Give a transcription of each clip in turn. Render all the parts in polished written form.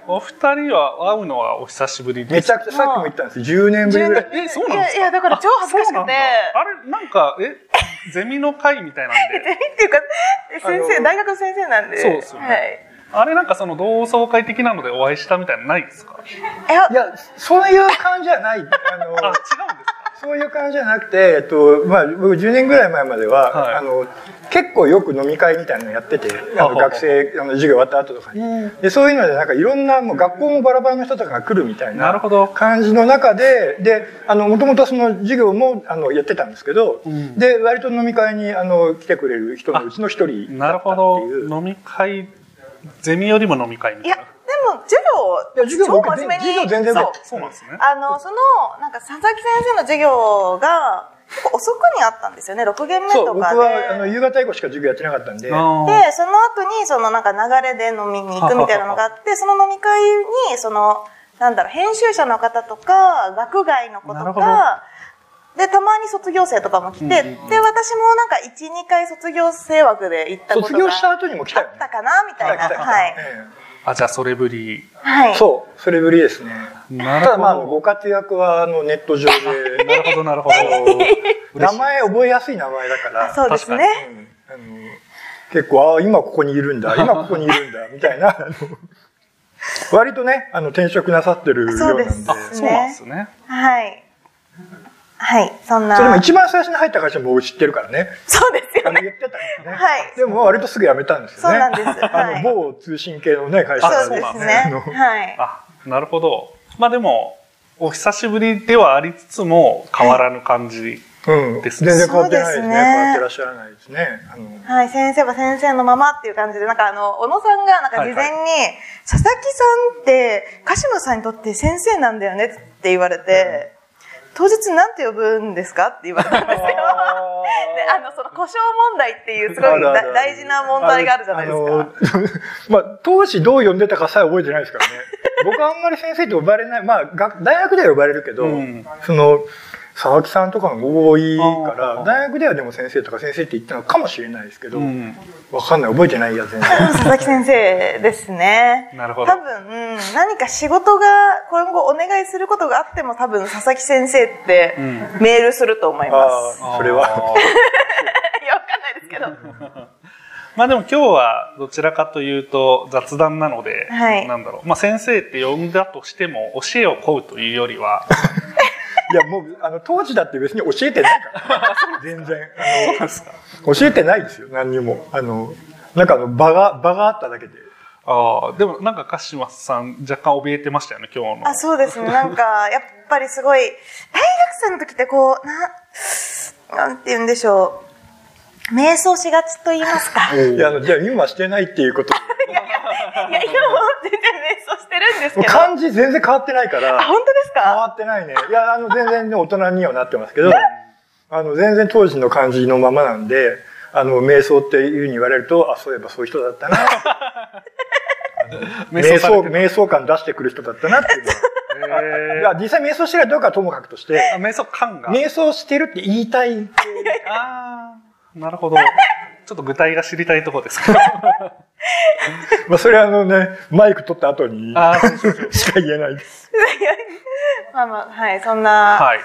お二人は会うのはお久しぶりです。 めちゃくちゃさっきも言ったんですよ。10年ぶりぐらい。 そうなんですか。 いやだから超恥ずかしくて。 あれなんかゼミの会みたいなんで。 ゼミっていうか先生大学の先生なんで。 そうですよね。はい。あれなんかその同窓会的なのでお会いしたみたいなのないですか？ いやそういう感じじゃない。違うんですか？そういう感じじゃなくて、僕10年ぐらい前までは、はい、結構よく飲み会みたいなのやってて、学生授業終わった後とかに、でそういうのでなんかいろんなもう学校もバラバラの人とかが来るみたいな感じの中でもともとその授業もやってたんですけど、で割と飲み会に来てくれる人のうちの一人だったっていう。なるほど。 飲み会、ゼミよりも飲み会みたいな。 でも授業超真面目に。 授業全然そうなんですね。 なんか佐々木先生の授業が結構遅くにあったんですよね。6限目とかで。 そう、僕は夕方以降しか授業やってなかったんで。で、その後になんか流れで飲みに行くみたいなのがあって、その飲み会に編集者の方とか学外の子とか。でたまに卒業生とかも来て、で私もなんか 1,2 回卒業生枠で行ったことが卒業した後にも来たあったかなみたいな。はい。 じゃあそれぶり。 はい。 そうそれぶりですね。ただご活躍はネット上で。 なるほどなるほど。 名前覚えやすい名前だから。 そうですね。 結構今ここにいるんだ今ここにいるんだみたいな。割とね転職なさってるようなんで。 そうなんですね。 はい。はい、そんな。 それも一番最初に入った会社も知ってるからね。 そうですよね。 言ってたんですね。 はい。 でも割とすぐ辞めたんですよね。 そうなんです。 某通信系のね会社そうですね。はい。なるほど。でもお久しぶりではありつつも変わらぬ感じですね。 全然変わってないですね。変わってらっしゃらないですね。 はい、先生は先生のままっていう感じで、なんか小野さんがなんか事前に佐々木さんって鹿島さんにとって先生なんだよねって言われて。当日なんて呼ぶんですかって言われたんですよ。で、その故障問題っていうすごい大事な問題があるじゃないですか。当時どう呼んでたかさえ覚えてないですからね。僕はあんまり先生って呼ばれない。大学では呼ばれるけど、佐々木さんとかも多いから大学ではでも先生とか先生って言ったのかもしれないですけど、わかんない覚えてないや全然。 佐々木先生ですね。 なるほど。 多分何か仕事が今後お願いすることがあっても多分佐々木先生ってメールすると思います。 それは。いやわかんないですけど。 でも今日はどちらかというと雑談なので、なんだろう。先生って呼んだとしても教えを請うというよりは。 いやもう当時だって別に教えてないから全然教えてないですよ何にもなんか場があっただけで。 でもなんか鹿島さん若干怯えてましたよね今日の。 そうですね。なんかやっぱりすごい大学生の時ってなんて言うんでしょう、瞑想しがちと言いますか。 いやじゃあ今してないっていうこと。 いや今も全然瞑想してるんですけど。 感じ全然変わってないから。 本当ですか？ 変わってないね。いや全然大人にはなってますけど、全然当時の感じのままなんで、瞑想っていう風に言われると、そういえばそういう人だったな。瞑想感出してくる人だったなっていうのは。実際瞑想してるかどうかはともかくとして、 瞑想感が。 瞑想してるって言いたい。 なるほど。ちょっと具体が知りたいところですけど。 それはマイク取った後にしか言えないです。 はい、そんな。 はい。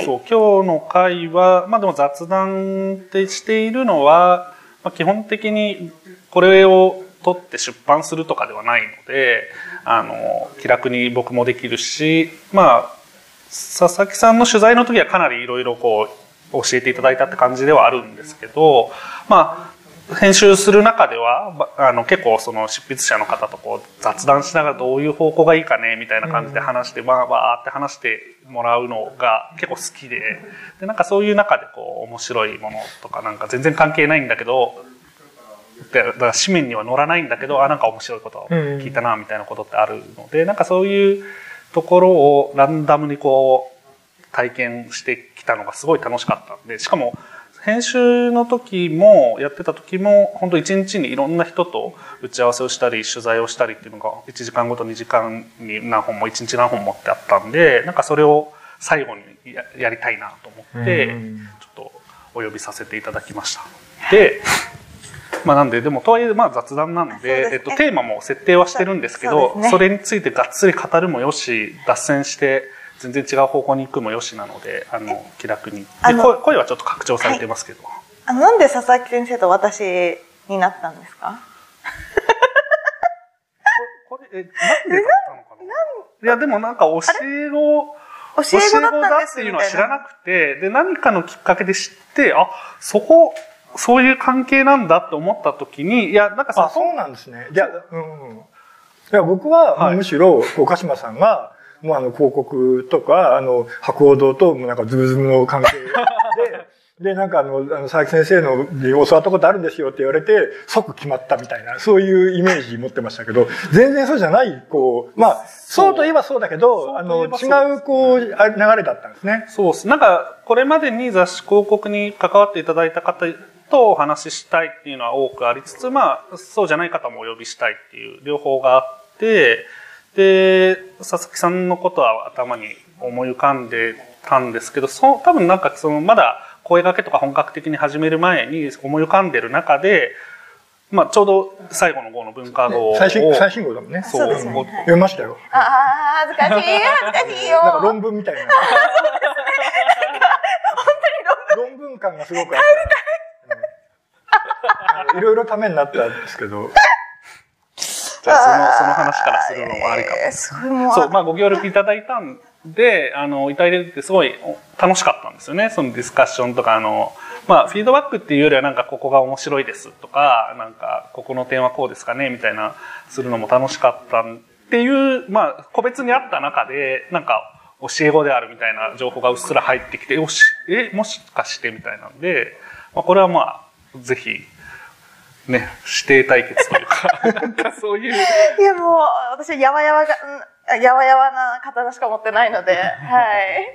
そう、今日の回は、でも雑談ってしているのは、基本的にこれを取って出版するとかではないので、気楽に僕もできるし、佐々木さんの取材の時はかなりいろいろ教えていただいたって感じではあるんですけど、編集する中では結構その執筆者の方と雑談しながらどういう方向がいいかねみたいな感じで話してわーって話してもらうのが結構好きで、なんかそういう中で面白いものとかなんか全然関係ないんだけど、だから紙面には載らないんだけどなんか面白いことを聞いたなみたいなことってあるので、なんかそういうところをランダムに体験してきたのがすごい楽しかったんで、しかも編集の時もやってた時も本当一日にいろんな人と打ち合わせをしたり取材をしたりっていうのが1時間ごと2時間に何本も1日何本もってあったんで、なんかそれを最後にやりたいなと思ってちょっとお呼びさせていただきました。でなんで、でも、とはいえ、雑談なので、テーマも設定はしてるんですけど、それについてがっつり語るもよし、脱線して、全然違う方向に行くもよしなので、気楽に。声はちょっと拡張されてますけど。 なんで佐々木先生と私になったんですか？ これ、なんでだったのかな？いや、でもなんか教え子だっていうのは知らなくて、で、何かのきっかけで知って、そういう関係なんだって思った時に、いや、なんかそうなんですね。いや、僕は、むしろ、鹿島さんが、もう広告とか、博報堂と、なんかズブズブの関係で、なんか佐々木先生のに教わったことあるんですよって言われて、即決まったみたいな、そういうイメージ持ってましたけど、全然そうじゃない、そうといえばそうだけど、違う、流れだったんですね。 そうです。なんか、これまでに雑誌広告に関わっていただいた方とお話ししたいっていうのは多くありつつ、そうじゃない方もお呼びしたいっていう両方があって、で、佐々木さんのことは頭に思い浮かんでたんですけど、多分なんかまだ声掛けとか本格的に始める前に思い浮かんでる中で、ちょうど最後の号の文化号を。 最新号だもんね。 そうですね。 読みましたよ。 恥ずかしいよ。 なんか論文みたいな。本当に論文感がすごくあった。いろいろためになったんですけど。 じゃあその話からするのもありかも。そう、ご協力いただいたんで、いただいてすごい楽しかったんですよね。そのディスカッションとか、フィードバックっていうよりはなんかここが面白いですとか、なんかここの点はこうですかねみたいなするのも楽しかったっていう、個別にあった中で、なんか教え子であるみたいな情報がうっすら入ってきて、もしかしてみたいなんで、これはぜひ、ね、指定対決というか、なんかそういう。 いやもう、私はやわやわな刀しか持ってないので、はい。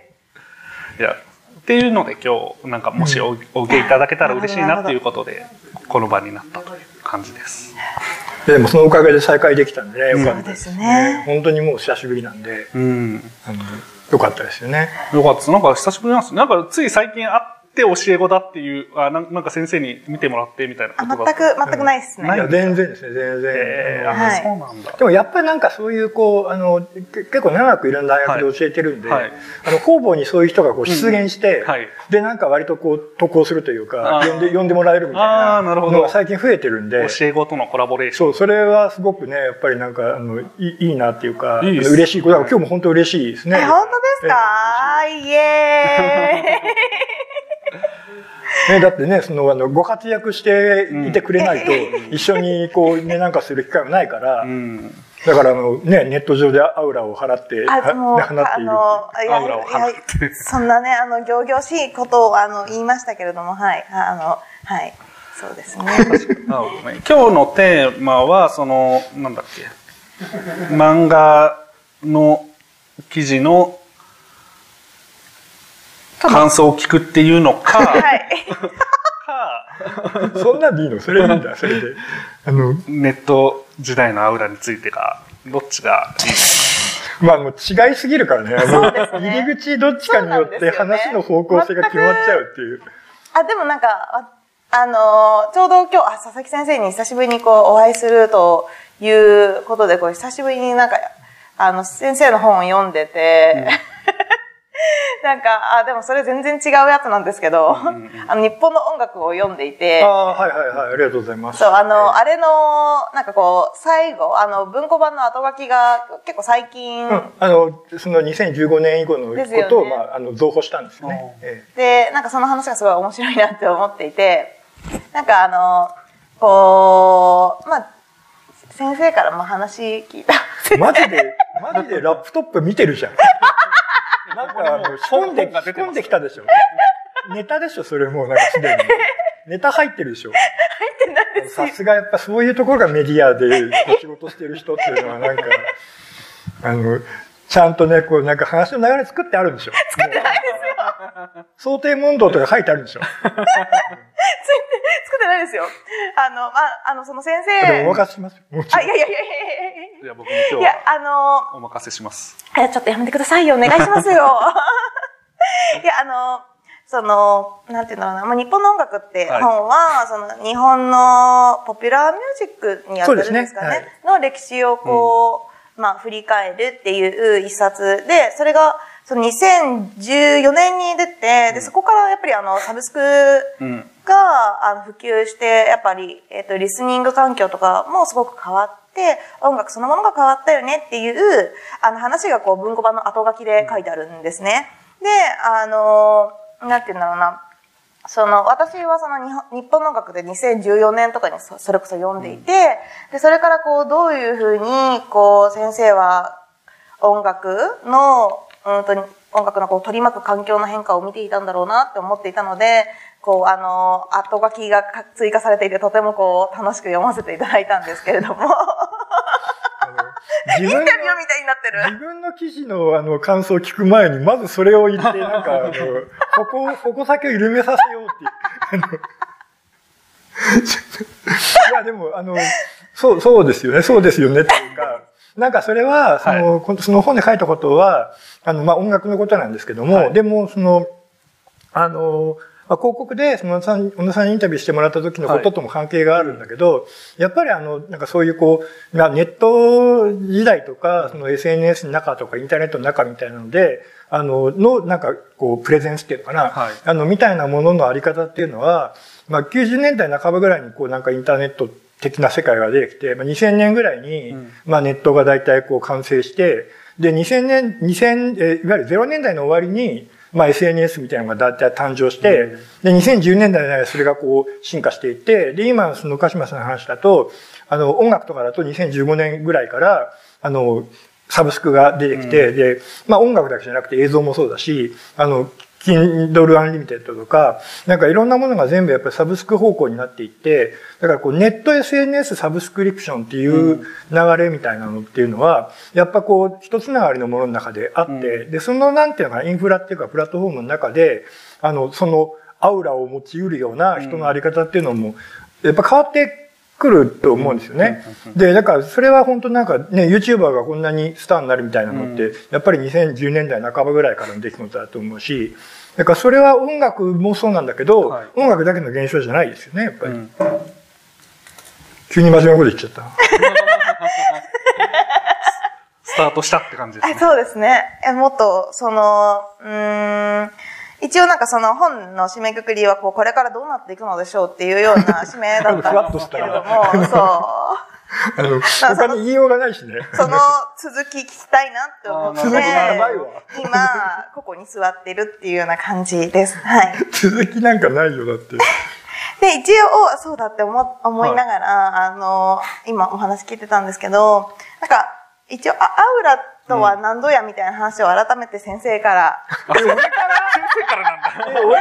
いや、っていうので今日、なんかもしお受けいただけたら嬉しいなっていうことで、この場になったという感じです。 でもそのおかげで再会できたんでね、よかったですね。 本当にもう久しぶりなんで、よかったですよね。 よかったです。なんか久しぶりなんです。なんかつい最近会って教え子だっていう、なんか先生に見てもらってみたいなことだった。 全くないですね。 いや、全然ですね、全然。 そうなんだ。 でもやっぱりなんかそういう結構長くいろんな大学で教えてるんで、方々にそういう人が出現して、で、なんか割と渡航するというか、呼んでもらえるみたいなのが最近増えてるんで。 教え子とのコラボレーション。 そう、それはすごくね、やっぱりなんか、いいなっていうか、嬉しいこと。だから今日も本当嬉しいですね。 本当ですか？イエーイ。 だってね、ご活躍していてくれないと、一緒になんかする機会もないから、だからネット上でアウラを払って、 放っている。そんなね、仰々しいことを言いましたけれども、はい。そうですね。 今日のテーマは、なんだっけ、漫画の記事の感想を聞くっていうのか、 そんなんでいいの？それでいいんだ、それで。 ネット時代のアウラについてが、どっちがいいですか？もう違いすぎるからね。入り口どっちかによって話の方向性が決まっちゃうっていう。 でもなんか、ちょうど今日、佐々木先生に久しぶりにお会いするということで、久しぶりになんか、先生の本を読んでて、なんか、でもそれ全然違うやつなんですけど、日本の音楽を読んでいて。 はい、ありがとうございます。 そう、あれの、なんか最後、文庫版の後書きが結構最近。 その2015年以後のことを、増補したんですよね。 で、なんかその話がすごい面白いなって思っていて、なんか先生からも話聞いた。 マジでラップトップ見てるじゃん。なんか仕込んできたでしょ。ネタでしょ、それもうなんかすでに。ネタ入ってるでしょ。 入ってないですよ。 さすがやっぱそういうところがメディアで仕事してる人っていうのはなんか、ちゃんとね、なんか話の流れ作ってあるんでしょ。 作ってないですよ。 想定問答とか書いてあるんでしょ。作ってないですよ。その先生。 でもお任せしますよ。もちろん。 いや、僕も今日はお任せします。 ちょっとやめてくださいよ。お願いしますよ。いや、 なんていうんだろうな、まあ、日本の音楽って本は、日本のポピュラーミュージックにあたるんですかね、の歴史をまあ、振り返るっていう一冊で、それが、2014年に出て、で、そこからやっぱりサブスクが、普及して、やっぱり、リスニング環境とかもすごく変わって、音楽そのものが変わったよねっていう、話が文庫版の後書きで書いてあるんですね。で、なんていうんだろうな。私は日本の音楽で2014年とかにそれこそ読んでいて、で、それからどういうふうに、先生は音楽の取り巻く環境の変化を見ていたんだろうなって思っていたので、後書きが追加されていて、とても楽しく読ませていただいたんですけれども。インタビューみたいになってる。 自分の記事の感想を聞く前に、まずそれを言って、なんか矛先を緩めさせようっていう。いや、でも、そうですよね、そうですよねっていうか、なんかそれは、その本で書いたことは、まあ、音楽のことなんですけども、でも、まあ、広告で、小野さんにインタビューしてもらった時のこととも関係があるんだけど、やっぱりなんかそういうネット時代とか、SNS の中とかインターネットの中みたいなので、なんかプレゼンスっていうのかな、みたいなもののあり方っていうのは、まあ、90年代半ばぐらいになんかインターネット的な世界が出てきて、まあ、2000年ぐらいに、まあ、ネットが大体完成して、で、いわゆる0年代の終わりに、まあ SNS みたいなのがだいたい誕生して、で、2010年代にはそれが進化していって、で、今、鹿島さんの話だと、音楽とかだと2015年ぐらいから、サブスクが出てきて、で、まあ音楽だけじゃなくて映像もそうだし、Kindle Unlimited とか、なんかいろんなものが全部やっぱりサブスク方向になっていって、だからネット SNS サブスクリプションっていう流れみたいなのっていうのは、やっぱ一つながりのものの中であって、で、なんていうのかな、インフラっていうかプラットフォームの中で、そのアウラを持ち得るような人のあり方っていうのも、やっぱ変わってくると思うんですよね。で、だからそれは本当なんかね、YouTuber がこんなにスターになるみたいなのって、やっぱり2010年代半ばぐらいからの出来事だと思うし、だからそれは音楽もそうなんだけど、音楽だけの現象じゃないですよね、やっぱり。急に真面目なこと言っちゃった。 スタートしたって感じですね。 そうですね。もっと、一応なんか本の締めくくりはこれからどうなっていくのでしょうっていうような締めだったんですけれども、 他に言いようがないしね。 その続き聞きたいなって思って、今、ここに座ってるっていうような感じです。はい。 続きなんかないよ、だって。 で、一応、そうだって思いながら、今お話聞いてたんですけど、なんか、一応、アウラとは何ぞやみたいな話を改めて先生から。 俺から先生からなんだ。 俺からなの？だ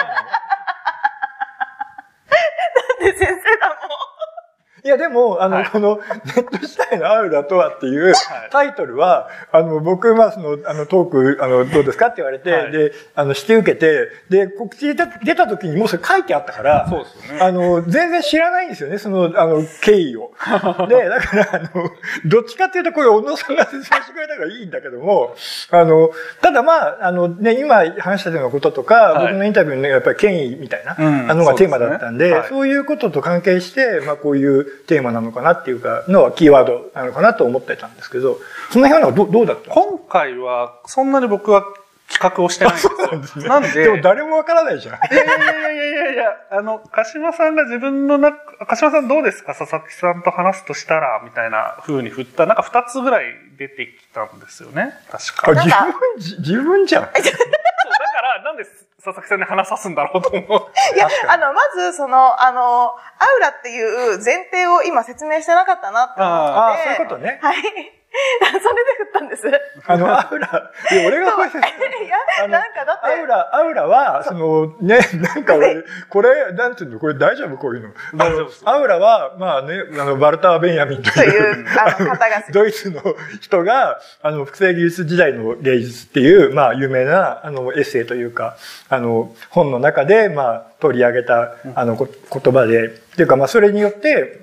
って先生だもん。 いや、でも、この、ネット時代のアウラとはっていうタイトルは、僕はトーク、どうですかって言われて、で、して受けて、で、告知出た時にもうそれ書いてあったから、 そうですよね。 全然知らないんですよね、経緯を。で、だから、どっちかっていうと、これ、小野さんが説明してくれたからいいんだけども、ただまあ、ね、今話したようなこととか、僕のインタビューのやっぱり権威みたいな、のがテーマだったんで、そういうことと関係して、まあ、こういうテーマなのかなっていうかのはキーワードなのかなと思ってたんですけど、その辺はどうだったんですか？ 今回はそんなに僕は企画をしてないんですよ。 そうなんですね。 なんで。 でも誰もわからないじゃん。 いや、鹿島さんが鹿島さんどうですか佐々木さんと話すとしたらみたいな風に振った、なんか2つぐらい出てきたんですよね。確か。 自分じゃん。 そう、だからなんで佐々木さんに話さすんだろうと思う。 いや、まず、アウラっていう前提を今説明してなかったなって思って。 そういうことね。 はい。それで振ったんです。 アウラ、俺がこれ説明。 いや、なんかだって。 アウラは、ね、なんか俺、これ、なんていうの、これ大丈夫こういうの。 大丈夫です。 アウラは、まあね、バルター・ベンヤミンという方がドイツの人が、複製技術時代の芸術っていう、まあ、有名な、エッセイというか、本の中で、まあ、取り上げた、言葉で、っていうか、まあ、それによって、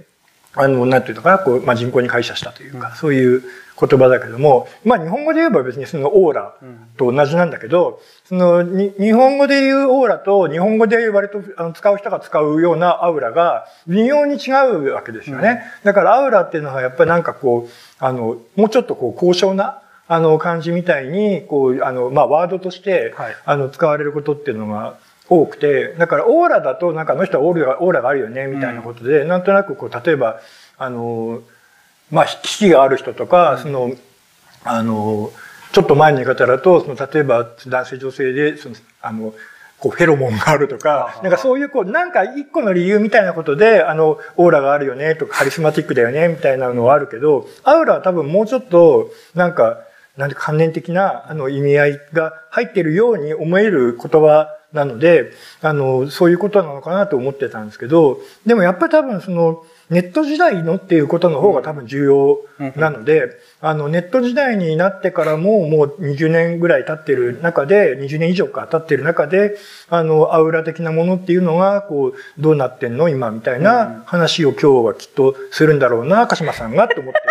なんていうのかな、こう、まあ、人口に解釈したというか、そういう言葉だけども、まあ、日本語で言えば別にそのオーラと同じなんだけど、日本語で言うオーラと日本語で割と使う人が使うようなアウラが微妙に違うわけですよね。だからアウラっていうのはやっぱりなんかこう、もうちょっとこう、高尚な、感じみたいに、こう、まあ、ワードとして、使われることっていうのが多くて、だからオーラだと、なんかの人はオーラがあるよね、みたいなことで、なんとなくこう、例えば、まあ、危機がある人とか、ちょっと前の言い方だと、例えば男性女性で、こう、フェロモンがあるとか、なんかそういう、こう、なんか一個の理由みたいなことで、オーラがあるよね、とか、カリスマティックだよね、みたいなのはあるけど、アウラは多分もうちょっと、なんか関連的な、意味合いが入っているように思える言葉なので、そういうことなのかなと思ってたんですけど、でもやっぱり多分ネット時代のっていうことの方が多分重要なので、ネット時代になってからももう20年ぐらい経ってる中で、20年以上か経ってる中で、アウラ的なものっていうのが、こう、どうなってんの今みたいな話を今日はきっとするんだろうな、鹿島さんがって思って。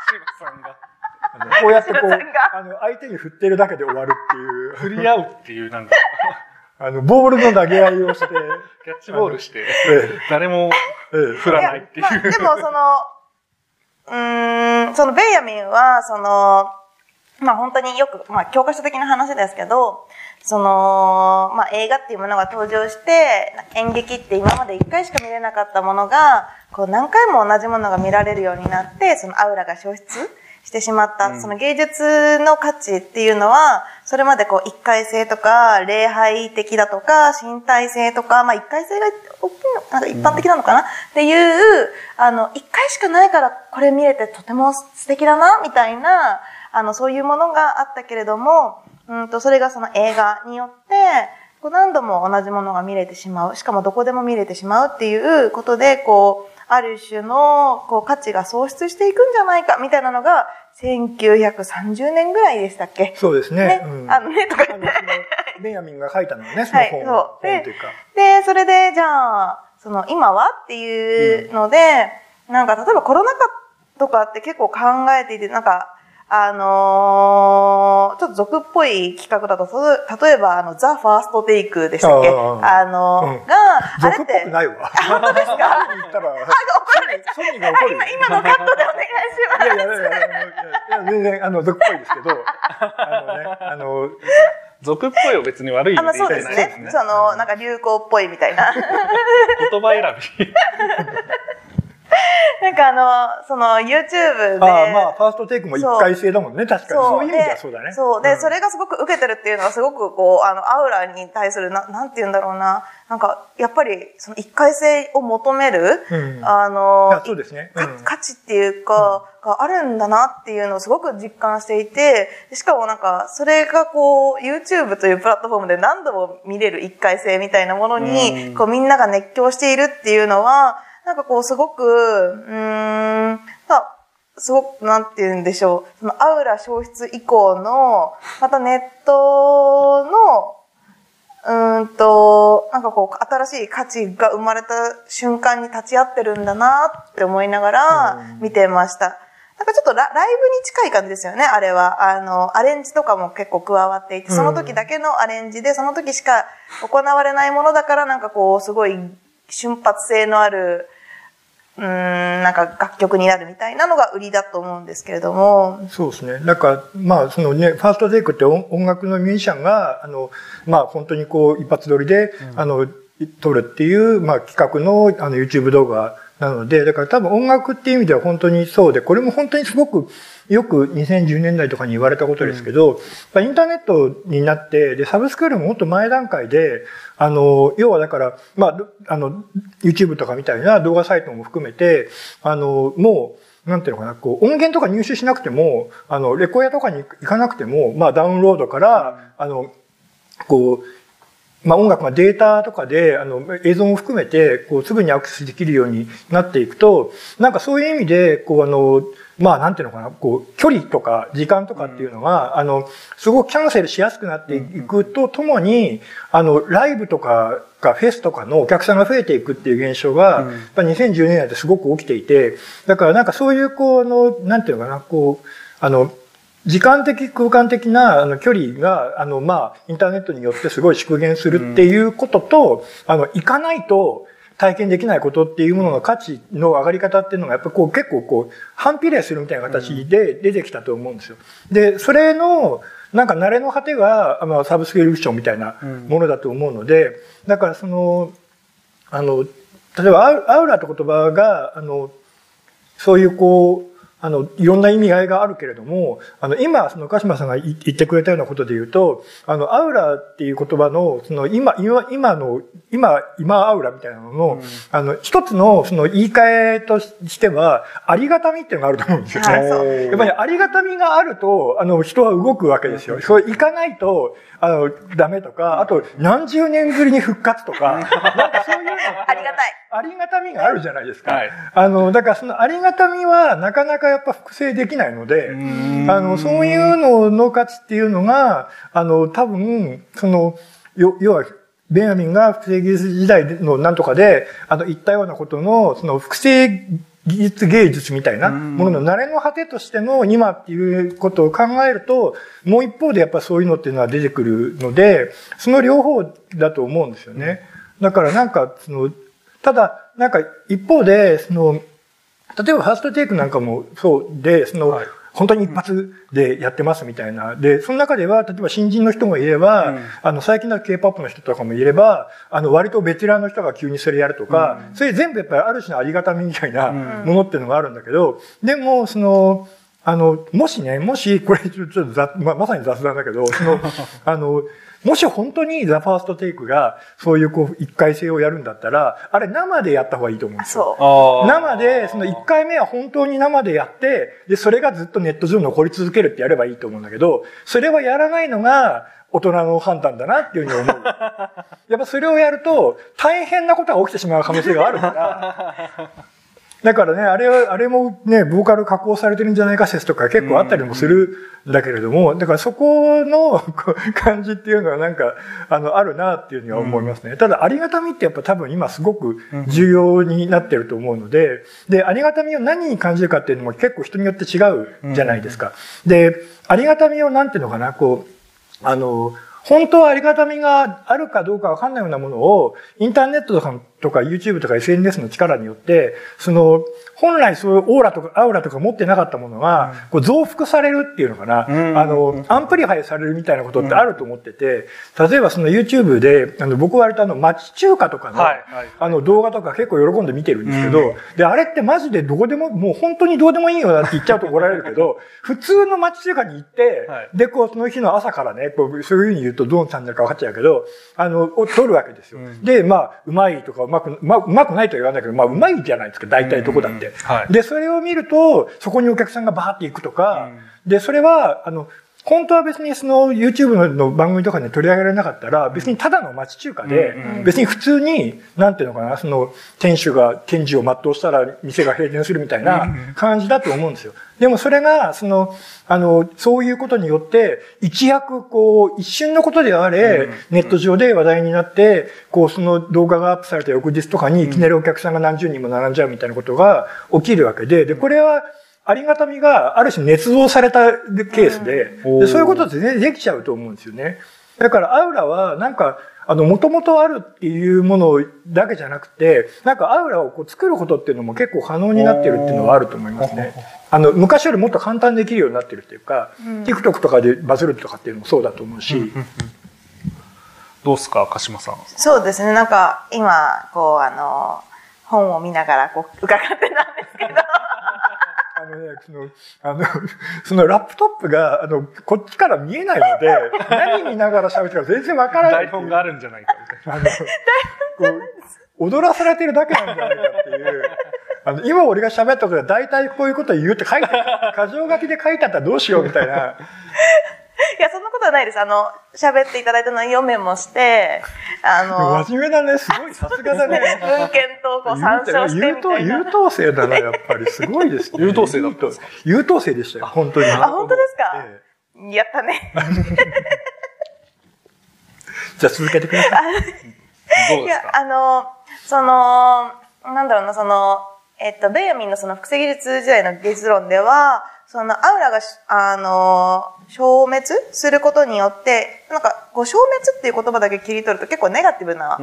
こうやってこう、相手に振ってるだけで終わるっていう。 振り合うっていう、なんか。 ボールの投げ合いをして。キャッチボールして、誰も振らないっていう。 でもベンヤミンは、まあ本当によく、まあ教科書的な話ですけど、まあ映画っていうものが登場して、演劇って今まで一回しか見れなかったものが、こう何回も同じものが見られるようになって、アウラが消失してしまった。その芸術の価値っていうのは、それまでこう一回性とか、礼拝的だとか、身体性とか、まあ一回性が大きいの、なんか一般的なのかな、っていう、一回しかないからこれ見れてとても素敵だな、みたいな、そういうものがあったけれども、それがその映画によって、こう何度も同じものが見れてしまう。しかもどこでも見れてしまうっていうことで、こう、ある種のこう価値が喪失していくんじゃないかみたいなのが1930年ぐらいでしたっけ？ そうですね。 ねとか言ってベンヤミンが書いたのはね、その本、 そう。 本というか。 で、それでじゃあ今はっていうので、なんか例えばコロナ禍とかって結構考えていて、なんかちょっと俗っぽい企画だと、例えばザ・ファーストテイクでしたっけ？あれって。 俗っぽくないわ。 本当ですか？ 言ったら。怒られちゃう。今のカットでお願いします。 いや、全然、俗っぽいですけど、 俗っぽいを別に悪い意味で言ってないですね。 そうですね。なんか流行っぽいみたいな。 言葉選び。 なんかYouTube で。 まあ、ファーストテイクも一回制だもんね、確かに。そういう意味ではそうだね。 そう。で、それがすごく受けてるっていうのはすごくこう、アウラに対する、なんて言うんだろうな。なんか、やっぱり、一回性を求める、 そうですね。 価値っていうか、があるんだなっていうのをすごく実感していて、しかもなんか、それがこう、YouTube というプラットフォームで何度も見れる一回性みたいなものに、こう、みんなが熱狂しているっていうのは、なんかこうすごく、すごく、なんて言うんでしょう。アウラ消失以降の、またネットの、なんかこう、新しい価値が生まれた瞬間に立ち会ってるんだなって思いながら見てました。なんかちょっとライブに近い感じですよね、あれは。アレンジとかも結構加わっていて、その時だけのアレンジで、その時しか行われないものだから、なんかこう、すごい瞬発性のある、なんか楽曲になるみたいなのが売りだと思うんですけれども。 そうですね。なんか、まあ、ファーストテイクって音楽のミュージシャンが、まあ、本当にこう、一発撮りで、撮るっていう、まあ、企画の、YouTube 動画なので、だから多分音楽っていう意味では本当にそうで、これも本当にすごく、よく2010年代とかに言われたことですけど、インターネットになって、で、サブスクよりももっと前段階で、要はだから、まあ、YouTube とかみたいな動画サイトも含めて、もう、なんていうのかな、こう、音源とか入手しなくても、レコヤとかに行かなくても、まあ、ダウンロードから、こう、まあ、音楽がデータとかで、映像も含めて、こう、すぐにアクセスできるようになっていくと、なんかそういう意味で、こう、 まあなんていうのかな、こう、距離とか時間とかっていうのが、すごくキャンセルしやすくなっていくとともに、ライブとかがフェスとかのお客さんが増えていくっていう現象が、やっぱ2010年代ってすごく起きていて、だからなんかそういうこう、なんていうのかな、こう、時間的空間的な距離がまあインターネットによってすごい縮減するっていうことと、行かないと体験できないことっていうものの価値の上がり方っていうのがやっぱこう結構こう反比例するみたいな形で出てきたと思うんですよ。で、それのなんか慣れの果てがサブスクリプションみたいなものだと思うので、だから例えばアウラって言葉がそういうこういろんな意味合いがあるけれども、今、鹿島さんが言ってくれたようなことで言うと、アウラっていう言葉の、今アウラみたいなのの、一つの、言い換えとしては、ありがたみっていうのがあると思うんですよね。やっぱりありがたみがあると、人は動くわけですよ。それ行かないと、ダメとか、あと、何十年ぶりに復活とか、なんかそういうのありがたい。 ありがたみがあるじゃないですか。 はい、 だからそのありがたみはなかなかやっぱ複製できないので、そういうのの価値っていうのが、多分、要は、ベンヤミンが複製技術時代のなんとかで、言ったようなことの、複製技術芸術みたいなものの慣れの果てとしての今っていうことを考えると、もう一方でやっぱそういうのっていうのは出てくるので、その両方だと思うんですよね。だからなんか、ただ、なんか一方で、例えばファーストテイクなんかもそうで、はい、本当に一発でやってますみたいな。で、その中では、例えば新人の人もいれば、最近の K-POP の人とかもいれば、割とベテランの人が急にそれやるとか、それ全部やっぱりある種のありがたみみたいなものっていうのがあるんだけど、でも、もし、これちょっとまさに雑談だけど、もし本当にザ・ファーストテイクがそういうこう一回性をやるんだったら、あれ生でやった方がいいと思うんですよ。生で、一回目は本当に生でやって、で、それがずっとネット上に残り続けるってやればいいと思うんだけど、それはやらないのが大人の判断だなっていうふうに思う。やっぱそれをやると大変なことが起きてしまう可能性があるから、だからね、あれもね、ボーカル加工されてるんじゃないか説とか結構あったりもするんだけれども、だからそこの感じっていうのはなんか、あるなっていうふうには思いますね。ただ、ありがたみってやっぱ多分今すごく重要になってると思うので、で、ありがたみを何に感じるかっていうのも結構人によって違うじゃないですか。で、ありがたみをなんていうのかな、こう、本当はありがたみがあるかどうかわかんないようなものを、インターネットとか YouTube とか SNS の力によって、本来そういうオーラとかアウラとか持ってなかったものが、こう増幅されるっていうのかな、アンプリファイされるみたいなことってあると思ってて、例えばYouTube で、僕は割と町中華とかの、動画とか結構喜んで見てるんですけど、で、あれってマジでどこでも、もう本当にどうでもいいよなって言っちゃうと怒られるけど、普通の町中華に行って、で、こう、その日の朝からね、こう、そういうふうに言うとどうなっちゃうか分かっちゃうけど、撮るわけですよ。で、まあ、うまいとかうまくないとは言わないけど、まあ、うまいじゃないですか、大体どこだって。で、それを見ると、そこにお客さんがバーって行くとか、で、それは、本当は別にYouTube の番組とかで取り上げられなかったら、別にただの町中華で、別に普通に、なんていうのかな、店主が天寿を全うしたら店が閉店するみたいな感じだと思うんですよ。でもそれが、そういうことによって、一躍、こう、一瞬のことであれ、ネット上で話題になって、こう、その動画がアップされた翌日とかに、いきなりお客さんが何十人も並んじゃうみたいなことが起きるわけで、で、これは、ありがたみがある種捏造されたケースで、そういうことってね、できちゃうと思うんですよね。だからアウラはなんか、もともとあるっていうものだけじゃなくて、なんかアウラをこう作ることっていうのも結構可能になってるっていうのはあると思いますね。昔よりもっと簡単にできるようになってるっていうか、TikTok とかでバズるとかっていうのもそうだと思うし。 どうですか、鹿島さん。 そうですね、なんか今、こう本を見ながらこう伺ってたんですけど。 そのラップトップが、こっちから見えないので、何見ながら喋ってるか全然わからない。 台本があるんじゃないかみたいな。 踊らされてるだけなんじゃないかっていう。今俺が喋ったことで大体こういうことを言うって書いて、箇条書きで書いてあったらどうしようみたいな。 いや、そんなことはないです。喋っていただいたのを読めもして、 真面目だね、すごい、さすがだね。 文献とこう参照してみたいな。 優等生だな、やっぱり。すごいですね。 優等生だったんですか？ 優等生でしたよ、本当に。 あ、本当ですか？やったね。 じゃあ続けてください。 どうですか？ なんだろうな、ベンヤミンのその複製技術時代の芸術論では、アウラが、消滅することによって、なんか、消滅っていう言葉だけ切り取ると結構ネガティブな、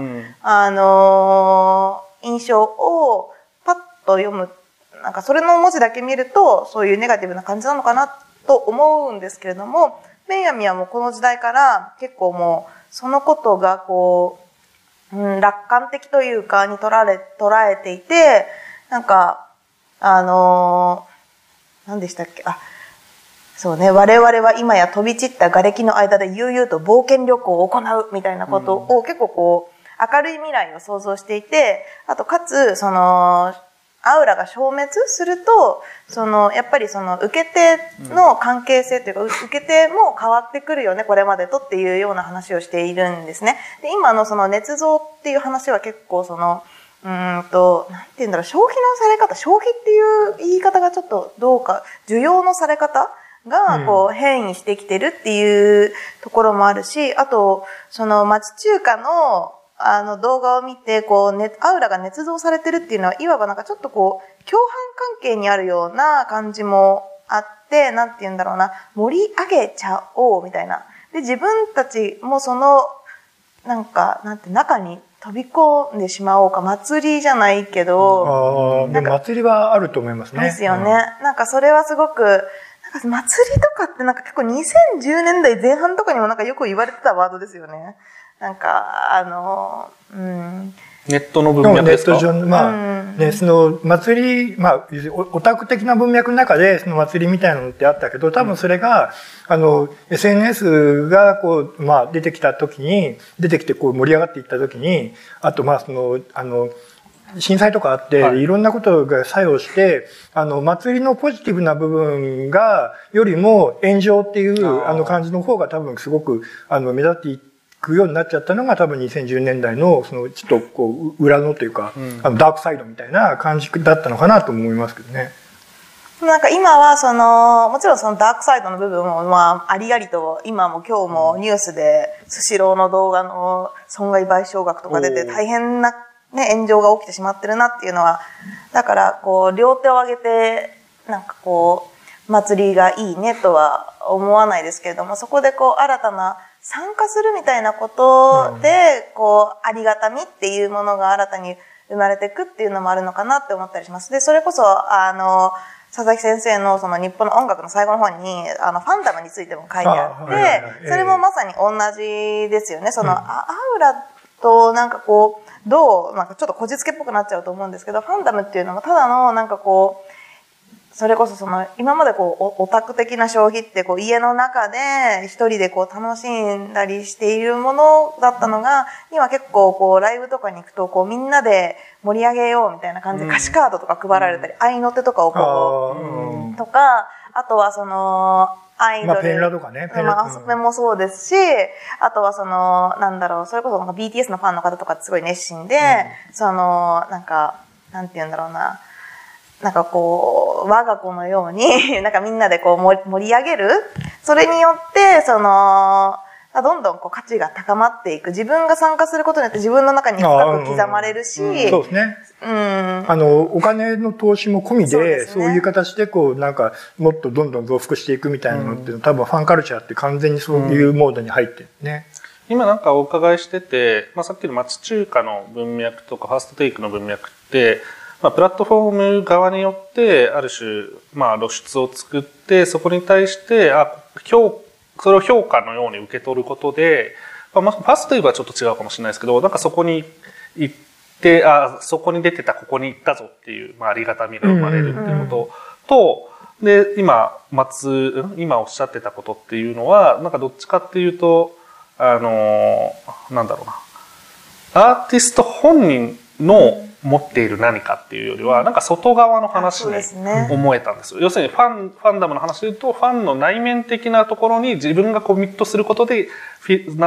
印象をパッと読む、なんかそれの文字だけ見ると、そういうネガティブな感じなのかなと思うんですけれども、ベンヤミンはもうこの時代から結構もう、そのことがこう、楽観的というかに捉えていて、なんか、何でしたっけ？そうね、我々は今や飛び散った瓦礫の間で悠々と冒険旅行を行うみたいなことを結構こう、明るい未来を想像していて、あとかつ、アウラが消滅すると、やっぱり受け手の関係性というか、受け手も変わってくるよね、これまでとっていうような話をしているんですね。で、今の捏造っていう話は結構なんて言うんだろう、消費のされ方、消費っていう言い方がちょっとどうか、需要のされ方がこう変異してきてるっていうところもあるし、あと、町中華の動画を見て、こう、アウラが捏造されてるっていうのは、いわばなんかちょっとこう、共犯関係にあるような感じもあって、なんて言うんだろうな、盛り上げちゃおうみたいな。で、自分たちもなんか、中に飛び込んでしまおうか、祭りじゃないけど。 でも祭りはあると思いますね。 ですよね。なんかそれはすごく、なんか祭りとかってなんか結構2010年代前半とかにもなんかよく言われてたワードですよね。なんか、 ネットの文脈ですか？ ネット上ね、祭り、オタク的な文脈の中で、祭りみたいなのってあったけど、多分それが、SNS がこう、出てきてこう盛り上がっていった時に、あと、震災とかあって、いろんなことが作用して、祭りのポジティブな部分よりも炎上っていう、感じの方が多分すごく、目立っていくようになっちゃったのが多分2010年代の、ちょっとこう、裏のというか、ダークサイドみたいな感じだったのかなと思いますけどね。 なんか今はもちろんダークサイドの部分もありありと今も今日もニュースでスシローの動画の損害賠償額とか出て大変なね、炎上が起きてしまってるなっていうのは、だからこう両手を挙げてなんかこう祭りがいいねとは思わないですけれども、そこでこう新たな参加するみたいなことで、こうありがたみっていうものが新たに生まれていくっていうのもあるのかなって思ったりします。で、それこそ佐々木先生のその日本の音楽の最後の方にファンダムについても書いてあって、それもまさに同じですよね。アウラとなんかこうなんかちょっとこじつけっぽくなっちゃうと思うんですけど、ファンダムっていうのもただのなんかこう、それこそ今までこうオタク的な消費ってこう家の中で一人でこう楽しんだりしているものだったのが、今結構こうライブとかに行くとこうみんなで盛り上げようみたいな感じで歌詞カードとか配られたり、合いの手とかをこう、とか、あとはアイドル。 ペンラとかね。 ペンもそうですし、あとはなんだろう、それこそなんか BTS のファンの方とかってすごい熱心で、なんか、なんて言うんだろうな、なんかこう、我が子のように、なんかみんなでこう盛り上げる。それによって、どんどんこう価値が高まっていく。自分が参加することによって自分の中に深く刻まれるし。 そうですね。お金の投資も込みで、そういう形でこう、なんか、もっとどんどん増幅していくみたいなのって、多分ファンカルチャーって完全にそういうモードに入ってるね。 今なんかお伺いしてて、さっきの町中華の文脈とかファーストテイクの文脈って、プラットフォーム側によって、ある種、露出を作って、そこに対して、それを評価のように受け取ることで、ファーストテイクはちょっと違うかもしれないですけど、なんかそこに行って、そこに出てた、ここに行ったぞっていう、ありがたみが生まれるっていうことと、で、今おっしゃってたことっていうのは、なんかどっちかっていうと、なんだろうな、アーティスト本人の持っている何かっていうよりは、なんか外側の話に思えたんですよ。要するにファンダムの話で言うと、ファンの内面的なところに自分がコミットすることで、なんだろう、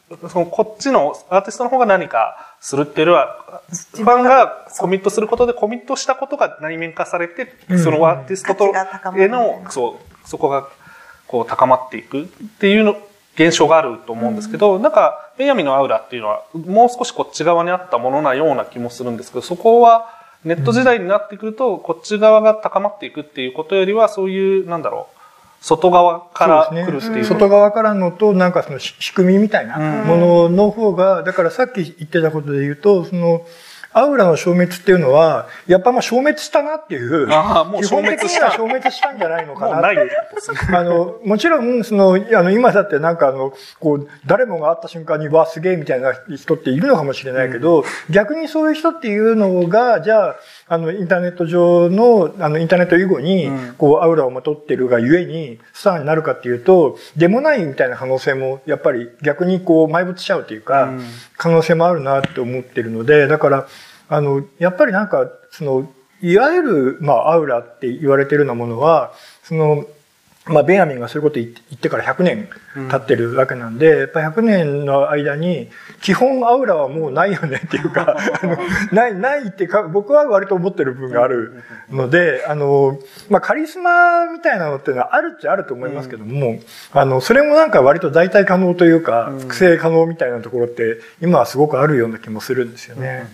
こっちのアーティストの方が何かするっていうよりは、ファンがコミットすることで、コミットしたことが内面化されて、そのアーティストとへの、そこがこう高まっていくっていうの、現象があると思うんですけど、なんか、ベンヤミンのアウラっていうのは、もう少しこっち側にあったものなような気もするんですけど、そこはネット時代になってくると、こっち側が高まっていくっていうことよりは、そういう、なんだろう、外側から来るっていう。 外側からのと、なんかその仕組みみたいなものの方が、だからさっき言ってたことで言うと、その、アウラの消滅っていうのは、やっぱ消滅したなっていう、 もう基本的には消滅したんじゃないのかな。 もうないですね。 もちろん、今だってなんかこう、誰もが会った瞬間に、わ、すげえみたいな人っているのかもしれないけど、逆にそういう人っていうのが、じゃあ、インターネット上の、インターネット以後に、こう、アウラをまとってるがゆえに、スターになるかっていうと、でもないみたいな可能性も、やっぱり逆にこう、埋没しちゃうというか、可能性もあるなって思ってるので、だから、やっぱりなんか、いわゆる、アウラって言われてるようなものは、ベンヤミンがそういうこと言ってから100年経ってるわけなんで、やっぱ100年の間に、基本アウラはもうないよねっていうか、ないってか、僕は割と思ってる部分があるので、カリスマみたいなのっていうのはあるっちゃあると思いますけども、それもなんか割と代替可能というか、複製可能みたいなところって、今はすごくあるような気もするんですよね。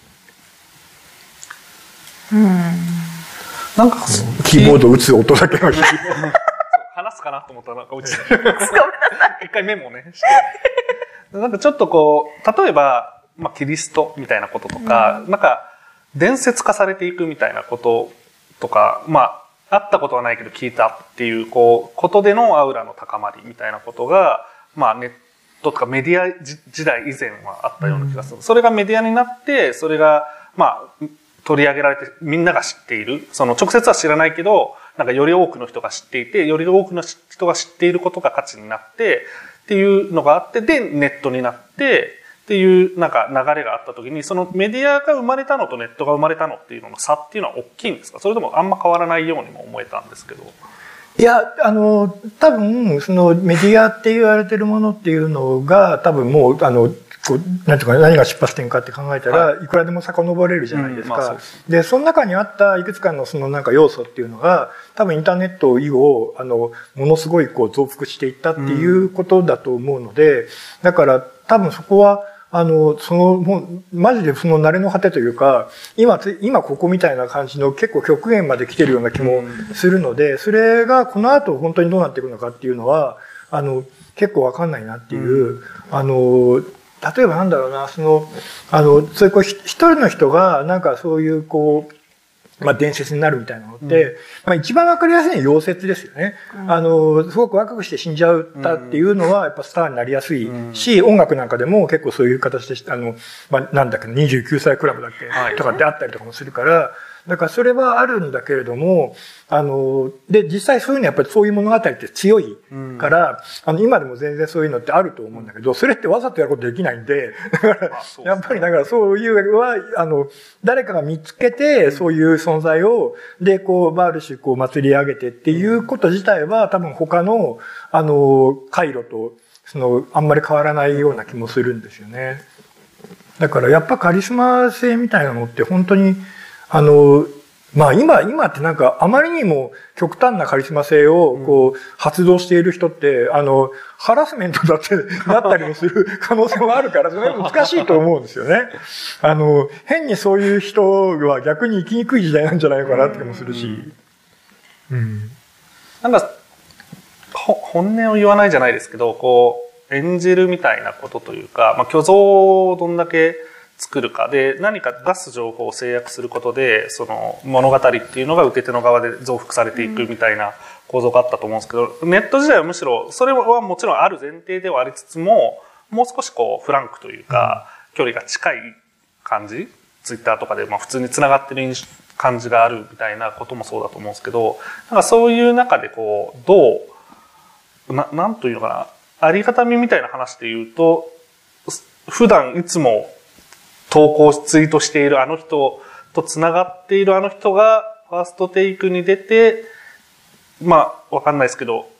なんかキーボード打つ音だけが話すかなと思ったらなんか落ちてる。一回メモねして。なんかちょっとこう、例えば、キリストみたいなこととか、なんか伝説化されていくみたいなこととか、会ったことはないけど聞いたっていう、ことでのアウラの高まりみたいなことが、ネットとかメディア時代以前はあったような気がする。それがメディアになって、それが、取り上げられてみんなが知っている。直接は知らないけど、なんかより多くの人が知っていて、より多くの人が知っていることが価値になって、っていうのがあって、で、ネットになって、っていうなんか流れがあった時に、そのメディアが生まれたのとネットが生まれたのっていうのの差っていうのは大きいんですか？それともあんま変わらないようにも思えたんですけど。 いや、多分、メディアって言われてるものっていうのが、多分もう、なんていうか、何が出発点かって考えたら、いくらでも遡れるじゃないですか。で、その中にあったいくつかのなんか要素っていうのが、多分インターネット以後、ものすごい増幅していったっていうことだと思うので、だから多分そこは、もう、マジで慣れの果てというか、今ここみたいな感じの結構極限まで来てるような気もするので、それがこの後本当にどうなっていくのかっていうのは、結構わかんないなっていう、例えばなんだろうな、そういう一人の人が、なんかそういう伝説になるみたいなのって、一番わかりやすいのは溶接ですよね。すごく若くして死んじゃったっていうのは、やっぱスターになりやすいし、音楽なんかでも結構そういう形で、なんだっけ、29歳クラブだっけ、とかってあったりとかもするから、だからそれはあるんだけれども、で、実際そういうのやっぱりそういう物語って強いから、今でも全然そういうのってあると思うんだけど、それってわざとやることできないんで、だから、やっぱりだからそういうは、誰かが見つけて、そういう存在を、で、ある種祭り上げてっていうこと自体は、多分他の、回路と、あんまり変わらないような気もするんですよね。だからやっぱカリスマ性みたいなのって本当に、今ってなんかあまりにも極端なカリスマ性を発動している人って、ハラスメントだってなったりもする可能性もあるから、それは難しいと思うんですよね。変にそういう人は逆に生きにくい時代なんじゃないかなって気もするし。 なんか、本音を言わないじゃないですけど、演じるみたいなことというか、虚像をどんだけ作るかで、何か出す情報を制約することで、その物語っていうのが受け手の側で増幅されていくみたいな構造があったと思うんですけど、ネット時代はむしろ、それはもちろんある前提ではありつつも、もう少しフランクというか、距離が近い感じ、ツイッターとかで普通に繋がってる感じがあるみたいなこともそうだと思うんですけど、なんかそういう中でどう、なんというのかな、ありがたみみたいな話で言うと、普段いつも投稿ツイートしているあの人と繋がっているあの人がファーストテイクに出て、わかんないですけど、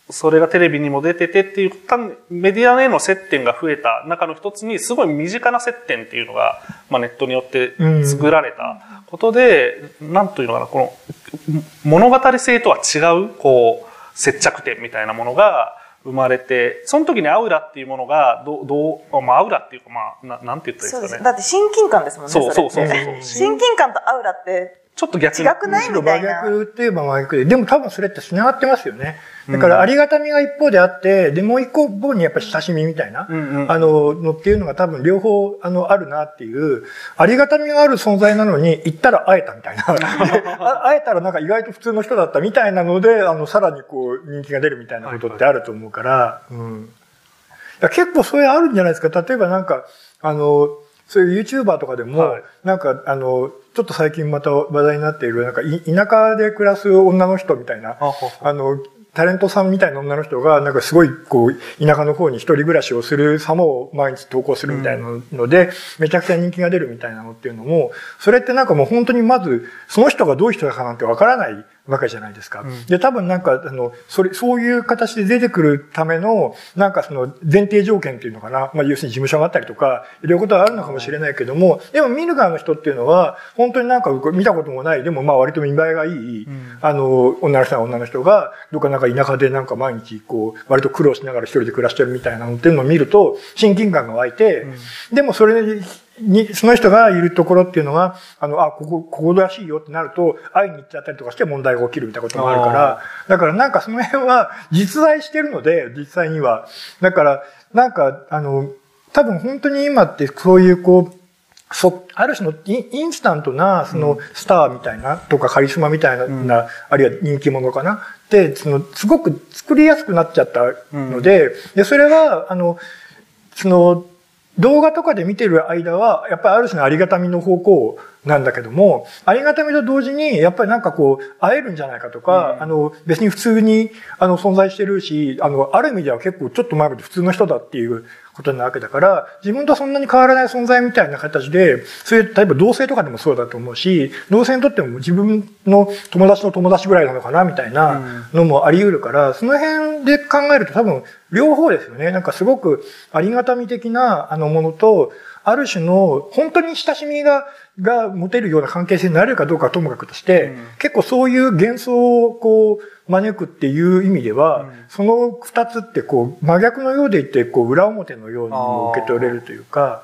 それがテレビにも出ててっていう、メディアへの接点が増えた中の一つに、すごい身近な接点っていうのが、まあネットによって作られたことで、なんというのかな、この物語性とは違う、こう、接着点みたいなものが生まれて、その時にアウラっていうものが、まあアウラっていうか、まあ、なんて言ったらいいですかね。 そうです。だって親近感ですもんね。 そう。 親近感とアウラって、 ちょっと逆に。違くないみたいな。 真逆って言えば真逆で、でも多分それって繋がってますよね。だからありがたみが一方であって、で、もう一方にやっぱり親しみみたいな、のっていうのが多分両方、あるなっていう、ありがたみがある存在なのに、行ったら会えたみたいな。会えたらなんか意外と普通の人だったみたいなので、さらにこう、人気が出るみたいなことってあると思うから、結構それあるんじゃないですか。例えばなんか、そういう YouTuber とかでも、なんか、ちょっと最近また話題になっている、なんか、田舎で暮らす女の人みたいな、タレントさんみたいな女の人が、なんかすごい、こう、田舎の方に一人暮らしをする様を毎日投稿するみたいなので、めちゃくちゃ人気が出るみたいなのっていうのも、それってなんかもう本当にまず、その人がどういう人だかなんてわからないわけじゃないですか。で、多分なんか、そういう形で出てくるための、なんかその前提条件っていうのかな。まあ、要するに事務所があったりとか、いろいろことはあるのかもしれないけども、でも見る側の人っていうのは、本当になんか見たこともない、でもまあ割と見栄えがいい、女の人は女の人が、どっかなんか田舎でなんか毎日こう、割と苦労しながら一人で暮らしてるみたいなのっていうのを見ると、親近感が湧いて、でもそれに、その人がいるところっていうのが、ここらしいよってなると、会いに行っちゃったりとかして問題が起きるみたいなこともあるから、だからなんかその辺は実在してるので、実際には。だから、なんか、多分本当に今ってそういうこう、ある種のインスタントな、その、スターみたいな、とかカリスマみたいな、あるいは人気者かな。で、すごく作りやすくなっちゃったので、で、それは、動画とかで見てる間は、やっぱりある種のありがたみの方向なんだけども、ありがたみと同時に、やっぱりなんかこう、会えるんじゃないかとか、別に普通に、存在してるし、ある意味では結構ちょっと前まで普通の人だっていうことなわけだから、自分とそんなに変わらない存在みたいな形で、それ、例えば同性とかでもそうだと思うし、同性にとっても自分の友達の友達ぐらいなのかな、みたいなのもあり得るから、その辺で考えると多分、両方ですよね。なんかすごくありがたみ的なものと、ある種の本当に親しみが持てるような関係性になれるかどうかはともかくとして、結構そういう幻想をこう招くっていう意味では、その二つってこう真逆のようでいて、こう裏表のようにも受け取れるというか、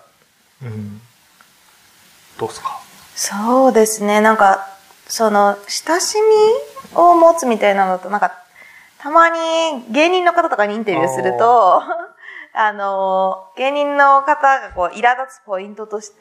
どうですか？ そうですね。なんか、親しみを持つみたいなのと、なんか、たまに芸人の方とかにインタビューすると、芸人の方がこう、苛立つポイントとして、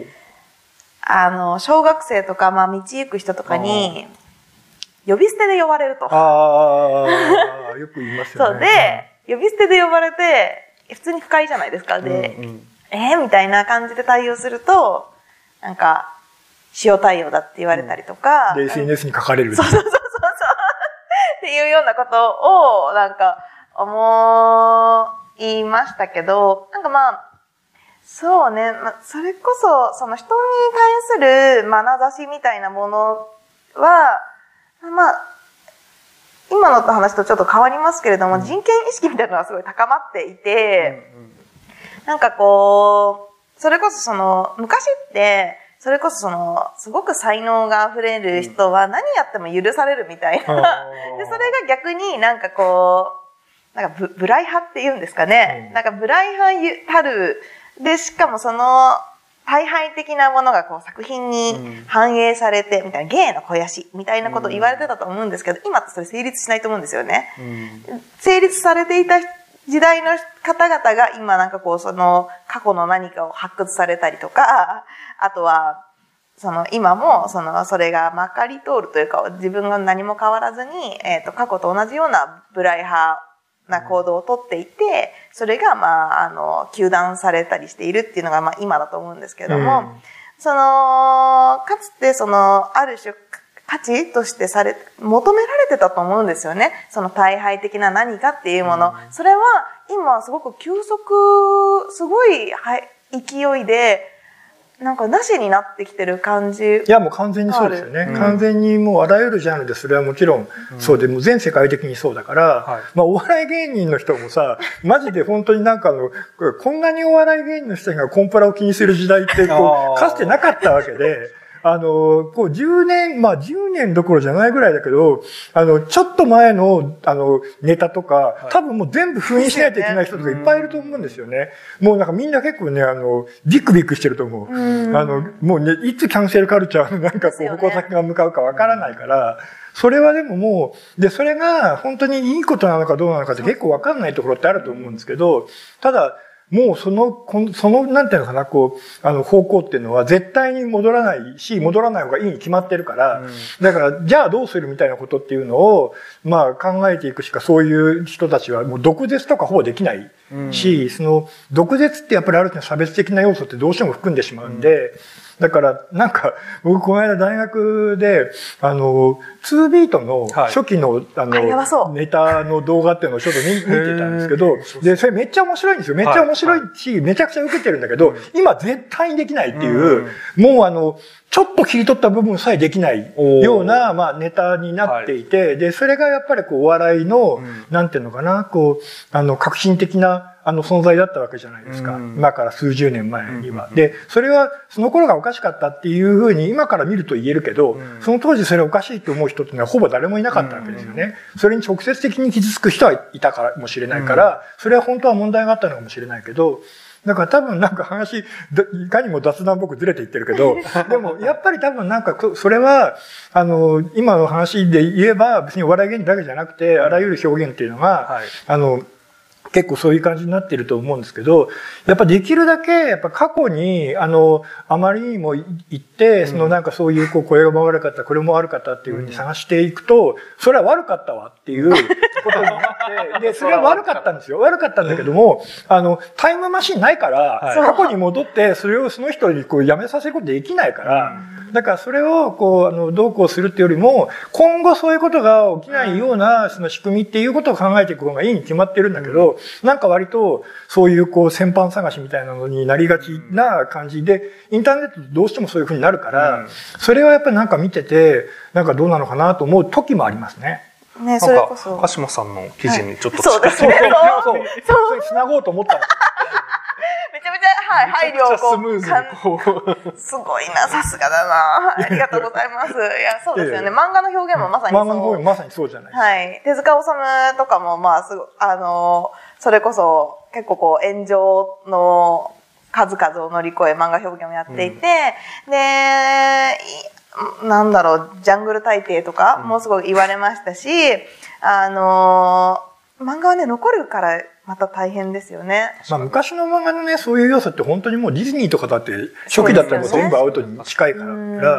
小学生とか、まあ、道行く人とかに、呼び捨てで呼ばれると。 よく言いますよね。 そうで、呼び捨てで呼ばれて、普通に不快じゃないですか。で、みたいな感じで対応すると、なんか、塩対応だって言われたりとか。 で、SNS に書かれる。 そう。っていうようなことを、なんか、思いましたけど、なんかまあ、そうね、それこそ、その人に対する眼差しみたいなものは、まあ、今の話とちょっと変わりますけれども、人権意識みたいなのがすごい高まっていて、なんかこう、それこそ昔って、それこそすごく才能が溢れる人は何やっても許されるみたいな。で、それが逆になんかこう、なんか無頼派って言うんですかね。なんか無頼派たる、で、しかも大敗的なものがこう作品に反映されて、みたいな、芸の肥やし、みたいなことを言われてたと思うんですけど、今ってそれ成立しないと思うんですよね。成立されていた時代の方々が今なんかこう過去の何かを発掘されたりとか、あとは、今もそれがまかり通るというか、自分が何も変わらずに、過去と同じような無頼派な行動をとっていて、それが糾弾されたりしているっていうのが今だと思うんですけれども、かつてある種価値として求められてたと思うんですよね。大敗的な何かっていうもの。それは今すごくすごい勢いで、 なんかなしになってきてる感じ。 いや、もう完全にそうですよね。完全にもうあらゆるジャンルでそれはもちろんそうで、もう全世界的にそうだから、まあお笑い芸人の人もさ、マジで本当になんかこんなにお笑い芸人の人がコンプラを気にする時代ってかつてなかったわけで、こう10年、まあ10年どころじゃないぐらいだけど、ちょっと前の、ネタとか、多分もう全部封印しないといけない人とかいっぱいいると思うんですよね。もうなんかみんな結構ね、ビクビクしてると思う。もうね、いつキャンセルカルチャーのなんかこう、矛先が向かうかわからないから、それはでももう、で、それが本当にいいことなのかどうなのかって結構わかんないところってあると思うんですけど、ただ、もうその、なんていうのかな、こう、方向っていうのは絶対に戻らないし、戻らない方がいいに決まってるから、だから、じゃあどうするみたいなことっていうのを、まあ考えていくしか、そういう人たちはもう毒舌とかほぼできないし、その、毒舌ってやっぱりある程度差別的な要素ってどうしても含んでしまうんで、だから、なんか、僕、この間大学で、2ビートの初期の、ネタの動画っていうのをちょっと見てたんですけど、で、それめっちゃ面白いんですよ。めっちゃ面白いし、めちゃくちゃ受けてるんだけど、今絶対にできないっていう、もうちょっと切り取った部分さえできないような、まあ、ネタになっていて、で、それがやっぱりこう、お笑いの、なんていうのかな、こう、革新的な、存在だったわけじゃないですか。今から数十年前には。で、それは、その頃がおかしかったっていうふうに今から見ると言えるけど、その当時それおかしいと思う人っていうのはほぼ誰もいなかったわけですよね。それに直接的に傷つく人はいたかもしれないから、それは本当は問題があったのかもしれないけど、だから多分なんか話、いかにも雑談僕ずれていってるけど、でもやっぱり多分なんかそれは、今の話で言えば別にお笑い芸人だけじゃなくて、あらゆる表現っていうのが、結構そういう感じになってると思うんですけど、やっぱできるだけ、やっぱ過去に、あまりにも言って、なんかそういう、これが悪かった、これも悪かったっていうふうに探していくと、それは悪かったわっていうことになって、で、それは悪かったんですよ。悪かったんだけども、タイムマシンないから、過去に戻って、それをその人にこう、やめさせることできないから、だからそれをこう、どうこうするっていうよりも、今後そういうことが起きないような、その仕組みっていうことを考えていく方がいいに決まってるんだけど、なんか割と、そういうこう、先般探しみたいなのになりがちな感じで、インターネットどうしてもそういう風になるから、それはやっぱりなんか見てて、なんかどうなのかなと思う時もありますね。 ね、それこそ。 鹿島さんの記事にちょっとそうですね。 そう。繋ごうと思ったんです。 めちゃめちゃ、配慮をすごいな、さすがだな。ありがとうございます。いや、そうですよね。漫画の表現もまさにそう。 漫画の表現もまさにそうじゃないですか。 はい。手塚治虫とかも、まあ、それこそ、結構こう、炎上の数々を乗り越え漫画表現をやっていて、で、なんだろう、ジャングル大帝とかもすごい言われましたし、漫画はね、残るからまた大変ですよね。 まあ昔の漫画のね、そういう要素って本当にもうディズニーとかだって初期だったらもう全部アウトに近いから、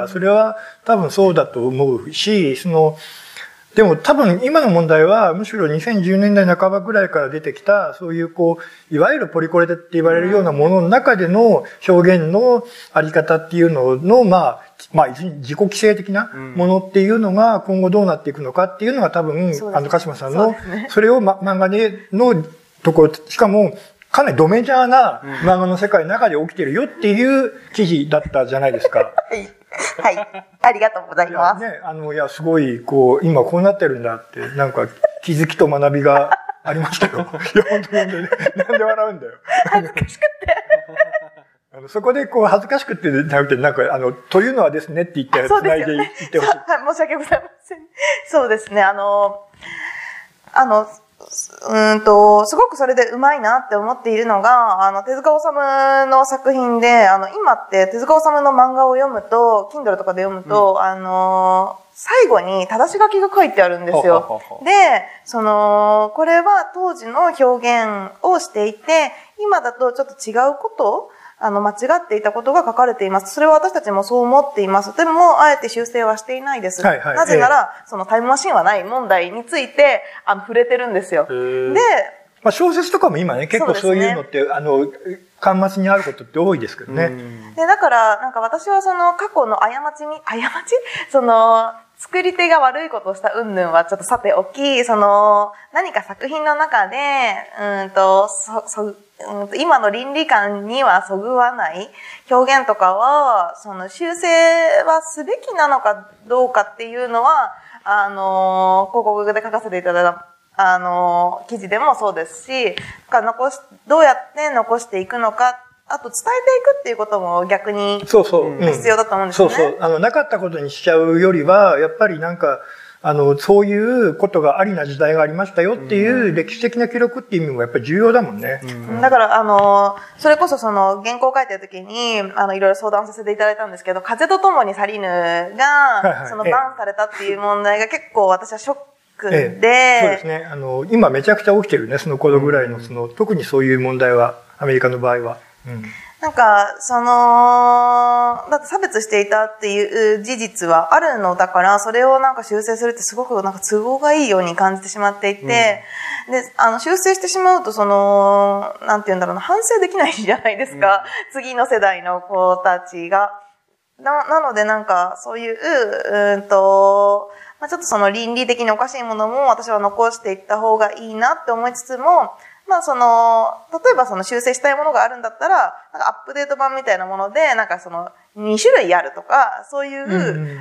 それは多分そうだと思うし、でも多分今の問題はむしろ2010年代半ばぐらいから出てきたそういうこう、いわゆるポリコレって言われるようなものの中での表現のあり方っていうのの、まあ自己規制的なものっていうのが今後どうなっていくのかっていうのが多分、鹿島さんの、それを漫画でのところ、しかもかなりドメジャーな漫画の世界の中で起きてるよっていう記事だったじゃないですか。 はい。ありがとうございます。 いや、すごい、こう、今こうなってるんだって、なんか気づきと学びがありましたよ。いや、本当にね、なんで笑うんだよ。 恥ずかしくて。 そこでこう恥ずかしくってじゃなくて、なんかというのはですねって言って繋いでいってほしい。 はい、申し訳ございません。そうですね、すごくそれでうまいなって思っているのが、手塚治虫の作品で、今って手塚治虫の漫画を読むと、Kindle とかで読むと、最後に正し書きが書いてあるんですよ。で、これは当時の表現をしていて、今だとちょっと違うこと間違っていたことが書かれています。それは私たちもそう思っています。でも、あえて修正はしていないです。なぜなら、タイムマシンはない問題について、触れてるんですよ。で、 まあ小説とかも今ね、結構そういうのって、巻末にあることって多いですけどね。 で、だから、なんか私は過去の過ち作り手が悪いことをした云々はちょっとさておき、何か作品の中で、今の倫理観にはそぐわない表現とかは、修正はすべきなのかどうかっていうのは、広告で書かせていただいた、記事でもそうですし、どうやって残していくのか、あと伝えていくっていうことも逆に必要だと思うんですよね。 そうなかったことにしちゃうよりは、やっぱりなんか、そういうことがありな時代がありましたよっていう歴史的な記録っていう意味もやっぱり重要だもんね。 だから、それこそ原稿を書いてる時に、いろいろ相談させていただいたんですけど、風と共に去りぬが、バンされたっていう問題が結構私はショックで、 そうですね。今めちゃくちゃ起きてるね、その頃ぐらいの、特にそういう問題は、アメリカの場合は。 なんか、だって差別していたっていう事実はあるのだから、それをなんか修正するってすごくなんか都合がいいように感じてしまっていて、で、修正してしまうと、なんて言うんだろうな、反省できないじゃないですか。次の世代の子たちが。なのでなんか、そういう、ちょっと倫理的におかしいものも私は残していった方がいいなって思いつつも、例えば修正したいものがあるんだったら、なんかアップデート版みたいなもので、なんか2種類あるとか、そういう、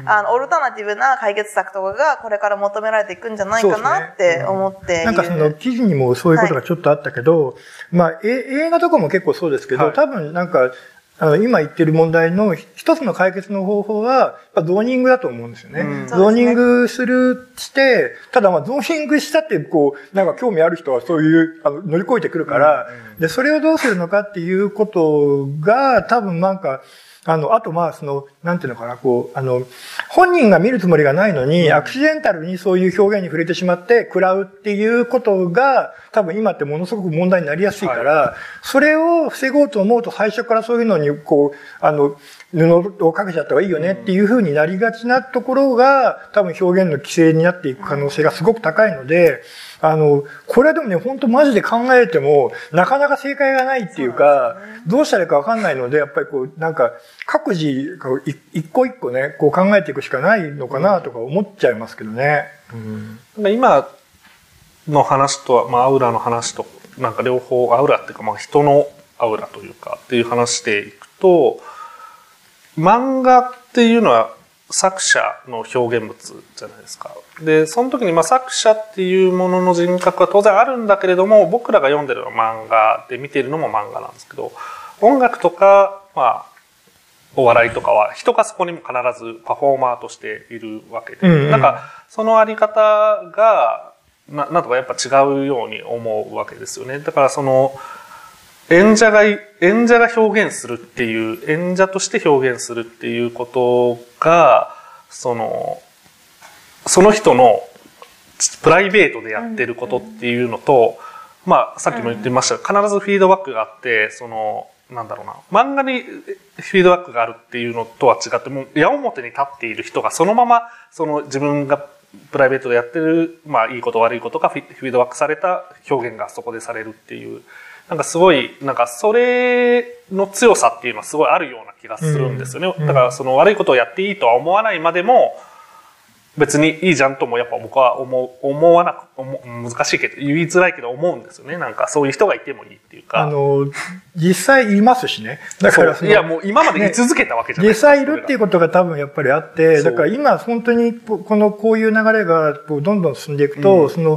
オルタナティブな解決策とかがこれから求められていくんじゃないかなって思っている。 なんか記事にもそういうことがちょっとあったけど、映画とかも結構そうですけど、多分なんか、今言ってる問題の一つの解決の方法は、ゾーニングだと思うんですよね。ゾーニングして、ただゾーニングしたってなんか興味ある人はそういう、乗り越えてくるから、で、それをどうするのかっていうことが、多分なんか、あとなんていうのかな、本人が見るつもりがないのに、アクシデンタルにそういう表現に触れてしまって食らうっていうことが、多分今ってものすごく問題になりやすいから、それを防ごうと思うと最初からそういうのに、布をかけちゃった方がいいよねっていう風になりがちなところが、多分表現の規制になっていく可能性がすごく高いので、これはでもね、本当マジで考えても、なかなか正解がないっていうか、どうしたらいいかわかんないので、やっぱりなんか、各自、一個一個ね、考えていくしかないのかなとか思っちゃいますけどね。 今の話とは、アウラの話と、なんか両方、アウラっていうか、人のアウラというか、っていう話でいくと、漫画っていうのは作者の表現物じゃないですか。で、その時に作者っていうものの人格は当然あるんだけれども、僕らが読んでるのは漫画で見ているのも漫画なんですけど、音楽とか、お笑いとかは人がそこにも必ずパフォーマーとしているわけで、なんかそのあり方がなんとかやっぱ違うように思うわけですよね。だから演者が表現するっていう、演者として表現するっていうことが、その人のプライベートでやってることっていうのと、さっきも言ってましたが、必ずフィードバックがあって、なんだろうな、漫画にフィードバックがあるっていうのとは違って、もう矢面に立っている人がそのまま、自分がプライベートでやってる、いいこと悪いことがフィードバックされた表現がそこでされるっていう、なんかすごい、なんかそれの強さっていうのはすごいあるような気がするんですよね。だから悪いことをやっていいとは思わないまでも、別にいいじゃんともやっぱ僕は思わなく、難しいけど、言いづらいけど思うんですよね。なんかそういう人がいてもいいっていうか。 実際いますしね。だからいやもう今まで居続けたわけじゃないですか。実際いるっていうことが多分やっぱりあって、だから今本当にこういう流れがどんどん進んでいくと、時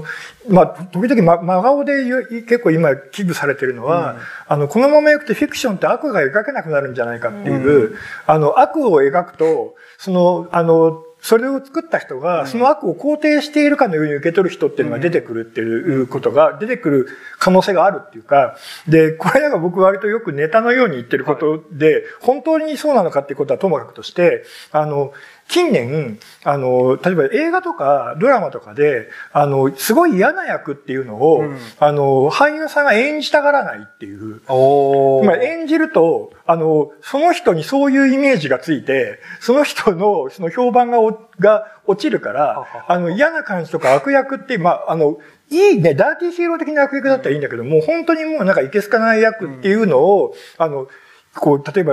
々真顔で結構今危惧されてるのは、このままいくとフィクションって悪が描けなくなるんじゃないかっていう、悪を描くと、それを作った人が、その悪を肯定しているかのように受け取る人っていうのが出てくるっていうことが、出てくる可能性があるっていうか、で、これが僕割とよくネタのように言ってることで、本当にそうなのかっていうことはともかくとして、近年、例えば映画とかドラマとかで、すごい嫌な役っていうのを、俳優さんが演じたがらないっていう。演じると、その人にそういうイメージがついて、その人の評判が落ちるから、嫌な感じとか悪役って、いいね、ダーティーヒーロー的な悪役だったらいいんだけども、本当にもうなんかいけすかない役っていうのを、例えば、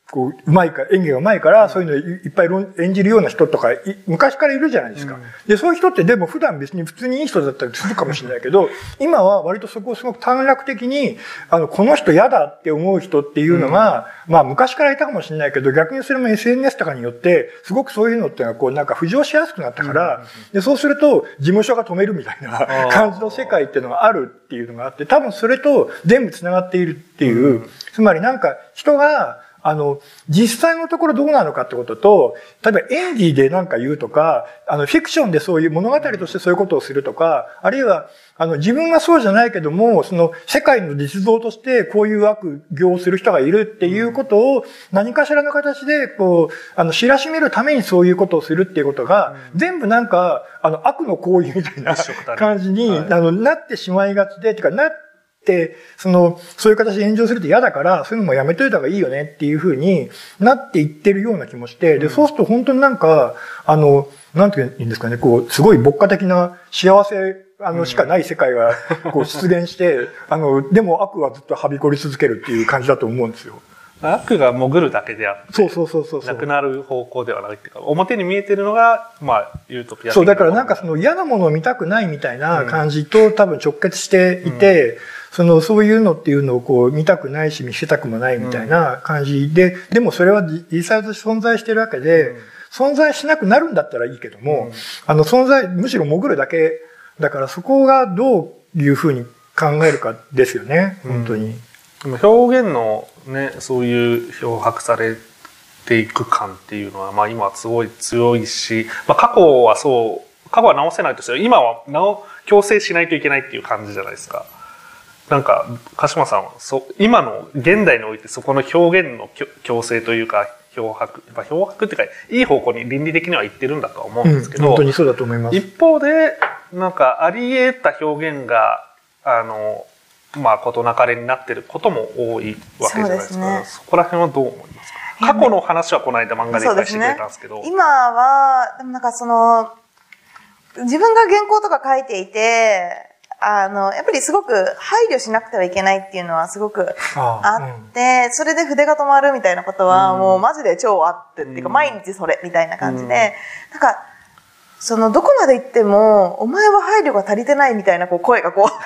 こう、演技が上手いから、そういうのいっぱい演じるような人とか、昔からいるじゃないですか。で、そういう人ってでも普段別に普通にいい人だったりするかもしれないけど、今は割とそこをすごく短絡的に、この人嫌だって思う人っていうのが、まあ昔からいたかもしれないけど、逆にそれも SNS とかによって、すごくそういうのっていうのはこうなんか浮上しやすくなったから、で、そうすると事務所が止めるみたいな感じの世界っていうのがあるっていうのがあって、多分それと全部繋がっているっていう、つまりなんか人が、実際のところどうなのかってことと、例えば演技でなんか言うとか、フィクションでそういう物語としてそういうことをするとか、あるいは、自分がそうじゃないけども、その世界の実像としてこういう悪行をする人がいるっていうことを何かしらの形でこう、知らしめるためにそういうことをするっていうことが、全部なんか、悪の行為みたいな感じに、なってしまいがちで、てかそういう形で炎上すると嫌だから、そういうのもやめといた方がいいよねっていう風になっていってるような気もして、で、そうすると本当になんか、なんて言うんですかね、こう、すごい牧歌的な幸せ、しかない世界が、こう、出現して、でも悪はずっとはびこり続けるっていう感じだと思うんですよ。 悪が潜るだけであって、 そう。 なくなる方向ではないっていうか、表に見えてるのが、まあ、ユートピア。 そう、だからなんかその嫌なものを見たくないみたいな感じと多分直結していて、そういうのっていうのをこう見たくないし見せたくもないみたいな感じで、でもそれは実際として存在してるわけで、存在しなくなるんだったらいいけども、むしろ潜るだけ、だからそこがどういうふうに考えるかですよね、本当に。 でも表現のね、そういう漂白されていく感っていうのは、まあ今はすごい強いし、まあ過去は直せないとしても、今は強制しないといけないっていう感じじゃないですか。なんか、鹿島さんは、今の現代においてそこの表現の強制というか、漂白っていうか、いい方向に倫理的には言ってるんだとは思うんですけど、 本当にそうだと思います。 一方で、なんか、あり得た表現が、まあ、事なかれになってることも多いわけじゃないですか。そうですね。そこら辺はどう思いますか？過去の話はこの間漫画でいっぱいしてくれたんですけど。 今は、でもなんか自分が原稿とか書いていて、やっぱりすごく配慮しなくてはいけないっていうのはすごくあって、それで筆が止まるみたいなことはもうマジで超あってっていうか、毎日それみたいな感じで、なんか、どこまで行っても、お前は配慮が足りてないみたいな声が来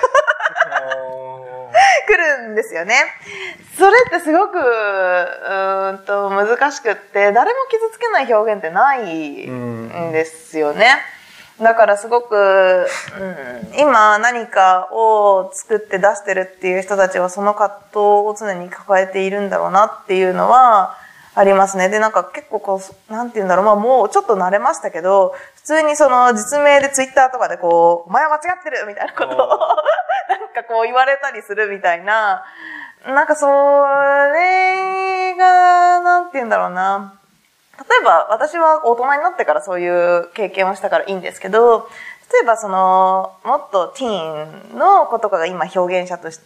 るんですよね。それってすごく、難しくって、誰も傷つけない表現ってないんですよね。だからすごく、今何かを作って出してるっていう人たちはその葛藤を常に抱えているんだろうなっていうのはありますね。で、なんか結構なんて言うんだろう、まあもうちょっと慣れましたけど、普通に実名でツイッターとかでお前は間違ってるみたいなことをなんか言われたりするみたいな、なんかそれが、なんて言うんだろうな。例えば私は大人になってからそういう経験をしたからいいんですけど、例えばもっとティーンの子とかが今表現者として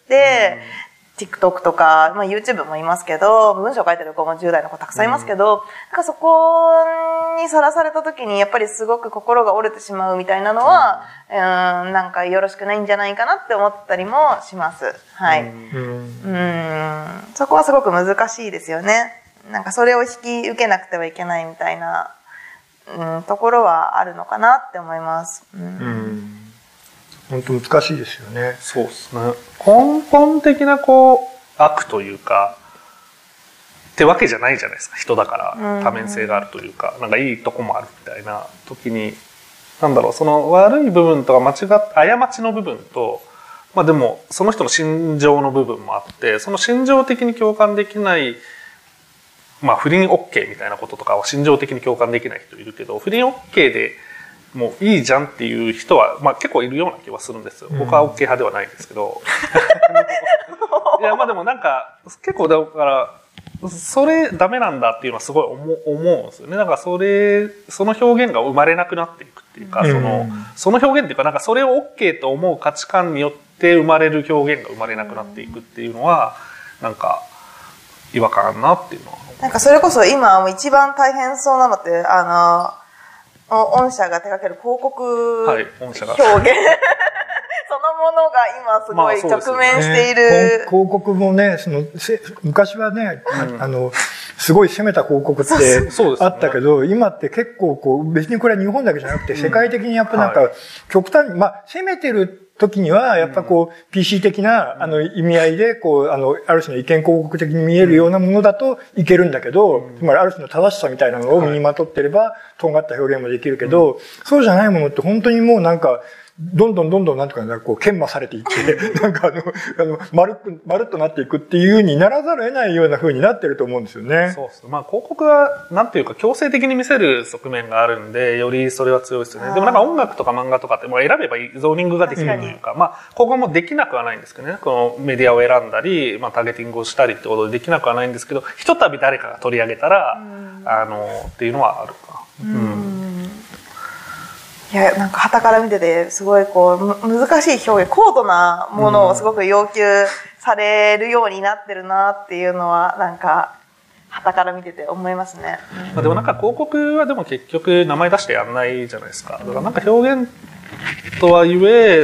、TikTok とか、まあ YouTube もいますけど、文章書いてる子も10代の子たくさんいますけど、なんかそこにさらされた時にやっぱりすごく心が折れてしまうみたいなのは、なんかよろしくないんじゃないかなって思ったりもします。はい。そこはすごく難しいですよね。なんかそれを引き受けなくてはいけないみたいな、ところはあるのかなって思います。 本当難しいですよね。 そうですね。根本的な悪というかってわけじゃないじゃないですか。人だから多面性があるというか、なんかいいとこもあるみたいな時に、なんだろう、その悪い部分とか過ちの部分と、まあでもその人の心情の部分もあって、その心情的に共感できない。まあ不倫 OK みたいなこととかは心情的に共感できない人いるけど、不倫 OK でもういいじゃんっていう人は、まあ結構いるような気はするんですよ。僕は OK 派ではないんですけど。いやまあでもなんか結構だからそれダメなんだっていうのはすごい思うんですよね。なんかその表現が生まれなくなっていくっていうか、その表現っていうかなんかそれを OK と思う価値観によって生まれる表現が生まれなくなっていくっていうのはなんか違和感あるなっていうのは。 なんかそれこそ今一番大変そうなのって御社が手掛ける広告表現、そのもものが今すごい直面している。 広告もね、昔はね、すごい攻めた広告ってあったけど、今って結構別にこれは日本だけじゃなくて世界的にやっぱなんか極端に、攻めてる時には、やっぱPC 的な、意味合いで、ある種の意見広告的に見えるようなものだといけるんだけど、つまりある種の正しさみたいなのを身にまとってれば、とんがった表現もできるけど、そうじゃないものって本当にもうなんか、どんどんなんとか研磨されていって、なんか丸っとなっていくっていう風にならざるを得ないような風になってると思うんですよね。 そうですね。広告は、なんていうか、強制的に見せる側面があるんで、よりそれは強いですよね。でもなんか音楽とか漫画とかって、選べばゾーニングができるというか、ここもできなくはないんですけどね。このメディアを選んだり、ターゲティングをしたりってことでできなくはないんですけど、ひとたび誰かが取り上げたら、っていうのはあるか。 いや、なんか傍から見てて、すごい難しい表現、高度なものをすごく要求されるようになってるなっていうのは、なんか、傍から見てて思いますね。 でもなんか広告はでも結局名前出してやんないじゃないですか。だからなんか表現とはいえ、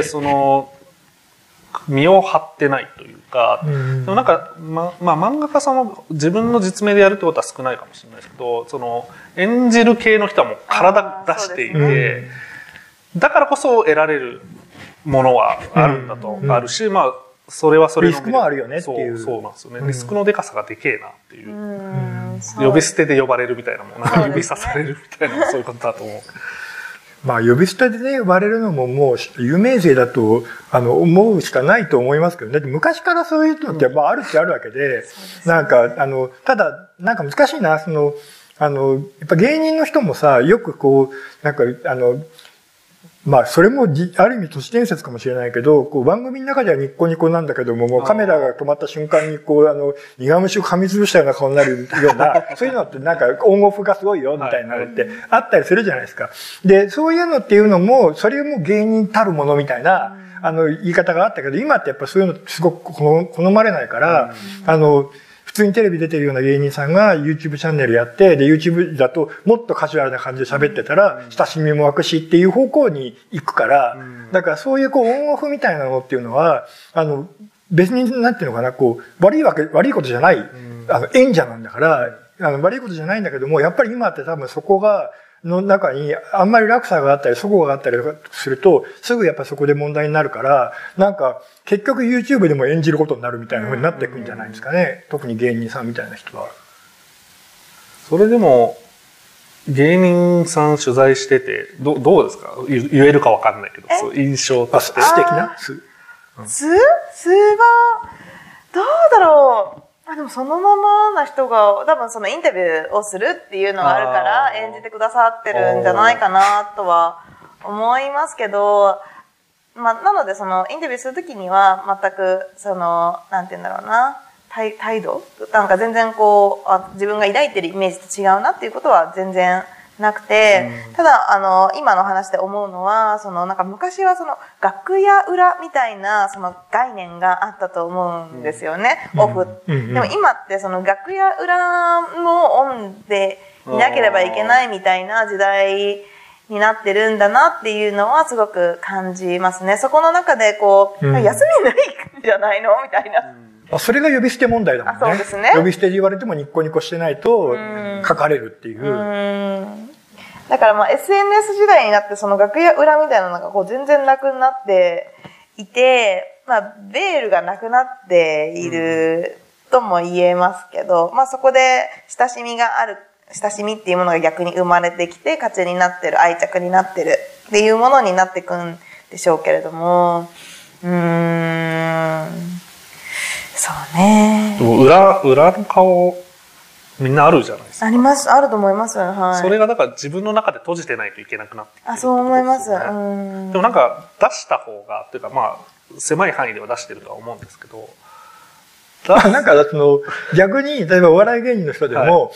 身を張ってないというか、でもなんか、漫画家さんも自分の実名でやるってことは少ないかもしれないですけど、演じる系の人はもう体出していて、だからこそ得られるものはあるんだと、あるし、それはそれのリスクもあるよねっていう。 そうなんですよね。リスクのでかさがでけえなっていう。呼び捨てで呼ばれるみたいなもん、なんか指さされるみたいな、そういうことだと思う。 呼び捨てでね、呼ばれるのももう有名税だと思うしかないと思いますけどね。昔からそういうのってあるっちゃあるわけで、なんかただなんか難しいな、やっぱ芸人の人もさ、よくなんかそれもある意味都市伝説かもしれないけど、番組の中ではニッコニコなんだけども、もうカメラが止まった瞬間に苦虫を噛みつぶしたような顔になるような、そういうのってなんかオンオフがすごいよ、みたいなのってあったりするじゃないですか。で、そういうのっていうのも、それも芸人たるものみたいな、言い方があったけど、今ってやっぱそういうのすごく好まれないから、普通にテレビ出てるような芸人さんが YouTube チャンネルやって、で、YouTube だともっとカジュアルな感じで喋ってたら、親しみも湧くしっていう方向に行くから、だからそういうオンオフみたいなのっていうのは、別になんていうのかな、悪いことじゃない、演者なんだから、悪いことじゃないんだけども、やっぱり今って多分そこの中にあんまり落差があったり、齟齬があったりすると、すぐやっぱそこで問題になるから、なんか、結局 YouTube でも演じることになるみたいな風になっていくんじゃないですかね。特に芸人さんみたいな人は。 それでも、芸人さん取材してて、どうですか？言えるかわかんないけど、そう印象として。 素敵な素は、どうだろう。でもそのままな人が多分そのインタビューをするっていうのがあるから演じてくださってるんじゃないかなとは思いますけど、なのでそのインタビューするときには全くなんて言うんだろうな、態度なんか全然自分が抱いてるイメージと違うなっていうことは全然なくて、ただ今の話で思うのはなんか昔は楽屋裏みたいな概念があったと思うんですよね、オフ。でも今って楽屋裏もオンでいなければいけないみたいな時代になってるんだなっていうのはすごく感じますね。そこの中で休みないんじゃないのみたいな。 それが呼び捨て問題だもんね。 そうですね。 呼び捨てで言われてもニッコニコしてないと書かれるっていう。 だからSNS 時代になって楽屋裏みたいなのが全然なくなっていて、ベールがなくなっているとも言えますけど、そこで親しみっていうものが逆に生まれてきて価値になってる、愛着になってるっていうものになっていくんでしょうけれども、そうね。 でも裏の顔みんなあるじゃないですか。 あります、あると思います。はい。 それがだから自分の中で閉じてないといけなくなってきてる、 そう思います。でもなんか出した方がというか狭い範囲では出してるとは思うんですけど。 なんか逆に例えばお笑い芸人の人でも、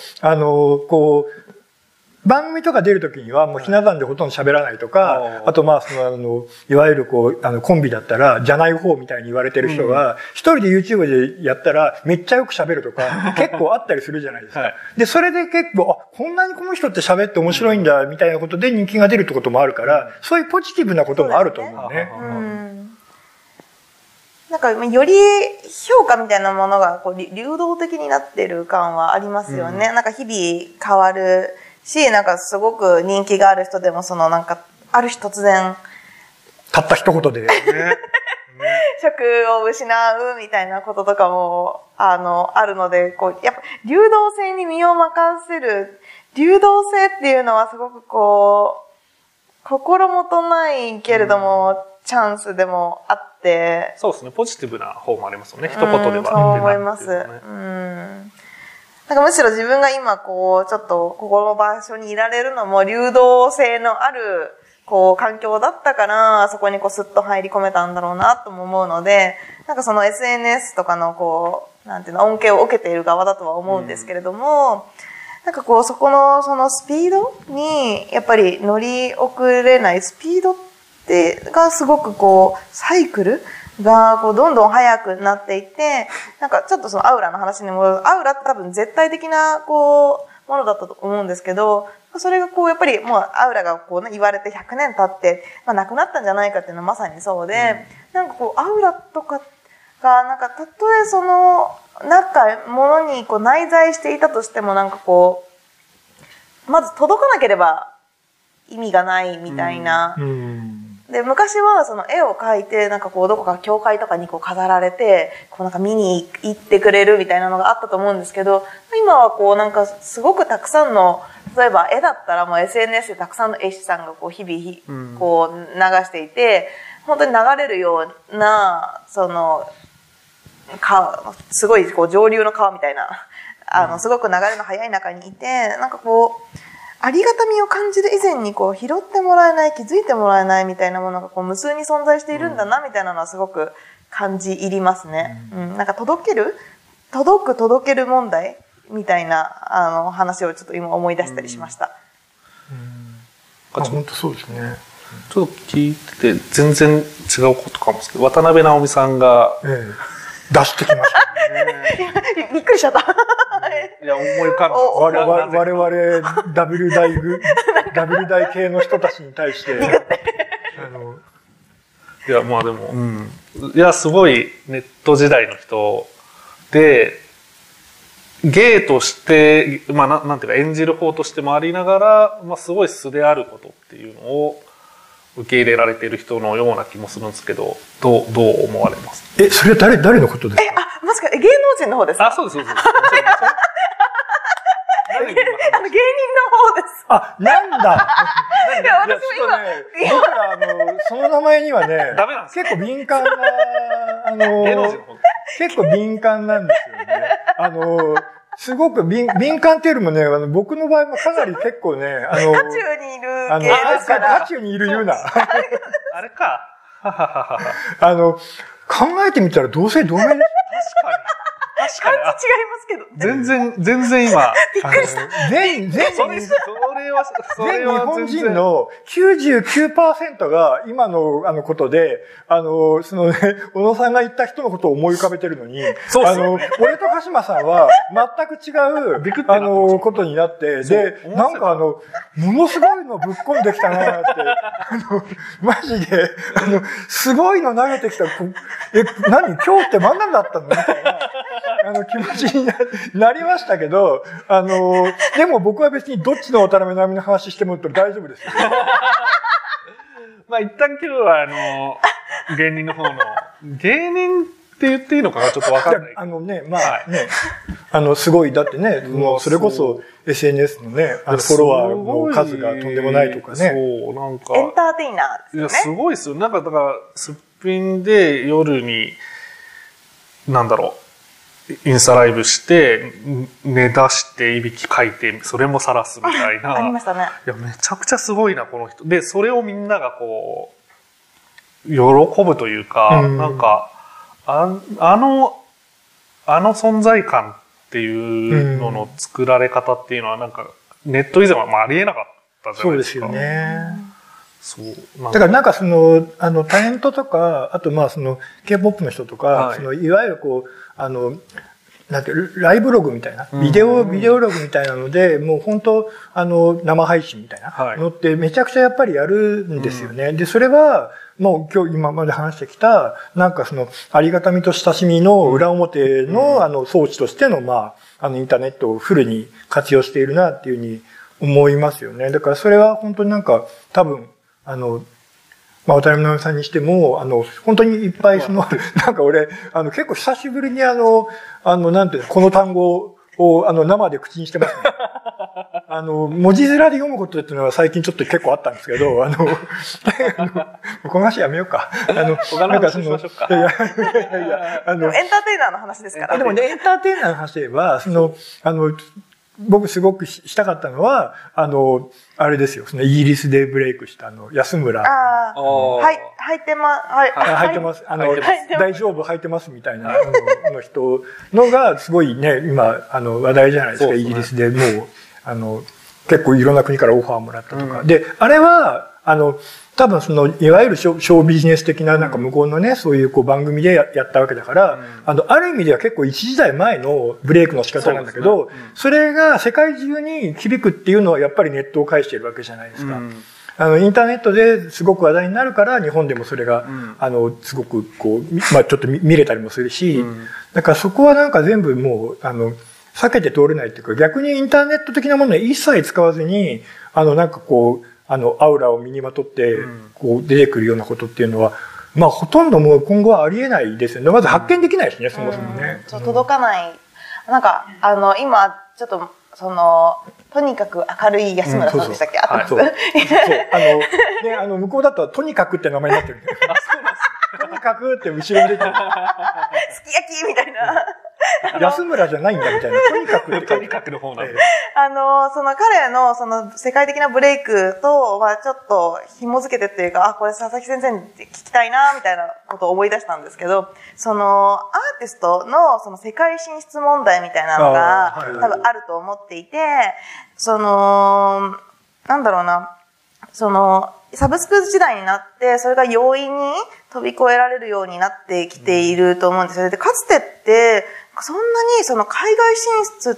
番組とか出るときにはもうひな壇でほとんど喋らないとか、あといわゆるコンビだったらじゃない方みたいに言われてる人が、一人で YouTube でやったらめっちゃよく喋るとか結構あったりするじゃないですか。で、それで結構、こんなにこの人って喋って面白いんだみたいなことで人気が出るってこともあるから、そういうポジティブなこともあると思うね。 なんかより評価みたいなものがこう流動的になってる感はありますよね。なんか日々変わるし、なんかすごく人気がある人でもなんかある日突然たった一言で職を失うみたいなこととかもあるので、こうやっぱ流動性に身を任せる、流動性っていうのはすごくこう心もとないけれども、チャンスでもあって、 そうですね、ポジティブな方もありますよね、一言では、 そう思います。なんかむしろ自分が今こうちょっとここの場所にいられるのも流動性のあるこう環境だったから、そこにこうスッと入り込めたんだろうなとも思うので、なんかその SNS とかのこうなんていうの、恩恵を受けている側だとは思うんですけれども、なんかこうそこのそのスピードにやっぱり乗り遅れないスピードがすごくこうサイクルがこうどんどん速くなっていって、なんかちょっとそのアウラの話に戻る、アウラって多分絶対的なこうものだったと思うんですけど、それがこうやっぱりもうアウラがこう、ね、言われて100年経って、なくなったんじゃないかっていうのはまさにそうで、なんかこうアウラとかがなんかたとえそのものにこう内在していたとしても、なんかこうまず届かなければ意味がないみたいな。で、昔はその絵を描いて、なんかこうどこか教会とかにこう飾られて、こうなんか見に行ってくれるみたいなのがあったと思うんですけど、今はこうなんかすごくたくさんの、例えば絵だったらもう SNS でたくさんの絵師さんがこう日々こう流していて、本当に流れるような、その、すごいこう上流の川みたいな、すごく流れの速い中にいて、なんかこう、ありがたみを感じる以前にこう拾ってもらえない、気づいてもらえないみたいなものがこう無数に存在しているんだなみたいなのはすごく感じ入りますね。なんか届ける問題みたいな話をちょっと今思い出したりしました。 本当そうですね。 ちょっと聞いてて全然違うことかもですけど、渡辺直美さんが、 出してきましたね。びっくりしちゃった。 いや、思い浮かんだ。 我々、ダブル大系の人たちに対して。 いや、まあでも、いや、すごいネット時代の人で、芸として、なんていうか演じる方としてもありながら、すごい素であることっていうのを受け入れられている人のような気もするんですけど、どう思われます？ それは誰のことですか？ まさか芸能人の方ですか？ そうです。 芸人の方です。 なんだ。 いや、私も今。 僕ら、その名前にはね、結構敏感な、結構敏感なんですよね。すごく敏感っていうよりもね、僕の場合もかなり結構ね、 渦中にいる芸ですから。 渦中にいる言うな。 あれか。 考えてみたら同姓同名です。 感じ違いますけど。 全然今。 びっくりした。全日本人の 99% が今のことで、そのね、小野さんが言った人のことを思い浮かべてるのに、俺と鹿島さんは全く違う、ことになって、で、なんかものすごいのぶっ込んできたなって、マジで、すごいの投げてきた、何今日って何なんだったのみたいな。気持ちになりましたけど、でも僕は別にどっちの渡辺直美の話しても大丈夫ですよ。 一旦今日は芸人の方の、芸人って言っていいのかなちょっとわかんない。 すごい、だってね、もうそれこそ SNS のね、フォロワーの数がとんでもないとかね。 そう、なんか。エンターテイナーですよね。 いや、すごいですよ。なんかだから、すっぴんで夜に、なんだろう。インスタライブして、寝出して、いびきかいて、それも晒すみたいな。 ありましたね。 いや、めちゃくちゃすごいな、この人。で、それをみんながこう、喜ぶというか、なんか、あの存在感っていうのの作られ方っていうのは、なんか、ネット以前はありえなかったじゃないですか。 そうですよね。 そう。 だからなんかタレントとか、あとK-POP の人とか、いわゆるこう、 なんてライブログみたいな、ビデオログみたいなので、もう本当、生配信みたいなのってめちゃくちゃやっぱりやるんですよね。で、それは、もう今まで話してきた、なんかその、ありがたみと親しみの裏表の、装置としての、インターネットをフルに活用しているなっていうふうに思いますよね。だからそれは本当になんか、多分、渡辺直美さんにしても、本当にいっぱいなんか俺、結構久しぶりになんていうの、この単語を、生で口にしてますね。文字面で読むことっていうのは最近ちょっと結構あったんですけど、この話やめようか。 他の話しましょうか。 でもエンターテイナーの話ですから。 でもね、エンターテイナーの話で言えば、僕すごくしたかったのは、あれですよ、イギリスでブレイクした安村。 はい、履いてます。はい。 履いてます。大丈夫履いてますみたいなの人のがすごいね、今、話題じゃないですか、イギリスでもう、結構いろんな国からオファーもらったとか。で、あれは、多分いわゆるショービジネス的ななんか向こうのね、そういう番組でやったわけだから、ある意味では結構一時代前のブレイクの仕方なんだけど、それが世界中に響くっていうのはやっぱりネットを介しているわけじゃないですか。インターネットですごく話題になるから日本でもそれが、すごくちょっと見れたりもするし、だからそこはなんか全部もう、避けて通れないっていうか、逆にインターネット的なものは一切使わずに、なんかアウラを身にまとって、出てくるようなことっていうのは、ほとんどもう今後はありえないですよね。まず発見できないしね、そもそもね。 届かない。なんか、今、ちょっと、とにかく明るい安村さんでしたっけ？あったんです。 そう。向こうだととにかくって名前になってる。あ、そうなんです。とにかくって後ろに出てる。 すき焼きみたいな。 安村じゃないんだみたいな。とにかくってとにかくの方なんで。 彼の世界的なブレイクとはちょっと紐づけてっていうか、これ佐々木先生に聞きたいなみたいなことを思い出したんですけど、アーティストの世界進出問題みたいなのが多分あると思っていて、なんだろうな、サブスク時代になって、それが容易に飛び越えられるようになってきていると思うんですよ。で、かつてって、そんなに海外進出って、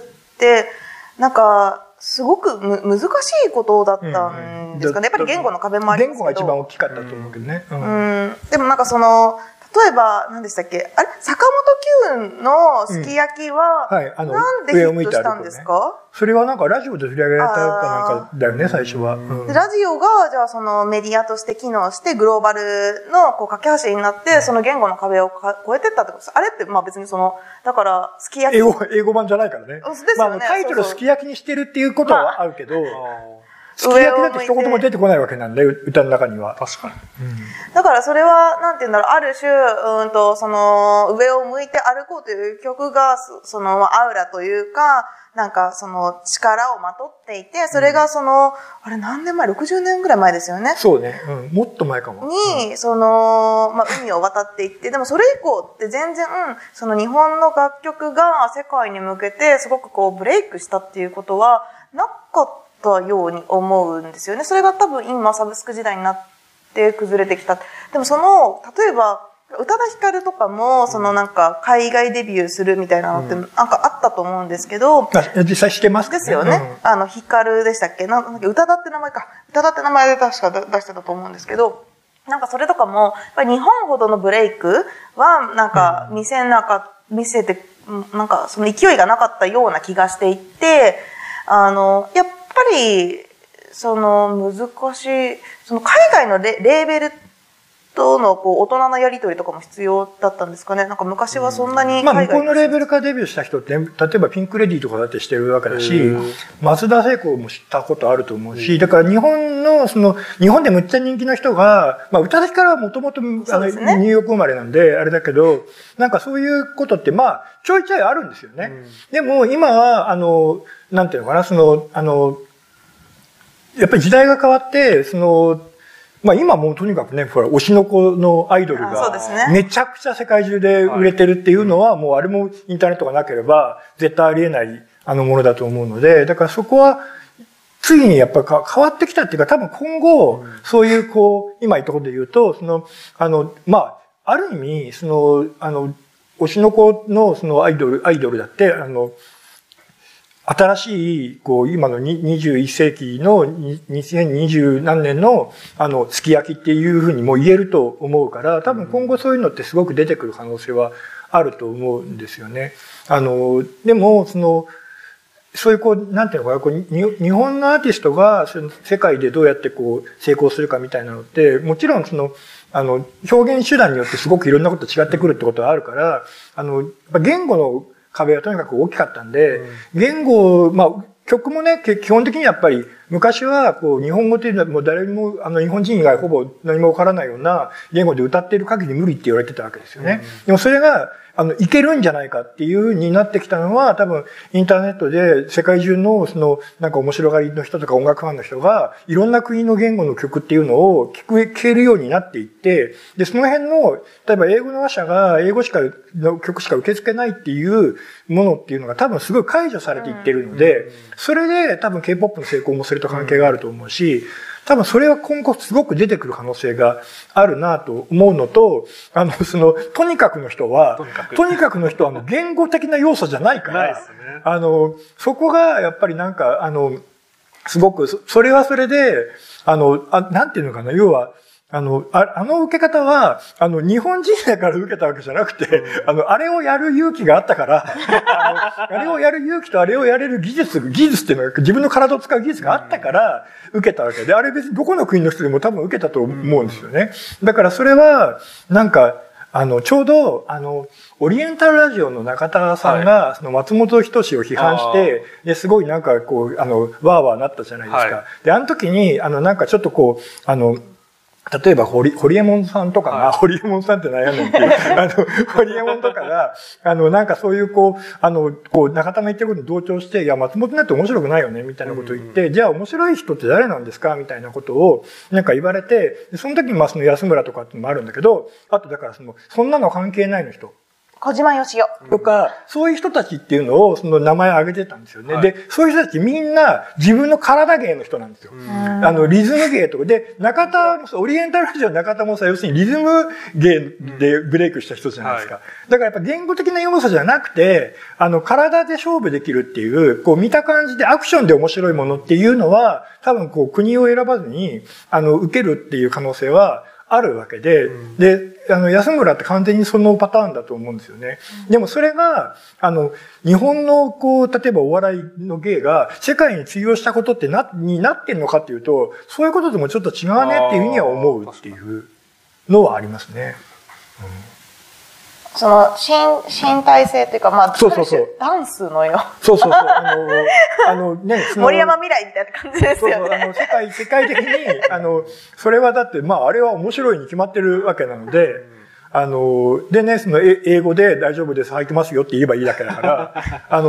なんか、すごく難しいことだったんですかね。やっぱり言語の壁もありますけど。 言語が一番大きかったと思うけどね。 でもなんか例えば、何でしたっけ？あれ坂本九のすき焼きは、なんでヒットしたんですか？ それはなんかラジオで取り上げられたかなんかだよね、最初は。 ラジオが、じゃあメディアとして機能して、グローバルの架け橋になって、その言語の壁を越えてったってことです。あれって別にだから、すき焼き。 英語版じゃないからね。 ですよね。 タイトルすき焼きにしてるっていうことはあるけど、すき焼きだって一言も出てこないわけなんで、歌の中には。 確かに。 だからそれは、なんて言うんだろう、ある種、上を向いて歩こうという曲が、アウラというか、なんか力をまとっていて、それがあれ何年前 ?60 年ぐらい前ですよね。 そうね。もっと前かも。 に、海を渡っていって、でもそれ以降って全然、日本の楽曲が世界に向けてすごくブレイクしたっていうことはなかったように思うんですよね。それが多分今サブスク時代になって崩れてきた。でも例えば、宇多田ヒカルとかも、なんか、海外デビューするみたいなのって、なんかあったと思うんですけど。 実際してますかね。 ですよね。ヒカルでしたっけ？なんか、宇多田って名前か。宇多田って名前で確か出してたと思うんですけど、なんかそれとかも、やっぱり日本ほどのブレイクは、なんか、見せて、なんか、勢いがなかったような気がしていて、やっぱり、難しい、海外のレーベルとの大人のやり取りとかも必要だったんですかね。なんか昔はそんなに向こうのレーベルからデビューした人って、例えばピンクレディーとかだってしてるわけだし、松田聖子も知ったことあると思うし、だから日本でむっちゃ人気の人が、宇多田ヒカルはもともとニューヨーク生まれなんで、あれだけど、なんかそういうことってちょいちょいあるんですよね。でも今は、なんていうのかな、やっぱり時代が変わって、今もうとにかくね、推しの子のアイドルが、めちゃくちゃ世界中で売れてるっていうのは、もうあれもインターネットがなければ、絶対ありえない、ものだと思うので、だからそこは、ついにやっぱ変わってきたっていうか、多分今後、そういう今言ったことで言うと、ある意味、推推しの子のそのアイドルだって、新しい、今の21世紀の2020何年の、すき焼きっていうふうにも言えると思うから、多分今後そういうのってすごく出てくる可能性はあると思うんですよね。でも、そういうなんていうのかな、日本のアーティストが世界でどうやって成功するかみたいなのって、もちろん表現手段によってすごくいろんなこと違ってくるってことはあるから、やっぱ言語の壁はとにかく大きかったんで、言語、曲もね、基本的にやっぱり、昔は、日本語っていうのはもう誰も、日本人以外ほぼ何もわからないような言語で歌っている限り無理って言われてたわけですよね。でもそれが、いけるんじゃないかっていう風になってきたのは、多分、インターネットで世界中の、なんか面白がりの人とか音楽ファンの人が、いろんな国の言語の曲っていうのを聞けるようになっていって、で、その辺の、例えば英語の話者が英語の曲しか受け付けないっていうものっていうのが多分すごい解除されていってるので、それで多分 K-POP の成功もそれと関係があると思うし、多分それは今後すごく出てくる可能性があるなと思うのと、とにかくの人は言語的な要素じゃないから、そこがやっぱりなんか、すごく、それはそれで、なんていうのかな、要は、受け方は、日本人だから受けたわけじゃなくて、あれをやる勇気があったから、あれをやる勇気とあれをやれる技術っていうのが、自分の体を使う技術があったから、受けたわけで、あれ別にどこの国の人でも多分受けたと思うんですよね。だからそれは、なんか、ちょうど、オリエンタルラジオの中田さんが、松本人志を批判して、で、すごいなんかわーわーなったじゃないですか。で、あの時に、なんかちょっと例えば、ホリエモンさんとかが、ホリエモンさんって悩むっていう、ホリエモンとかが、なんかそういう中田の言ってることに同調して、いや、松本なんて面白くないよね、みたいなことを言って、じゃあ面白い人って誰なんですかみたいなことを、なんか言われて、その時にその安村とかっていうのもあるんだけど、あとだからそんなの関係ないの人。 小島よしおとか、そういう人たちっていうのを、名前を挙げてたんですよね。で、そういう人たちみんな自分の体芸の人なんですよ。リズム芸とか。で、オリエンタルラジオの中田もさ、要するにリズム芸でブレイクした人じゃないですか。だからやっぱ言語的な要素じゃなくて、体で勝負できるっていう、見た感じでアクションで面白いものっていうのは、多分国を選ばずに、受けるっていう可能性は、あるわけで、で、安村って完全にそのパターンだと思うんですよね。でもそれが、日本の例えばお笑いの芸が世界に通用したことってになってんのかっていうと、そういうことでもちょっと違うねっていうふうには思うっていうのはありますね。 身体性というか、 そうダンスのよ。 そう。 森山未来みたいな感じですよね。 世界的に、それはだって、あれは面白いに決まってるわけなので、でね、英語で大丈夫です、履いてますよって言えばいいだけだから、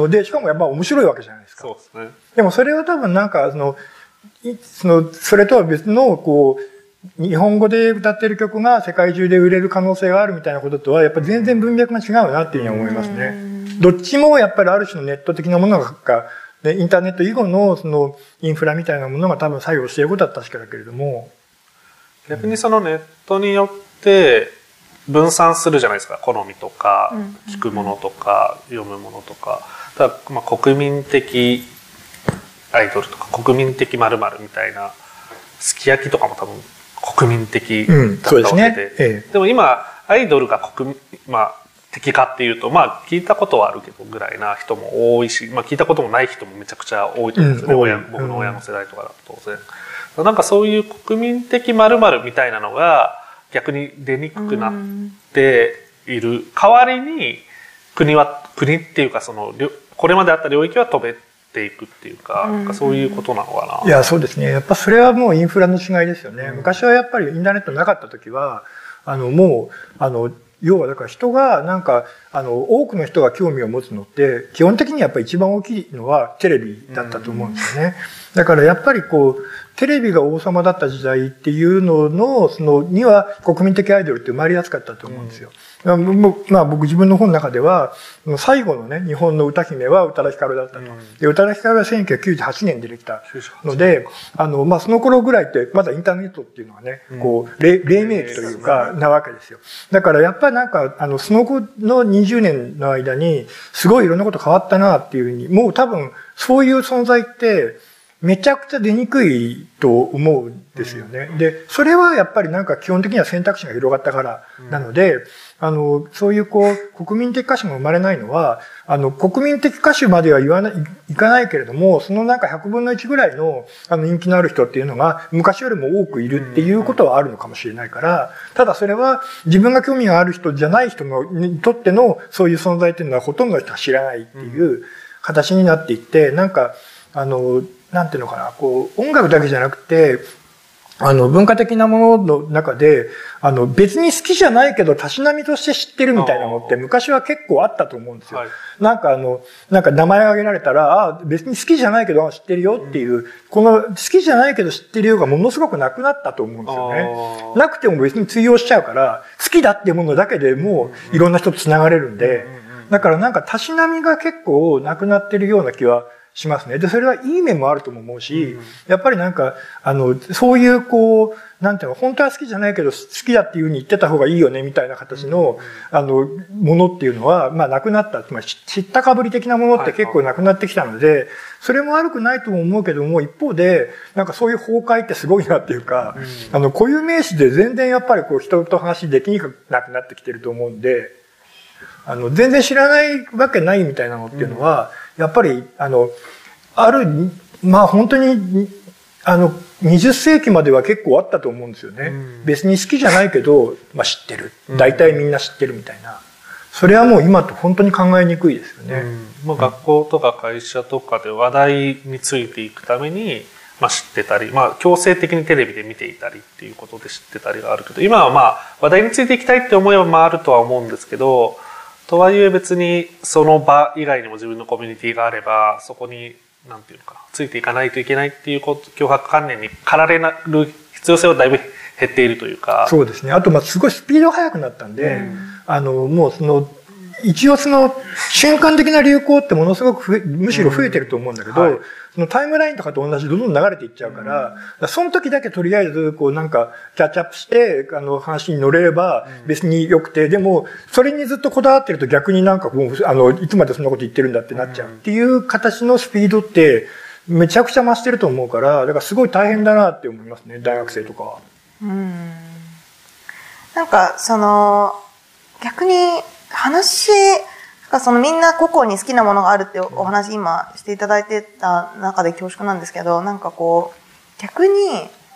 で、しかもやっぱ面白いわけじゃないですか。 そうですね。 でもそれは多分なんか、それとは別の、日本語で歌ってる曲が世界中で売れる可能性があるみたいなこととは、やっぱり全然文脈が違うなっていうふうに思いますね。どっちもやっぱりある種のネット的なものが、インターネット以後のインフラみたいなものが多分作用していることは確かだけれども。 逆にそのネットによって分散するじゃないですか。好みとか、聞くものとか、読むものとか。ただ国民的アイドルとか、国民的〇〇みたいな、すき焼きとかも多分、国民的だったわけで、でも今アイドルが敵かっていうと聞いたことはあるけどぐらいな人も多いし、聞いたこともない人もめちゃくちゃ多いと思うんですよね、僕の親の世代とかだと当然。なんかそういう国民的〇〇みたいなのが逆に出にくくなっている代わりに国っていうかこれまであった領域は飛べていくっていうか、そういうことなのかな。 いや、そうですね。やっぱそれはもうインフラの違いですよね。昔はやっぱりインターネットなかった時は、もう、要はだから人がなんか、多くの人が興味を持つのって、基本的にやっぱり一番大きいのはテレビだったと思うんですよね。だからやっぱりテレビが王様だった時代っていうのには国民的アイドルって生まれやすかったと思うんですよ。 まあ僕自分の本の中では、最後のね、日本の歌姫は宇多田ヒカルだったと。で、宇多田ヒカルは1998年に出てきたので、まあその頃ぐらいってまだインターネットっていうのはね、こう、黎明期というか、なわけですよ。だからやっぱりなんか、その後の20年の間に、すごいいろんなこと変わったなっていうふうに、もう多分、そういう存在って、めちゃくちゃ出にくいと思うんですよね。で、それはやっぱりなんか基本的には選択肢が広がったからなので、そういうこう、国民的歌手が生まれないのは、国民的歌手まではいかないけれども、そのなんか100分の1ぐらいの人気のある人っていうのが昔よりも多くいるっていうことはあるのかもしれないから、ただそれは自分が興味がある人じゃない人にとってのそういう存在っていうのはほとんどの人は知らないっていう形になっていって、なんか、なんていうのかな、こう、音楽だけじゃなくて、文化的なものの中で、別に好きじゃないけど、たしなみとして知ってるみたいなのって昔は結構あったと思うんですよ。はい、なんか名前挙げられたら、別に好きじゃないけど知ってるよっていう、この好きじゃないけど知ってるよがものすごくなくなったと思うんですよね。なくても別に通用しちゃうから、好きだっていうものだけでもいろんな人と繋がれるんで、だからなんかたしなみが結構なくなってるような気はしますね。で、それはいい面もあるとも思うし、やっぱりなんか、そういうこう、なんていうの、本当は好きじゃないけど好きだっていうふうに言ってた方がいいよね、みたいな形の、ものっていうのは、まあなくなった。つまり知ったかぶり的なものって結構なくなってきたので、それも悪くないとも思うけども、一方で、なんかそういう崩壊ってすごいなっていうか、固有名詞で全然やっぱりこう人と話できにくくなくなってきてると思うんで、全然知らないわけないみたいなのっていうのは、やっぱり、まあ本当に、20世紀までは結構あったと思うんですよね。別に好きじゃないけど、まあ知ってる。大体みんな知ってるみたいな。それはもう今と本当に考えにくいですよね。 まあ学校とか会社とかで話題についていくために、まあ知ってたり、まあ強制的にテレビで見ていたりっていうことで知ってたりがあるけど、今はまあ話題についていきたいって思いはまああるとは思うんですけど、とはいえ別にその場以外にも自分のコミュニティがあれば、そこになんていうのかな、ついていかないといけないっていう強迫観念に駆られる必要性はだいぶ減っているというか。 そうですね。あとまあすごいスピードが速くなったんで、もう一応瞬間的な流行ってものすごくむしろ増えてると思うんだけど、そのタイムラインとかと同じどんどん流れていっちゃうから、その時だけとりあえずこうなんかキャッチアップして話に乗れれば別に良くて、でもそれにずっとこだわってると逆になんかもういつまでそんなこと言ってるんだってなっちゃうっていう形のスピードってめちゃくちゃ増してると思うから、だからすごい大変だなって思いますね、大学生とかは。 なんか逆にみんな個々に好きなものがあるってお話今していただいてた中で恐縮なんですけど、なんかこう、逆に、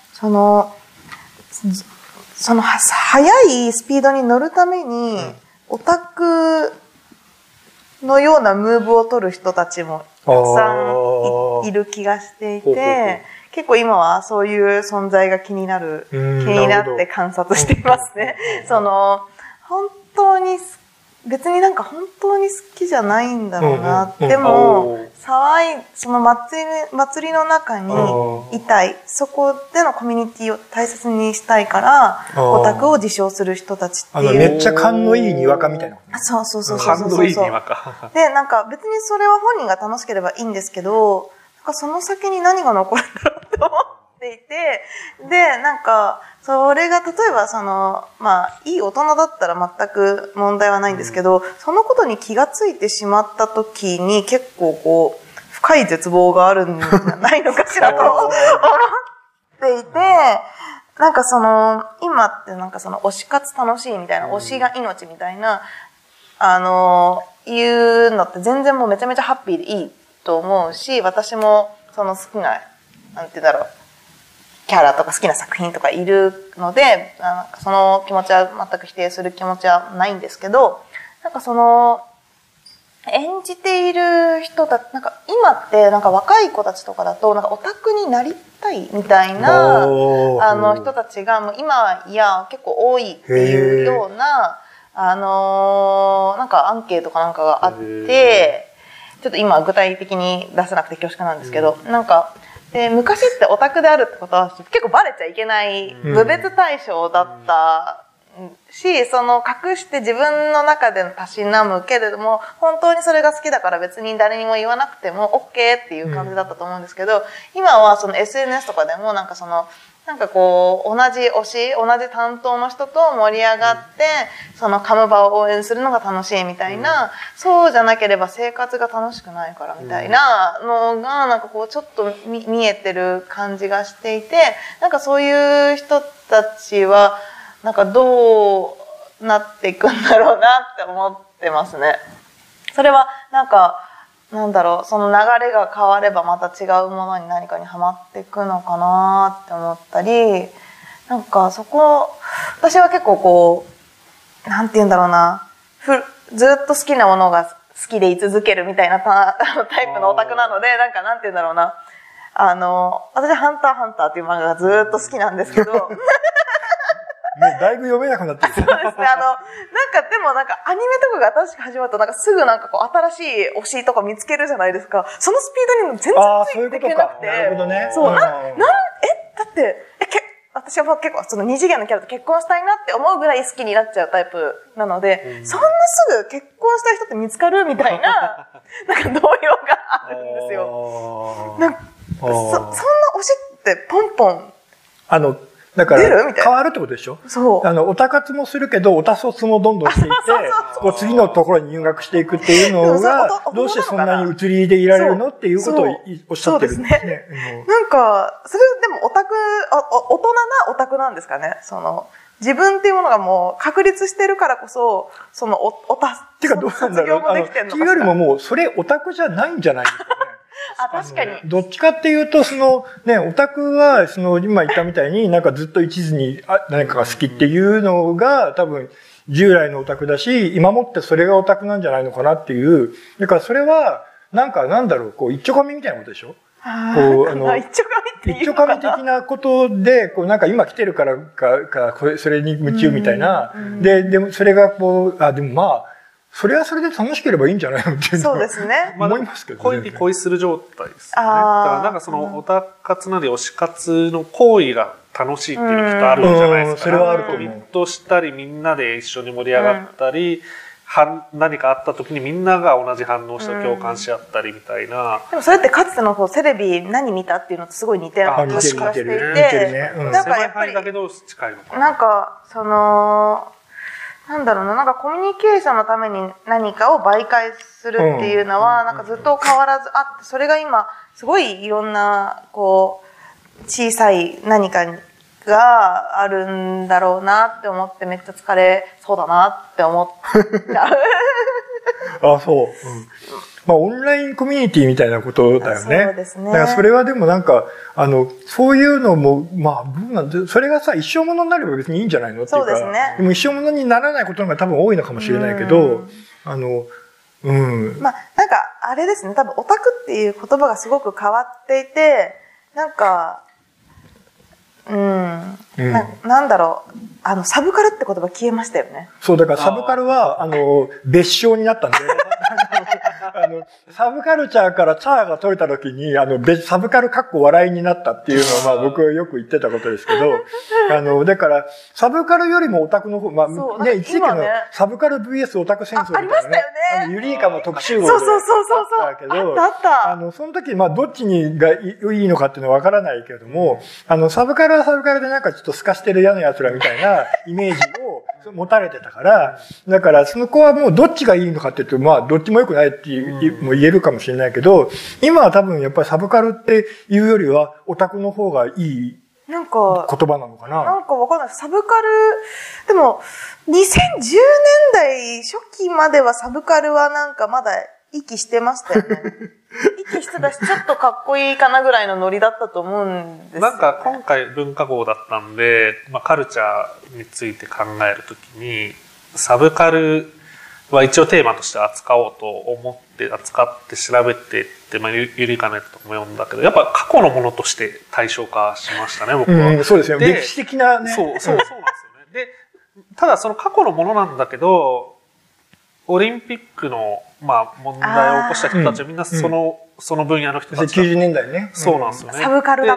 速いスピードに乗るために、オタクのようなムーブを取る人たちもたくさんいる気がしていて、結構今はそういう存在が気になって観察していますね。本当に別になんか本当に好きじゃないんだろうな。でも、その祭りの中にいたい。そこでのコミュニティを大切にしたいから、オタクを自称する人たちっていう。 めっちゃ勘のいいにわかみたいな。 そう。 勘のいいにわか。 で、なんか別にそれは本人が楽しければいいんですけど、なんかその先に何が残るんだろうと思っていて、で、なんか、それが例えばまあ、いい大人だったら全く問題はないんですけど、そのことに気がついてしまった時に結構こう、深い絶望があるんじゃないのかしらと思っていて、なんか今ってなんか推し活楽しいみたいな、推しが命みたいな、いうのって全然もうめちゃめちゃハッピーでいいと思うし、私も好きな、なんて言うんだろう、キャラとか好きな作品とかいるので、その気持ちは全く否定する気持ちはないんですけど、なんか演じている人なんか今ってなんか若い子たちとかだとなんかオタクになりたいみたいな人たちがもう今結構多いっていうようななんかアンケートかなんかがあって、ちょっと今具体的に出せなくて恐縮なんですけど、なんかで昔ってオタクであるってことは結構バレちゃいけない部別対象だったし、その隠して自分の中でたしなむけれども、本当にそれが好きだから別に誰にも言わなくても OK っていう感じだったと思うんですけど、今はその SNS とかでもなんかこう、同じ推し、同じ担当の人と盛り上がって、そのカムバを応援するのが楽しいみたいな、そうじゃなければ生活が楽しくないからみたいなのが、なんかこう、ちょっと見えてる感じがしていて、なんかそういう人たちは、なんかどうなっていくんだろうなって思ってますね。それは、なんか、なんだろう、その流れが変わればまた違うものに何かにはまっていくのかなって思ったり、なんかそこ、私は結構こう、なんて言うんだろうな、ずっと好きなものが好きで居続けるみたいなタイプのオタクなので、なんかなんて言うんだろうな、私ハンターハンターっていう漫画がずっと好きなんですけど、 もうだいぶ読めなくなってる。そうですね。 なんかでもなんかアニメとかが新しく始まるとなんかすぐなんかこう新しい推しとか見つけるじゃないですか。そのスピードに全然ついていけなくて。 なるほどね。 そう、だって、私は結構その二次元のキャラと結婚したいなって思うぐらい好きになっちゃうタイプなので、そんなすぐ結婚したい人って見つかるみたいな、なんか動揺があるんですよ。なんかそんな推しってポンポン。 だから、変わるってことでしょ？ そう。 オタ活もするけど、オタ卒もどんどんしていって、こう次のところに入学していくっていうのが、どうしてそんなに移りでいられるのっていうことをおっしゃってるんですね。 なんか、それでも大人なオタクなんですかね。自分っていうものがもう確立してるからこそ、オタ、 っていうかどうなんだろう。っていうよりももう、それオタクじゃないんじゃないですかね。 確かに。 どっちかっていうと、オタクは、今言ったみたいになんかずっと一途に何かが好きっていうのが多分従来のオタクだし、今もってそれがオタクなんじゃないのかなっていう。だからそれは、なんだろう、こう、一丁紙みたいなことでしょ？一丁紙的なことで、こう、なんか今来てるからそれに夢中みたいな。でもそれがこう、でもまあ、それはそれで楽しければいいんじゃないのっていうのはそうですね。 思いますけどね。 恋に恋する状態ですよね。だからなんかそのオタ活なり推し活の行為が楽しいっていう人あるんじゃないですか。 それはあると思う。 コミットしたりみんなで一緒に盛り上がったり、何かあった時にみんなが同じ反応して共感し合ったりみたいな。 でもそれってかつてのテレビ何見たっていうのとすごい似てる気がしていて、 なんかやっぱりだけど近いのかな。 なんかなんだろうな、なんかコミュニケーションのために何かを媒介するっていうのは、なんかずっと変わらずあって、それが今、すごいいろんな、こう、小さい何かがあるんだろうなって思って、めっちゃ疲れそうだなって思っちゃう。 そう。まあ、オンラインコミュニティみたいなことだよね。 そうですね。 だからそれはでもなんか、そういうのも、まあ、どうなんで、それがさ、一生ものになれば別にいいんじゃないのっていうか。そうですね。でも一生ものにならないことが多分多いのかもしれないけど、まあ、なんか、 あれですね、多分オタクっていう言葉がすごく変わっていて、なんか、なんだろう、サブカルって言葉消えましたよね。 そう、だからサブカルは、別称になったんで、サブカルチャーからチャーが取れた時に、サブカル笑いになったっていうのは、まあ僕はよく言ってたことですけど、だから、サブカルよりもオタクの方、まあね、一時期のサブカル VS オタク戦争みたいな、ね。 ありましたよね。 ユリイカの特集号で。 そう。 あったけど、 あった。 その時、まあどっちがいいのかっていうのはわからないけれども、サブカルはサブカルでなんかちょっと透かしてる嫌な奴らみたいなイメージを持たれてたから、だからその子はもうどっちがいいのかっていうと、まあどっちも良くないっても言えるかもしれないけど、今は多分やっぱりサブカルっていうよりはオタクの方がいい言葉なのかな。 なんかわかんない。サブカル、でも2010年代初期まではサブカルはなんかまだ息してましたよね。息してたし、ちょっとかっこいいかなぐらいのノリだったと思うんですよ、ね。 なんか今回文化号だったんで、まあ、カルチャーについて考えるときに、サブカルは一応テーマとして扱おうと思って扱って調べてって、まあ、ゆりかねとかも読んだけど、やっぱ過去のものとして対象化しましたね、僕は。 そうですよね。歴史的なね。 そうなんですよね。で、ただその過去のものなんだけど、オリンピックの、まあ、問題を起こした人たちはみんなその分野の人たちだ。 90年代ね。 そうなんですよね。 サブカルだったと。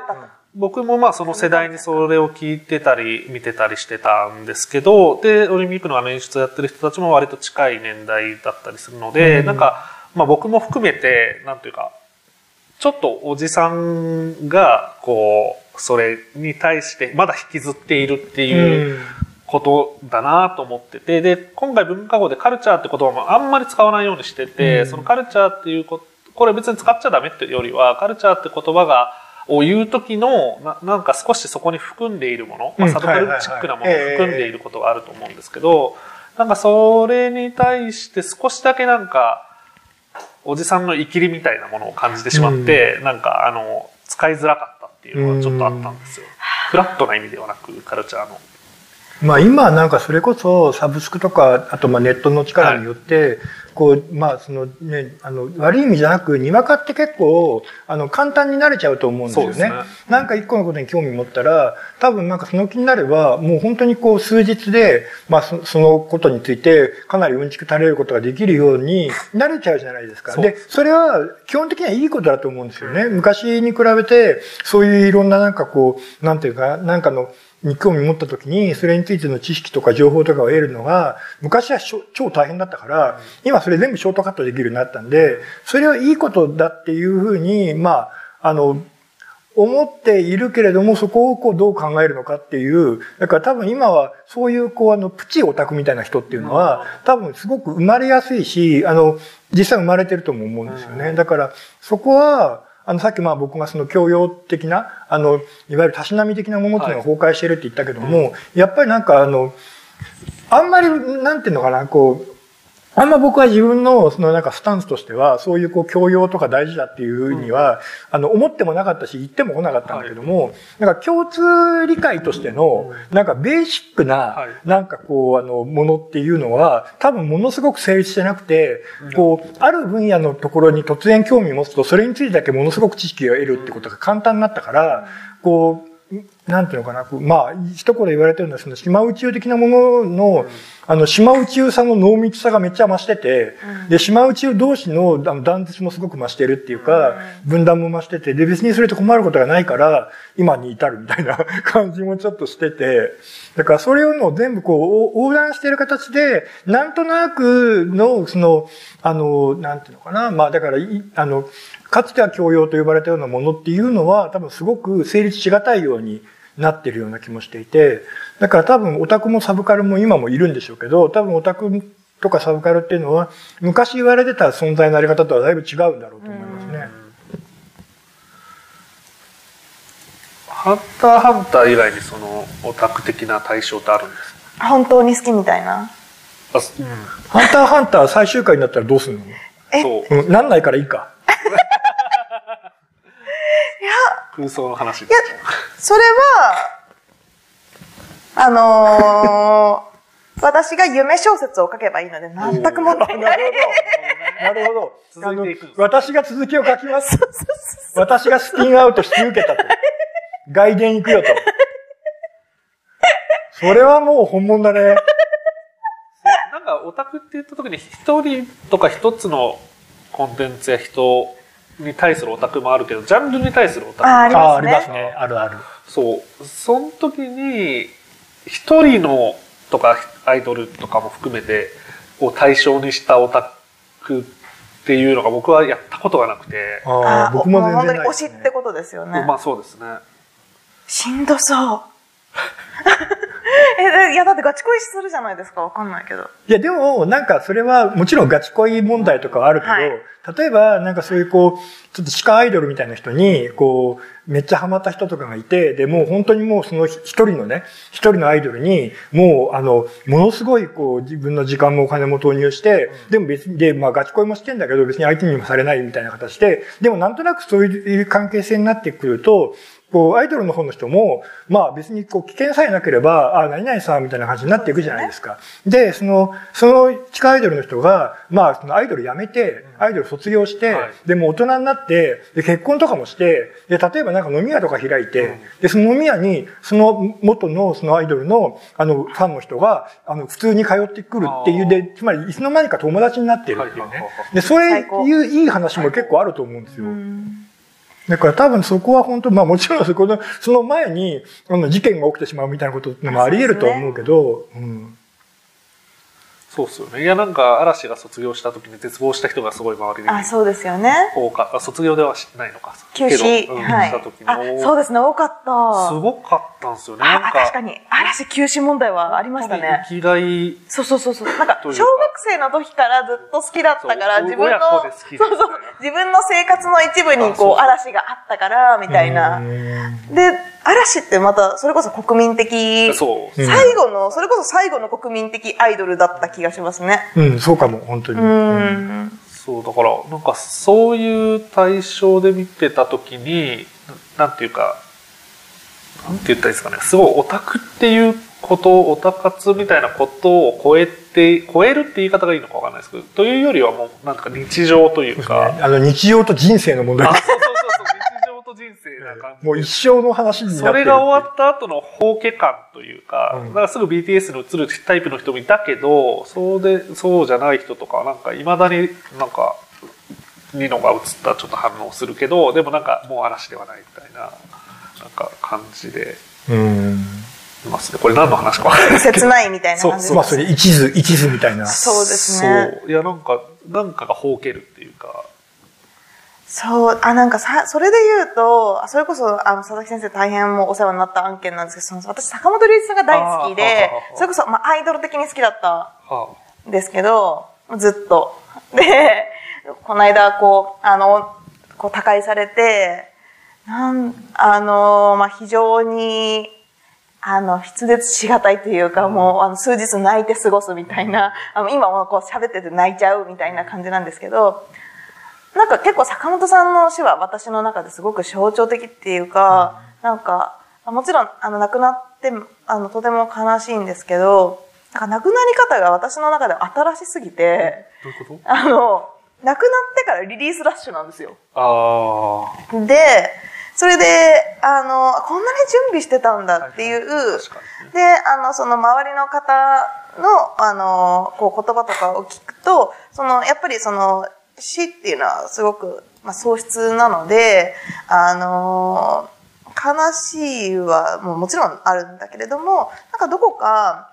僕もまあその世代にそれを聞いてたり見てたりしてたんですけど、でオリンピックの演出をやってる人たちも割と近い年代だったりするので、なんかまあ僕も含めてなんていうかちょっとおじさんがこうそれに対してまだ引きずっているっていうことだなと思ってて、で今回文化語でカルチャーって言葉もあんまり使わないようにしてて、そのカルチャーっていうこれ別に使っちゃダメっていうよりはカルチャーって言葉を言う時のなんか少しそこに含んでいるもの、サブカルチックなものを含んでいることがあると思うんですけど、なんかそれに対して少しだけなんかおじさんのイキリみたいなものを感じてしまって、なんか使いづらかったっていうのがちょっとあったんですよ。フラットな意味ではなくカルチャーの。 まあ今なんかそれこそサブスクとかあとまあネットの力によって、こうまあそのね悪い意味じゃなくにわかって結構簡単になれちゃうと思うんですよね。なんか一個のことに興味持ったら多分なんかその気になればもう本当にこう数日でまあそのことについてかなりうんちく垂れることができるようになれちゃうじゃないですか。でそれは基本的にはいいことだと思うんですよね。昔に比べてそういういろんななんかこうなんていうかなんかのに興味持った時にそれについての知識とか情報とかを得るのが昔は超大変だったから今それ全部ショートカットできるようになったんでそれはいいことだっていうふうにまあ思っているけれどもそこをこうどう考えるのかっていうだから多分今はそういうこうプチオタクみたいな人っていうのは多分すごく生まれやすいし実際生まれてるとも思うんですよね。だからそこはさっきまあ僕がその教養的な、いわゆるたしなみ的なものっていうのが崩壊してるって言ったけども、やっぱりなんかあんまり、なんていうのかな、こう、あんま僕は自分のそのなんかスタンスとしては、そういうこう教養とか大事だっていうふうには、思ってもなかったし、言っても来なかったんだけども、なんか共通理解としての、なんかベーシックな、なんかこう、ものっていうのは、多分ものすごく成立してなくて、こう、ある分野のところに突然興味を持つと、それについてだけものすごく知識を得るってことが簡単になったから、こう、なんていうのかな、まあ、一言言われてるのは、その島宇宙的なものの、島宇宙さの濃密さがめっちゃ増してて、で、島宇宙同士の断絶もすごく増してるっていうか、分断も増してて、で、別にそれと困ることがないから、今に至るみたいな感じもちょっとしてて、だからそれをもう全部こう、横断してる形で、なんとなくの、その、なんていうのかな、まあ、だから、かつては教養と呼ばれたようなものっていうのは多分すごく成立しがたいようになってるような気もしていて、だから多分オタクもサブカルも今もいるんでしょうけど、多分オタクとかサブカルっていうのは昔言われてた存在のあり方とはだいぶ違うんだろうと思いますね。 ハンターハンター以外にそのオタク的な対象ってあるんですか？ 本当に好きみたいな。 ハンターハンター最終回になったらどうするの？そう。なんないからいいか。 いや空想の話。 いやそれは私が夢小説を書けばいいので全く問題ない。 なるほど。私が続きを書きます。私がスピンアウトして受けたと。外伝行くよと。それはもう本物だね。 なんかオタクって言った時に一人とか一つのコンテンツや人に対するオタクもあるけど、ジャンルに対するオタクもありますね。あるある。 そう。その時に一人のとかアイドルとかも含めてこう対象にしたオタクっていうのが僕はやったことがなくて。 僕も全然ないですね。 本当に推しってことですよね。 まあそうですね。 しんどそう。いやだってガチ恋するじゃないですか。わかんないけど。 いやでもなんかそれはもちろんガチ恋問題とかはあるけど、例えばなんかそういうこうちょっと地下アイドルみたいな人にこうめっちゃハマった人とかがいて、でもう本当にもうその一人のアイドルにもうものすごいこう自分の時間もお金も投入して、でも別にでまあガチ恋もしてんだけど別に相手にもされないみたいな形で、でもなんとなくそういう関係性になってくると。こう、アイドルの方の人も、まあ別にこう、危険さえなければ、何々さんみたいな感じになっていくじゃないですか。で、その地下アイドルの人が、まあそのアイドル辞めて、アイドル卒業して、でも大人になって、で、結婚とかもして、で、例えばなんか飲み屋とか開いて、で、その飲み屋に、その元のそのアイドルの、ファンの人が、普通に通ってくるっていう、で、つまりいつの間にか友達になっているっていうね。で、そういういい話も結構あると思うんですよ。 だから多分そこは本当、もちろんその前に事件が起きてしまうみたいなこともあり得ると思うけど、 そうですよね。いや、なんか嵐が卒業した時に絶望した人がすごい周りにそうですよね。 多かった。卒業ではないのか。 休止、 した時にそうですね、多かった。 すごかったんですよね。なんか確かに嵐休止問題はありましたね。 生きがい。 そう。なんか小学生の時からずっと好きだったから自分の生活の一部に嵐があったからみたいな。で嵐ってまたそれこそ国民的それこそ最後の国民的アイドルだった気がしますね。 そうかも本当に。 そうだからなんかそういう対象で見てた時になんていうかなんて言ったらいいですかね、すごいオタクっていうことオタ活みたいなことを超えるって言い方がいいのかわかんないですけど、というよりはもうなんか日常というか、 日常と人生の問題。 そう日常と人生な感じ。 もう一生の話になってる。 それが終わった後の包茎感というか、だからすぐ BTS に移るタイプの人もいたけど、そうじゃない人とかなんか未だになんかニノが移ったらちょっと反応するけど、でもなんかもう嵐ではないみたいななんか感じで。ますね。これ何の話か分からないですけど。 切ないみたいな感じです。 それ一途みたいな。 そうですね。 いやなんかがほうけるっていうか。 なんかそれで言うと、それこそ佐々木先生大変もお世話になった案件なんですけど、私坂本龍一さんが大好きで、それこそアイドル的に好きだったんですけど、ずっと。で、この間他界されて、非常に筆舌しがたいというか、もう数日泣いて過ごすみたいな、今も喋ってて泣いちゃうみたいな感じなんですけど、なんか結構坂本さんの死は私の中ですごく象徴的っていうか、なんかもちろん亡くなってとても悲しいんですけど、なんか亡くなり方が私の中で新しすぎて、 どういうこと？ 亡くなってからリリースラッシュなんですよ。で、それでこんなに準備してたんだっていう、でその周りの方の言葉とかを聞くと、やっぱり死っていうのはすごく喪失なので、悲しいはもちろんあるんだけれども、なんかどこか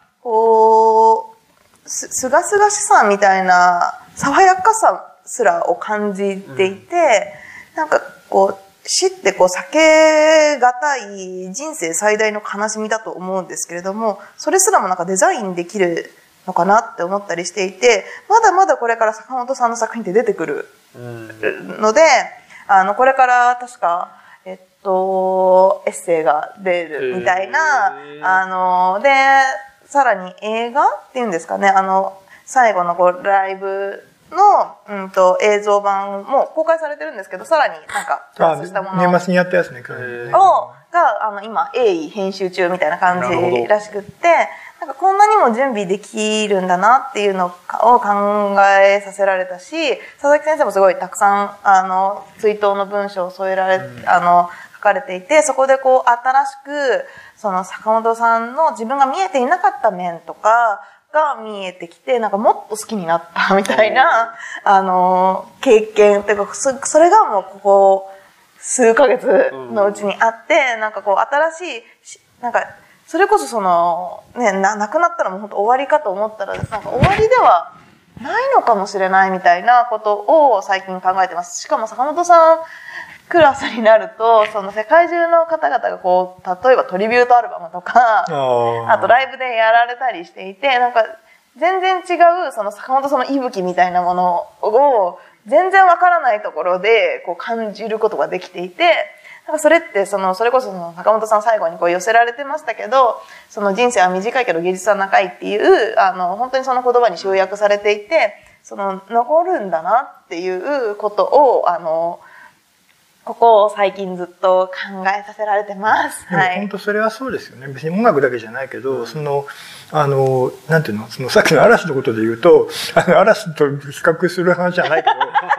すがすがしさみたいな爽やかさすらを感じていて、なんか死って避けがたい人生最大の悲しみだと思うんですけれども、それすらもなんかデザインできるのかなって思ったりしていて、まだまだこれから坂本さんの作品って出てくるので、これから確かエッセイが出るみたいな、でさらに映画っていうんですかね、最後のライブの、映像版も公開されてるんですけど、さらになんかプラスしたもの年末にやったやつね、 が今鋭意編集中みたいな感じらしくって、なんかこんなにも準備できるんだなっていうのを考えさせられたし、佐々木先生もすごいたくさん追悼の文章を添えられ、書かれていて、そこで新しくその坂本さんの自分が見えていなかった面とかが見えてきて、なんかもっと好きになったみたいな経験っていうか、それがもうここ数ヶ月のうちにあって、なんか新しいなんかそれこそ亡くなったらもう本当終わりかと思ったら、なんか終わりではないのかもしれないみたいなことを最近考えてます。しかも坂本さんクラスになると、世界中の方々が例えばトリビュートアルバムとか、あとライブでやられたりしていて、なんか全然違う坂本さんの息吹みたいなものを全然わからないところで感じることができていて、なんかそれってそれこそ坂本さん最後に寄せられてましたけど、人生は短いけど芸術は長いっていう本当にその言葉に集約されていて、残るんだなっていうことをここを最近ずっと考えさせられてます。はい。 本当それはそうですよね。別に音楽だけじゃないけど、なんていうの、さっきの嵐のことで言うと、嵐と比較する話じゃないけど、要はだか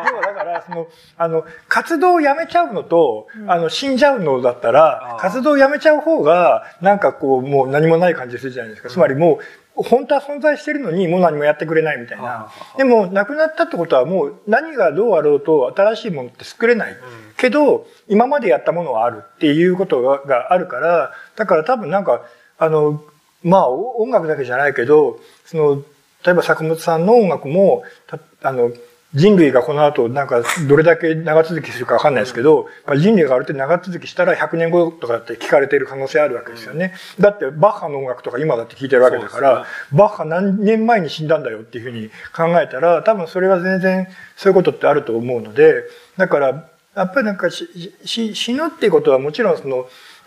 から活動をやめちゃうのと、死んじゃうのだったら、活動をやめちゃう方が、なんかこう、もう何もない感じするじゃないですか。つまりもう、本当は存在してるのに、もう何もやってくれないみたいな。でも、亡くなったってことはもう、何がどうあろうと、新しいものって作れない。けど、今までやったものはあるっていうことがあるから、だから多分なんか、まあ、音楽だけじゃないけど、例えば坂本さんの音楽も、人類がこの後、なんか、どれだけ長続きするかわかんないですけど、人類がある程度長続きしたら100年後とかだって聞かれている可能性あるわけですよね。だって、バッハの音楽とか今だって聞いてるわけだから、バッハ何年前に死んだんだよっていうふうに考えたら、多分それは全然そういうことってあると思うので、だから、やっぱりなんか死ぬっていうことはもちろんその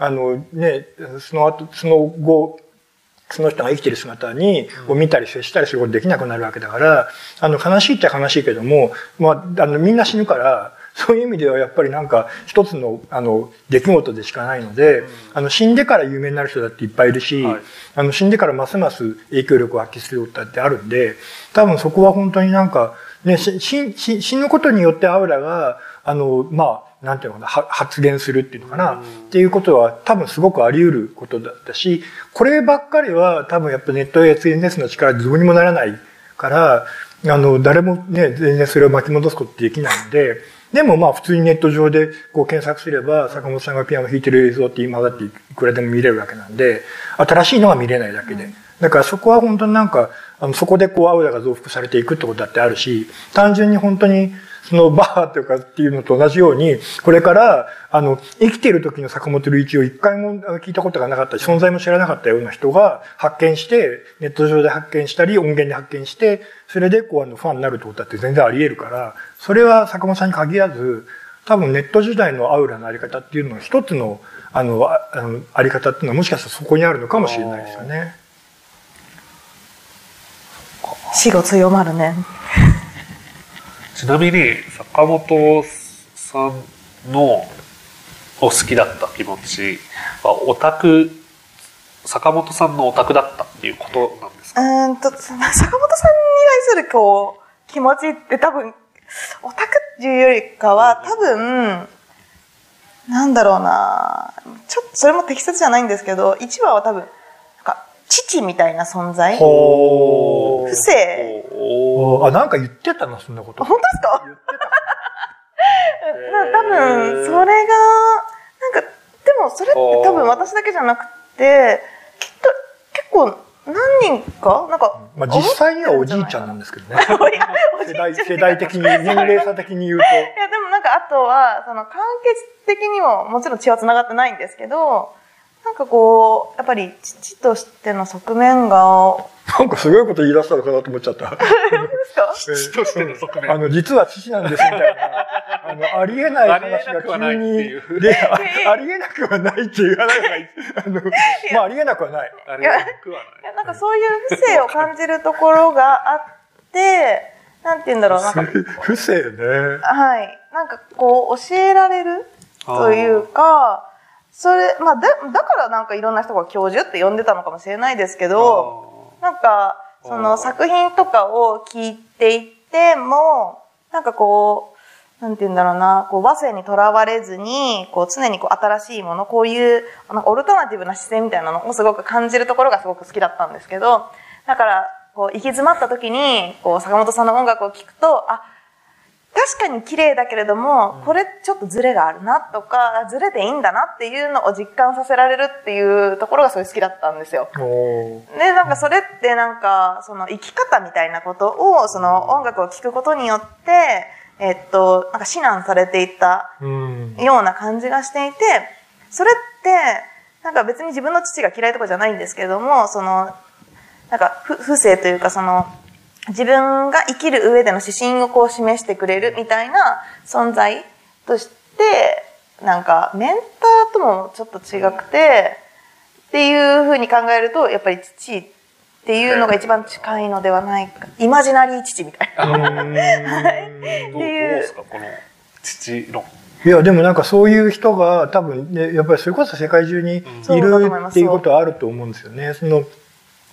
後、その人が生きてる姿を見たり接したりすることできなくなるわけだから、悲しいっちゃ悲しいけども、まあ、みんな死ぬから、そういう意味ではやっぱりなんか一つの、出来事でしかないので、死んでから有名になる人だっていっぱいいるし、死んでからますます影響力を発揮することだってあるんで、多分そこは本当になんか、ね、死ぬことによってアウラが、まあ、なんていうのかな、発言するっていうのかな、っていうことは多分すごくあり得ることだったし、こればっかりは多分やっぱネットや SNS の力でどうにもならないから、誰もね、全然それを巻き戻すことってできないので、でもまあ普通にネット上でこう検索すれば、坂本さんがピアノ弾いてる映像って今だっていくらでも見れるわけなんで、新しいのが見れないだけで。だからそこは本当になんか、そこでこうアウラが増幅されていくってことだってあるし、単純に本当にそのバーというかっていうのと同じように、これから、生きている時の坂本龍一を一回も聞いたことがなかったし、存在も知らなかったような人が発見して、ネット上で発見したり、音源で発見して、それでこうファンになるってことだって全然あり得るから、それは坂本さんに限らず、多分ネット時代のアウラのあり方っていうのの一つの、あり方っていうのはもしかしたらそこにあるのかもしれないですよね。 死後強まるね。 ちなみに坂本さんの好きだった気持ちは坂本さんのオタクだったっていうことなんですか？ 坂本さんに対するこう気持ちって多分オタクっていうよりかは多分なんだろうな、ちょっとそれも適切じゃないんですけど、一番は多分父みたいな存在、不正。 なんか言ってたな、そんなこと。 本当ですか？言ってた。多分それがなんか、でもそれって多分私だけじゃなくて、きっと結構何人かなんか、 まあ実際にはおじいちゃんなんですけどね。世代的に、年齢差的に言うと。いやでもなんかあとはその関係的にももちろん血は繋がってないんですけど。なんかこう、やっぱり父としての側面が。 なんかすごいこと言い出したのかなと思っちゃった。 本当ですか？ 父としての側面。 実は父なんですみたいな。ありえない話が急に。で、ありえなくはないっていう話が、まあありえなくはない。 ありえなくはない。 なんかそういう不正を感じるところがあって、なんて言うんだろう、なんか。 不正ね。 はい。なんかこう、教えられるというか、それ、まあ、だからなんかいろんな人が教授って呼んでたのかもしれないですけど、なんか、その作品とかを聞いていても、なんかこう、なんて言うんだろうな、こう和声にとらわれずに、こう常にこう新しいもの、こういうなんかオルタナティブな姿勢みたいなのをすごく感じるところがすごく好きだったんですけど、だから、こう行き詰まった時に、こう坂本さんの音楽を聴くと、確かに綺麗だけれども、これちょっとズレがあるなとか、ズレでいいんだなっていうのを実感させられるっていうところがすごい好きだったんですよ。で、なんかそれってなんか、その生き方みたいなことを、その音楽を聴くことによって、なんか指南されていったような感じがしていて、それって、なんか別に自分の父が嫌いとかじゃないんですけれども、その、なんか不正というかその、自分が生きる上での指針をこう示してくれるみたいな存在として、なんかメンターともちょっと違くて、っていう風に考えると、やっぱり父っていうのが一番近いのではないか。イマジナリー父みたいな。はい。 どうですか、この父論。 いや、でもなんかそういう人が多分ね、やっぱりそれこそ世界中にいるっていうことはあると思うんですよね。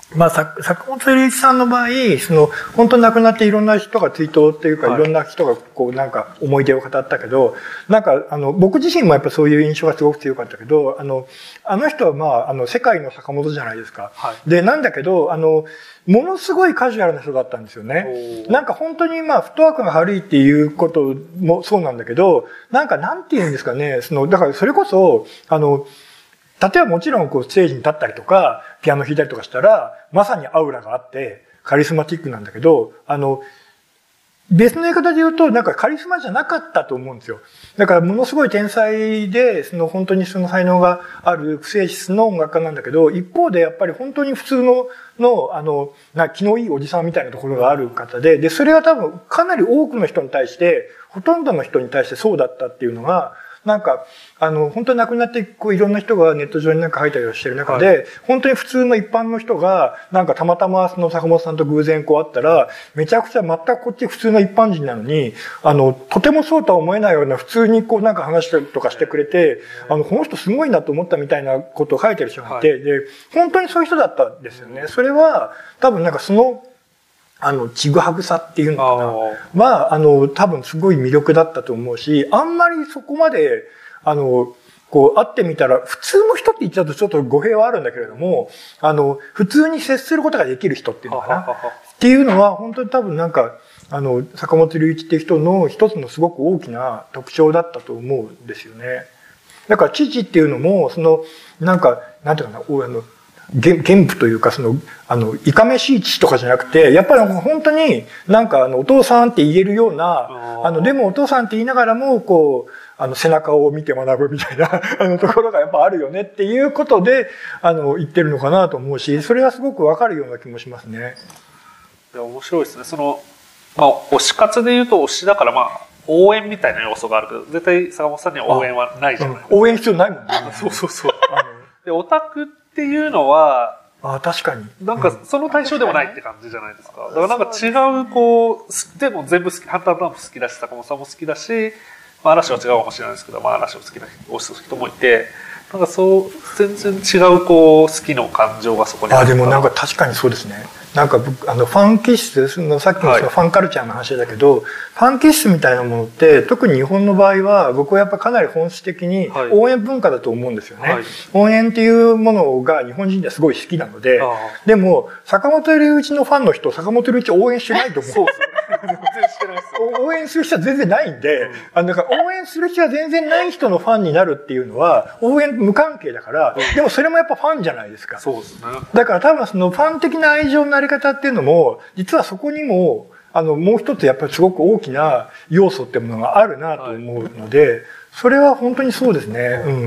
まあ、坂本龍一さんの場合、本当に亡くなっていろんな人が追悼っていうか、いろんな人がこうなんか思い出を語ったけど、なんか僕自身もやっぱそういう印象がすごく強かったけど、あの人はまあ、世界の坂本じゃないですか。はい、で、なんだけど、ものすごいカジュアルな人だったんですよね。なんか本当にまあ、フットワークが軽いっていうこともそうなんだけど、なんかなんて言うんですかね、だからそれこそ、例えばもちろんこうステージに立ったりとか、ピアノ弾いたりとかしたら、まさにアウラがあって、カリスマティックなんだけど、別の言い方で言うと、なんかカリスマじゃなかったと思うんですよ。だからものすごい天才で、本当にその才能がある不正室の音楽家なんだけど、一方でやっぱり本当に普通の気のいいおじさんみたいなところがある方で、それは多分かなり多くの人に対して、ほとんどの人に対してそうだったっていうのが、なんか、本当に亡くなって、こう、いろんな人がネット上になんか書いたりしてる中で、はい、本当に普通の一般の人が、なんかたまたまその坂本さんと偶然こう会ったら、めちゃくちゃ全くこっち普通の一般人なのに、とてもそうとは思えないような普通にこうなんか話したりとかしてくれて、この人すごいなと思ったみたいなことを書いてる人がいて、はい、で、本当にそういう人だったんですよね。それは、多分なんかちぐはぐさっていうのかな。は、多分すごい魅力だったと思うし、あんまりそこまで、こう、会ってみたら、普通の人って言っちゃうとちょっと語弊はあるんだけれども、普通に接することができる人っていうのかな。っていうのは、本当に多分なんか、坂本龍一っていう人の一つのすごく大きな特徴だったと思うんですよね。だから、父っていうのも、なんか、なんていうかな、原譜というか、いかめしい父とかじゃなくて、やっぱり本当になんかお父さんって言えるような、でもお父さんって言いながらも、こう、背中を見て学ぶみたいな、ところがやっぱあるよねっていうことで、言ってるのかなと思うし、それはすごくわかるような気もしますね。 面白いですね。まあ、推し活で言うと推しだから、まあ、応援みたいな要素があるけど、絶対坂本さんには応援はないじゃないですか。 応援必要ないもんね。 そうそうそう。で、オタクっていうのは、 確かに。 なんか、その対象でもないって感じじゃないですか。だからなんか違う、こう、でも全部好き、ハンターダンプ好きだし、坂本さんも好きだし、まあ、嵐は違うかもしれないですけど、まあ、嵐を好きな人もいて、なんかそう、全然違う、こう、好きの感情がそこにある。 でもなんか確かにそうですね。なんかファン気質のさっきのファンカルチャーの話だけど、ファン気質みたいなものって特に日本の場合は僕はやっぱかなり本質的に応援文化だと思うんですよね。はい、応援っていうものが日本人ではすごい好きなので、でも坂本龍一のファンの人、坂本龍一を応援してないと思う。そうですね。全然してないです。応援する人は全然ないんで、だから応援する人は全然ない人のファンになるっていうのは応援無関係だから、でもそれもやっぱファンじゃないですか。 そうですね。 だから多分ファン的な愛情のあり方っていうのも、実はそこにも、もう一つやっぱりすごく大きな要素ってものがあるなと思うので、それは本当にそうですね。うん。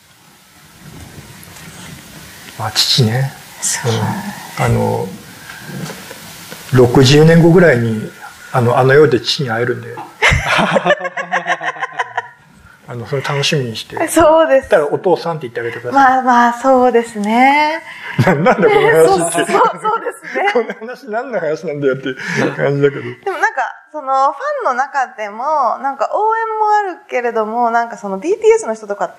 まあ、父ね。60年後ぐらいに、世で父に会えるんで。それ楽しみにして。 そうです。 たらお父さんって言ってあげてください。 まあまあ、そうですね。 なんだこの話って。 そうですね。 この話何の話なんだよって感じだけど。 でもなんか、ファンの中でも、なんか応援もあるけれども、なんかBTS の人とかって、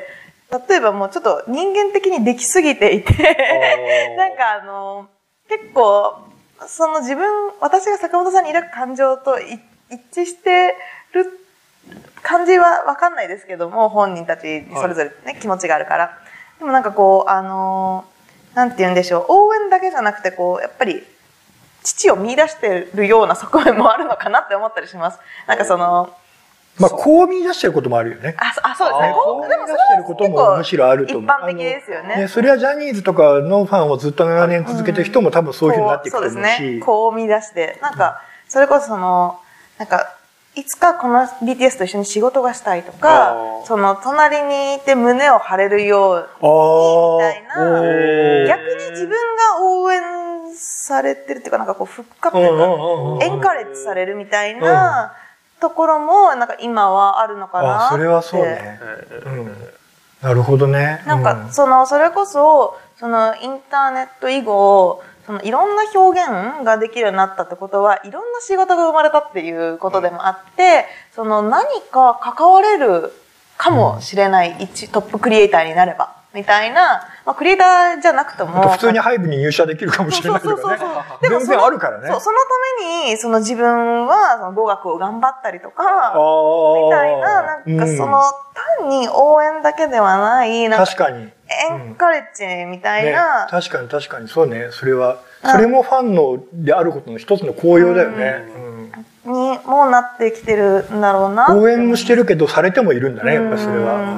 はい、例えばもうちょっと人間的にできすぎていて、なんか結構、私が坂本さんに抱く感情と一致してる感じはわかんないですけども、本人たちにそれぞれね、はい、気持ちがあるから。でもなんかこう、なんて言うんでしょう、応援だけじゃなくて、こう、やっぱり、父を見出してるような側面もあるのかなって思ったりします。なんかまあ、こう見出してることもあるよね。 そうですね。 こう見出してることもむしろあると思う。 一般的ですよね。 それはジャニーズとかのファンをずっと長年続けてる人も多分そういうふうになっていくと思うし。 そうですね。こう見出して。なんか、それこそなんか、いつかこの BTS と一緒に仕事がしたいとか、隣にいて胸を張れるように、みたいな、逆に自分が応援されてるっていうか、なんかこう、フックアップとか、エンカレッジされるみたいなところも、なんか今はあるのかなって。 それはそうね。なるほどね。 なんか、それこそ、インターネット以後、いろんな表現ができるようになったってことは、いろんな仕事が生まれたっていうことでもあって、何か関われるかもしれないトップクリエイターになれば。 みたいな、まあ、クリエイターじゃなくても。 普通にハイブに入社できるかもしれないとかね。全然あるからね。 そう、そのために、自分は、語学を頑張ったりとか、みたいな、なんか単に応援だけではない、なんか、 確かに。 エンカレッジみたいな。 確かに、そうね。それもファンのであることの一つの効用だよね。 にもなってきてるんだろうな。 応援もしてるけど、されてもいるんだね、やっぱそれは。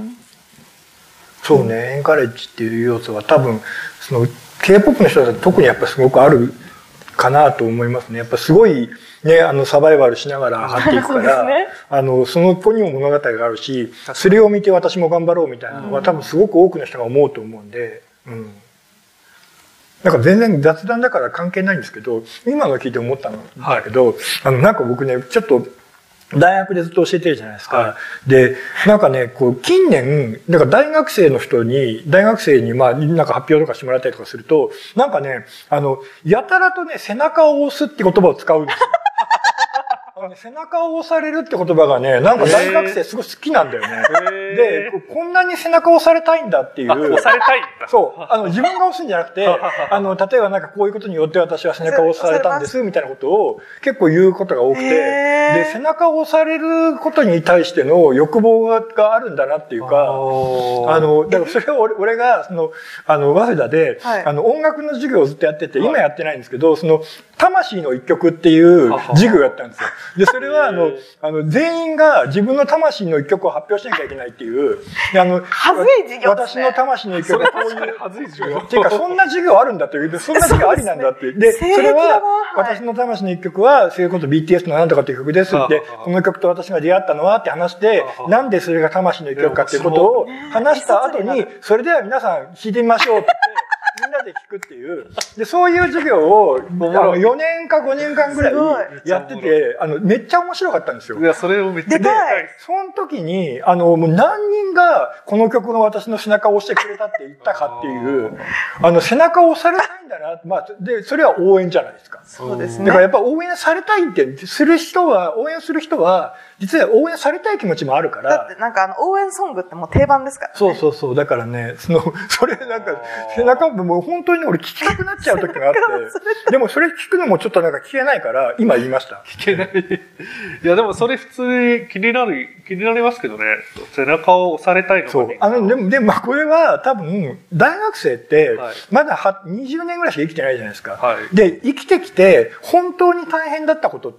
そうね、エンカレッジっていう要素は多分、K-POP の人だと特にやっぱすごくあるかなと思いますね。やっぱすごいね、サバイバルしながら張っていくから、その子にも物語があるし、それを見て私も頑張ろうみたいなのは多分すごく多くの人が思うと思うんで、なんか全然雑談だから関係ないんですけど、今の聞いて思ったんだけど、なんか僕ね、ちょっと大学でずっと教えてるじゃないですか。で、なんかね、近年、なんか大学生に、まあ、なんか発表とかしてもらったりとかすると、なんかね、やたらとね、背中を押すって言葉を使うんですよ。背中を押されるって言葉がね、なんか大学生すごい好きなんだよね。で、こんなに背中を押されたいんだっていう。 押されたいんだ。 そう。自分が押すんじゃなくて、例えばなんかこういうことによって私は背中を押されたんです、みたいなことを結構言うことが多くて、で、背中を押されることに対しての欲望があるんだなっていうか、だからそれを俺が、早稲田で、音楽の授業をずっとやってて、今やってないんですけど、魂の一曲っていう授業をやったんですよ。で、それは、全員が自分の魂の一曲を発表しなきゃいけないっていう、 はずい授業。 私の魂の一曲はこういう、 はずい授業。 っていうか、そんな授業あるんだという、そんな授業ありなんだっていう。で、それは、私の魂の一曲は、そういうこと BTS のなんとかっていう曲ですって、この曲と私が出会ったのはって話して、なんでそれが魂の一曲かっていうことを話した後に、それでは皆さん弾いてみましょうって。みんなで聞くっていう。で、そういう授業を、4年か5年間ぐらいやってて、めっちゃ面白かったんですよ。 いや、それをめっちゃでかい。 その時に、もう何人がこの曲の私の背中を押してくれたって言ったかっていう、背中を押されたいんだな。まあ、で、それは応援じゃないですか。 そうですね。 だからやっぱ応援されたいって、応援する人は、実は応援されたい気持ちもあるから。 だってなんか応援ソングってもう定番ですからね。 そう。だからね、それなんか、背中もう本当に俺聞きたくなっちゃう時があって、でもそれ聞くのもちょっとなんか聞けないから、今言いました。 聞けない。いや、でもそれ普通に気になりますけどね。背中を押されたいのか。 そう。でもまあこれは多分、大学生って、まだ20年ぐらいしか生きてないじゃないですか。で、生きてきて、本当に大変だったことって、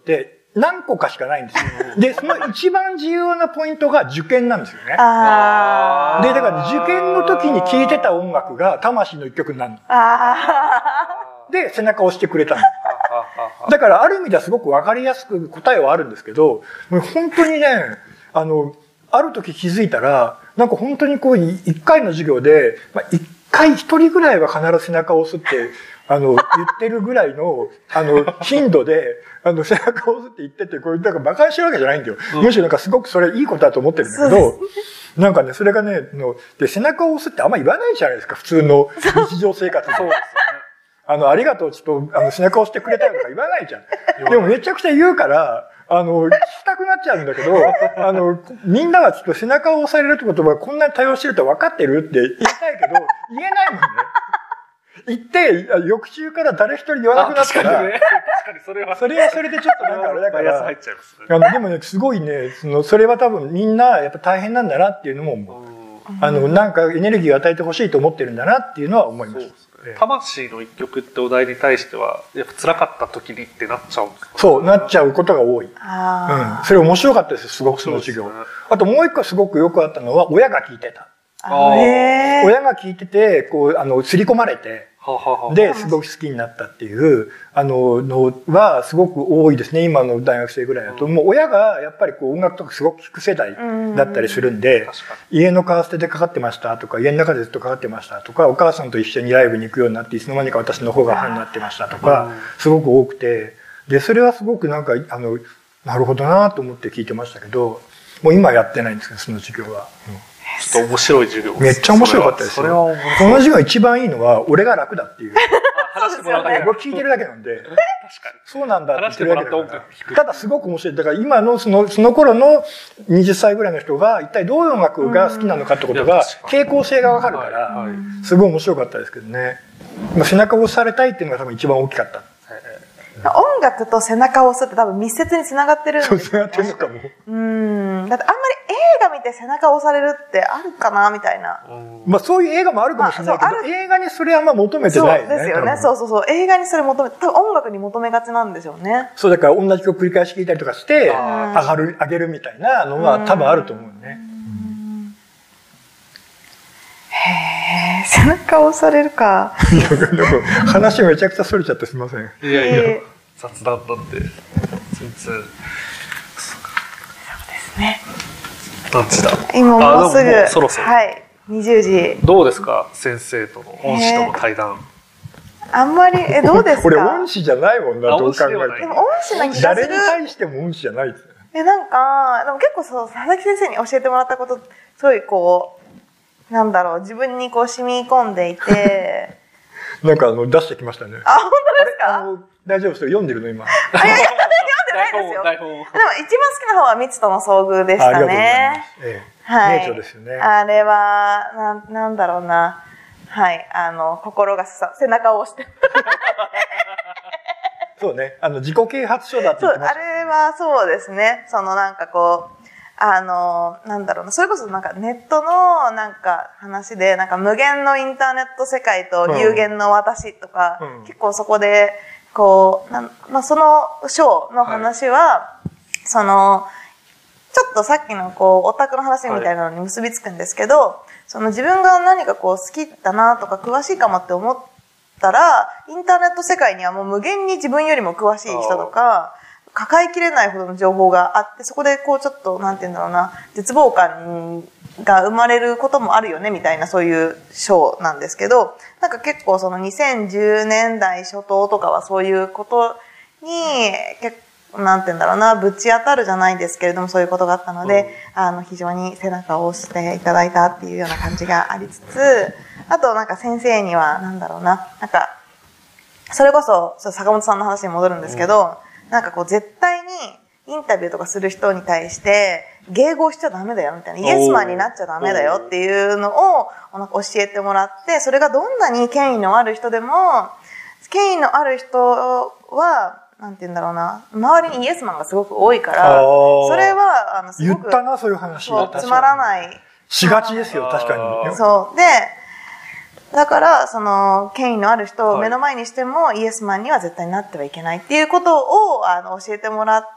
何個かしかないんですよ。で、その一番重要なポイントが受験なんですよね。で、だから受験の時に聴いてた音楽が魂の一曲になるの。で、背中を押してくれたの。だからある意味ではすごくわかりやすく答えはあるんですけど、本当にね、ある時気づいたら、なんか本当に一回の授業で、一回一人ぐらいは必ず背中を押すって、言ってるぐらいの、頻度で、背中を押すって言ってて、これ、なんか馬鹿にしてるわけじゃないんだよ。むしろなんかすごくそれいいことだと思ってるんだけど、なんかね、それがね、で、背中を押すってあんま言わないじゃないですか、普通の日常生活で。そうですよね。ありがとう、ちょっと、背中を押してくれたよとか言わないじゃん。でもめちゃくちゃ言うから、聞きたくなっちゃうんだけど、みんなはちょっと背中を押されるってことはこんなに多用してると分かってるって言いたいけど、言えないもんね。言って、翌週から誰一人言わなくなったら、 確かにそれはそれでちょっとなんかあれだから、でもね、すごいね、それは多分みんなやっぱ大変なんだなっていうのも思う。なんかエネルギーを与えてほしいと思ってるんだなっていうのは思います。 魂の一曲ってお題に対しては、やっぱ辛かった時にってなっちゃうんですか？ そう、なっちゃうことが多い。それ面白かったですよ、すごくその授業。あともう一個すごくよくあったのは、親が聞いてた。親が聞いてて、刷り込まれて、で、すごく好きになったっていう、のはすごく多いですね。今の大学生ぐらいだと。もう親がやっぱり音楽とかすごく聴く世代だったりするんで、家のカーステでかかってましたとか、家の中でずっとかかってましたとか、お母さんと一緒にライブに行くようになって、いつの間にか私の方がファンになってましたとか、すごく多くて、で、それはすごくなんか、なるほどなと思って聞いてましたけど、もう今やってないんですけど、その授業は。 ちょっと面白い授業。 めっちゃ面白かったですよ。この授業一番いいのは、俺が楽だっていう。 話してもらうだけ。 僕聞いてるだけなんで。 そうなんだって言ってるわけだから。ただすごく面白い。だから今のその頃の20歳ぐらいの人が一体どういう音楽が好きなのかってことが傾向性がわかるから、すごい面白かったですけどね。背中を押されたいっていうのが多分一番大きかった。 音楽と背中を押すって多分密接に繋がってるんですよね。 そう、繋がってるのかも。 だってあんまり映画見て背中を押されるってあるかなみたいな。 そういう映画もあるかもしれないけど、映画にそれは求めてないよね。 そうですよね。そう。映画にそれ求めて、多分音楽に求めがちなんでしょうね。 そう、だから同じ曲繰り返し聴いたりとかして、上げるみたいなのは多分あると思うね。 へー、背中を押されるか。 話めちゃくちゃそれちゃってすみません。 いや、雑談だって全然。 そうですね。 何時だ。 今もうすぐそろそろ。 はい、20時。 どうですか、先生との恩師との対談。 あんまりどうですか。 これ恩師じゃないもんな、どう考えても。 でも恩師な気がする。 誰に対しても恩師じゃないですね。 なんかでも結構佐々木先生に教えてもらったこと、すごいなんだろう、自分に染み込んでいて。 なんか出してきましたね。 あ、本当ですか。 大丈夫ですよ、読んでるの今。 いや、読んでないですよ。でも一番好きな方は未知との遭遇でしたね。 はい。名著ですよね。 あれはなんだろうな。はい、心が背中を押して。 そうね、自己啓発書だって言ってました。 あれはそうですね。なんだろうな、それこそネットの話で、無限のインターネット世界と有限の私とか、結構そこで、その章の話は、ちょっとさっきのオタクの話みたいなのに結びつくんですけど、自分が何か好きだなとか詳しいかもって思ったら、インターネット世界にはもう無限に自分よりも詳しい人とか、抱えきれないほどの情報があって、そこでちょっと、なんて言うんだろうな、絶望感が生まれることもあるよね、みたいなそういう章なんですけど、結構2010年代初頭とかはそういうことに、なんて言うんだろうな、ぶち当たるじゃないですけれども、そういうことがあったので、非常に背中を押していただいたっていうような感じがありつつ、あと先生には、なんだろうな、それこそ、坂本さんの話に戻るんですけど、絶対にインタビューとかする人に対して、迎合しちゃダメだよみたいな、イエスマンになっちゃダメだよっていうのを教えてもらって、それがどんなに権威のある人でも、権威のある人は、なんて言うんだろうな、周りにイエスマンがすごく多いから、それは、 すごく言ったな、そういう話。 つまらない。 しがちですよ、確かに。 そう。で、だから、権威のある人を目の前にしても、イエスマンには絶対になってはいけないっていうことを、教えてもらって、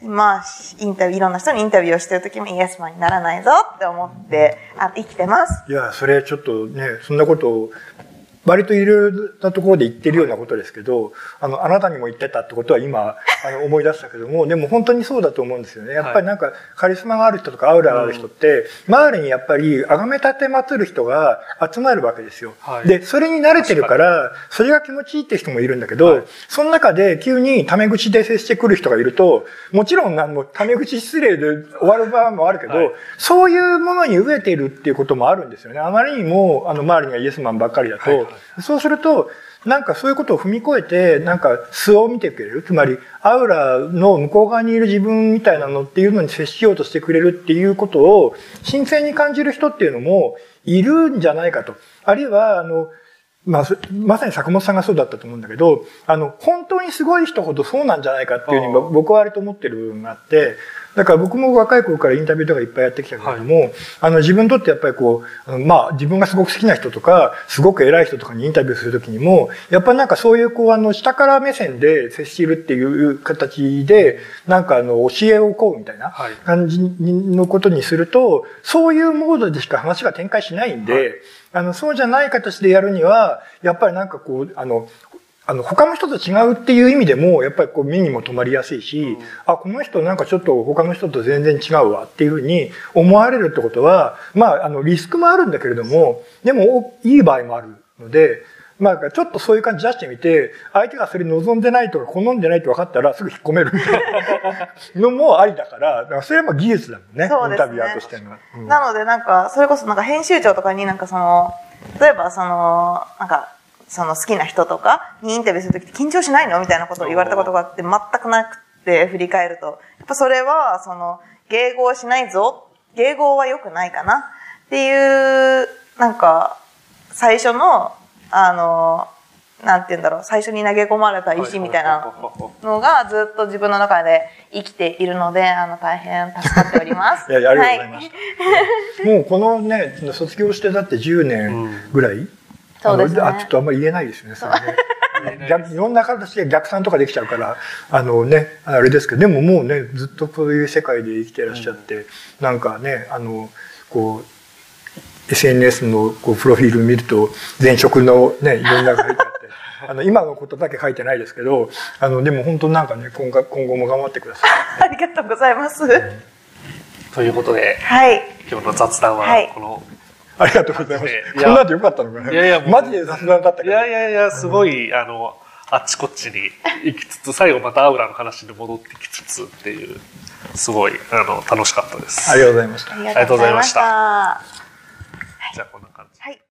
今、いろんな人にインタビューをしてる時もイエスマンにならないぞって思って、生きてます。 いや、それちょっとね、そんなことを、割といろいろなところで言ってるようなことですけど、あなたにも言ってたってことは今、思い出したけども、でも本当にそうだと思うんですよね。やっぱりカリスマがある人とかアウラがある人って、周りにやっぱり崇め立て祀る人が集まるわけですよ。で、それに慣れてるから、それが気持ちいいって人もいるんだけど、その中で急にタメ口で接してくる人がいると、もちろんタメ口失礼で終わる場合もあるけど、そういうものに飢えているっていうこともあるんですよね。あまりにも、周りにはイエスマンばっかりだと、そうすると、そういうことを踏み越えて、素を見てくれる。つまり、アウラの向こう側にいる自分みたいなのっていうのに接しようとしてくれるっていうことを、新鮮に感じる人っていうのもいるんじゃないかと。あるいは、まさに坂本さんがそうだったと思うんだけど、本当にすごい人ほどそうなんじゃないかっていうふうに僕は割と思ってる部分があって、だから僕も若い頃からインタビューとかいっぱいやってきたけれども、自分にとってやっぱり自分がすごく好きな人とか、すごく偉い人とかにインタビューするときにも、やっぱりそういう下から目線で接しるっていう形で、教えを請うみたいな感じのことにすると、そういうモードでしか話が展開しないんで、そうじゃない形でやるには、やっぱり他の人と違うっていう意味でも、やっぱり目にも留まりやすいし、この人ちょっと他の人と全然違うわっていうふうに思われるってことは、リスクもあるんだけれども、でもいい場合もあるので、ちょっとそういう感じ出してみて、相手がそれ望んでないとか好んでないって分かったらすぐ引っ込めるみたいなのもありだから、それは技術だもんね、インタビュアーとしての。 なのでそれこそ編集長とかに例えばその好きな人とかにインタビューするときって緊張しないのみたいなことを言われたことがあって全くなくて、振り返ると。やっぱそれは、迎合しないぞ。迎合は良くないかな。っていう、なんか、最初の、なんて言うんだろう、最初に投げ込まれた石みたいなのがずっと自分の中で生きているので、大変助かっております。 いや、ありがとうございました。もうこのね、卒業してだって10年ぐらい、 そうですね。 ちょっとあんまり言えないですよね、それね。いろんな形で逆算とかできちゃうから、あれですけど、でももうね、ずっとこういう世界で生きてらっしゃって、なんかね、こう、SNS のこうプロフィール見ると、前職のね、いろんなのが書いてあって、今のことだけ書いてないですけど、でも本当なんかね、今後も頑張ってください。 ありがとうございます。 ということで、 はい。 今日の雑談はこの、 ありがとうございます。こんなんでよかったのかな。いやいや、マジで雑談だったけど。 いや、すごい、あっちこっちに行きつつ、最後またアウラの話に戻ってきつつっていう、すごい、楽しかったです。 ありがとうございました。 ありがとうございました。 じゃあこんな感じ。 はい。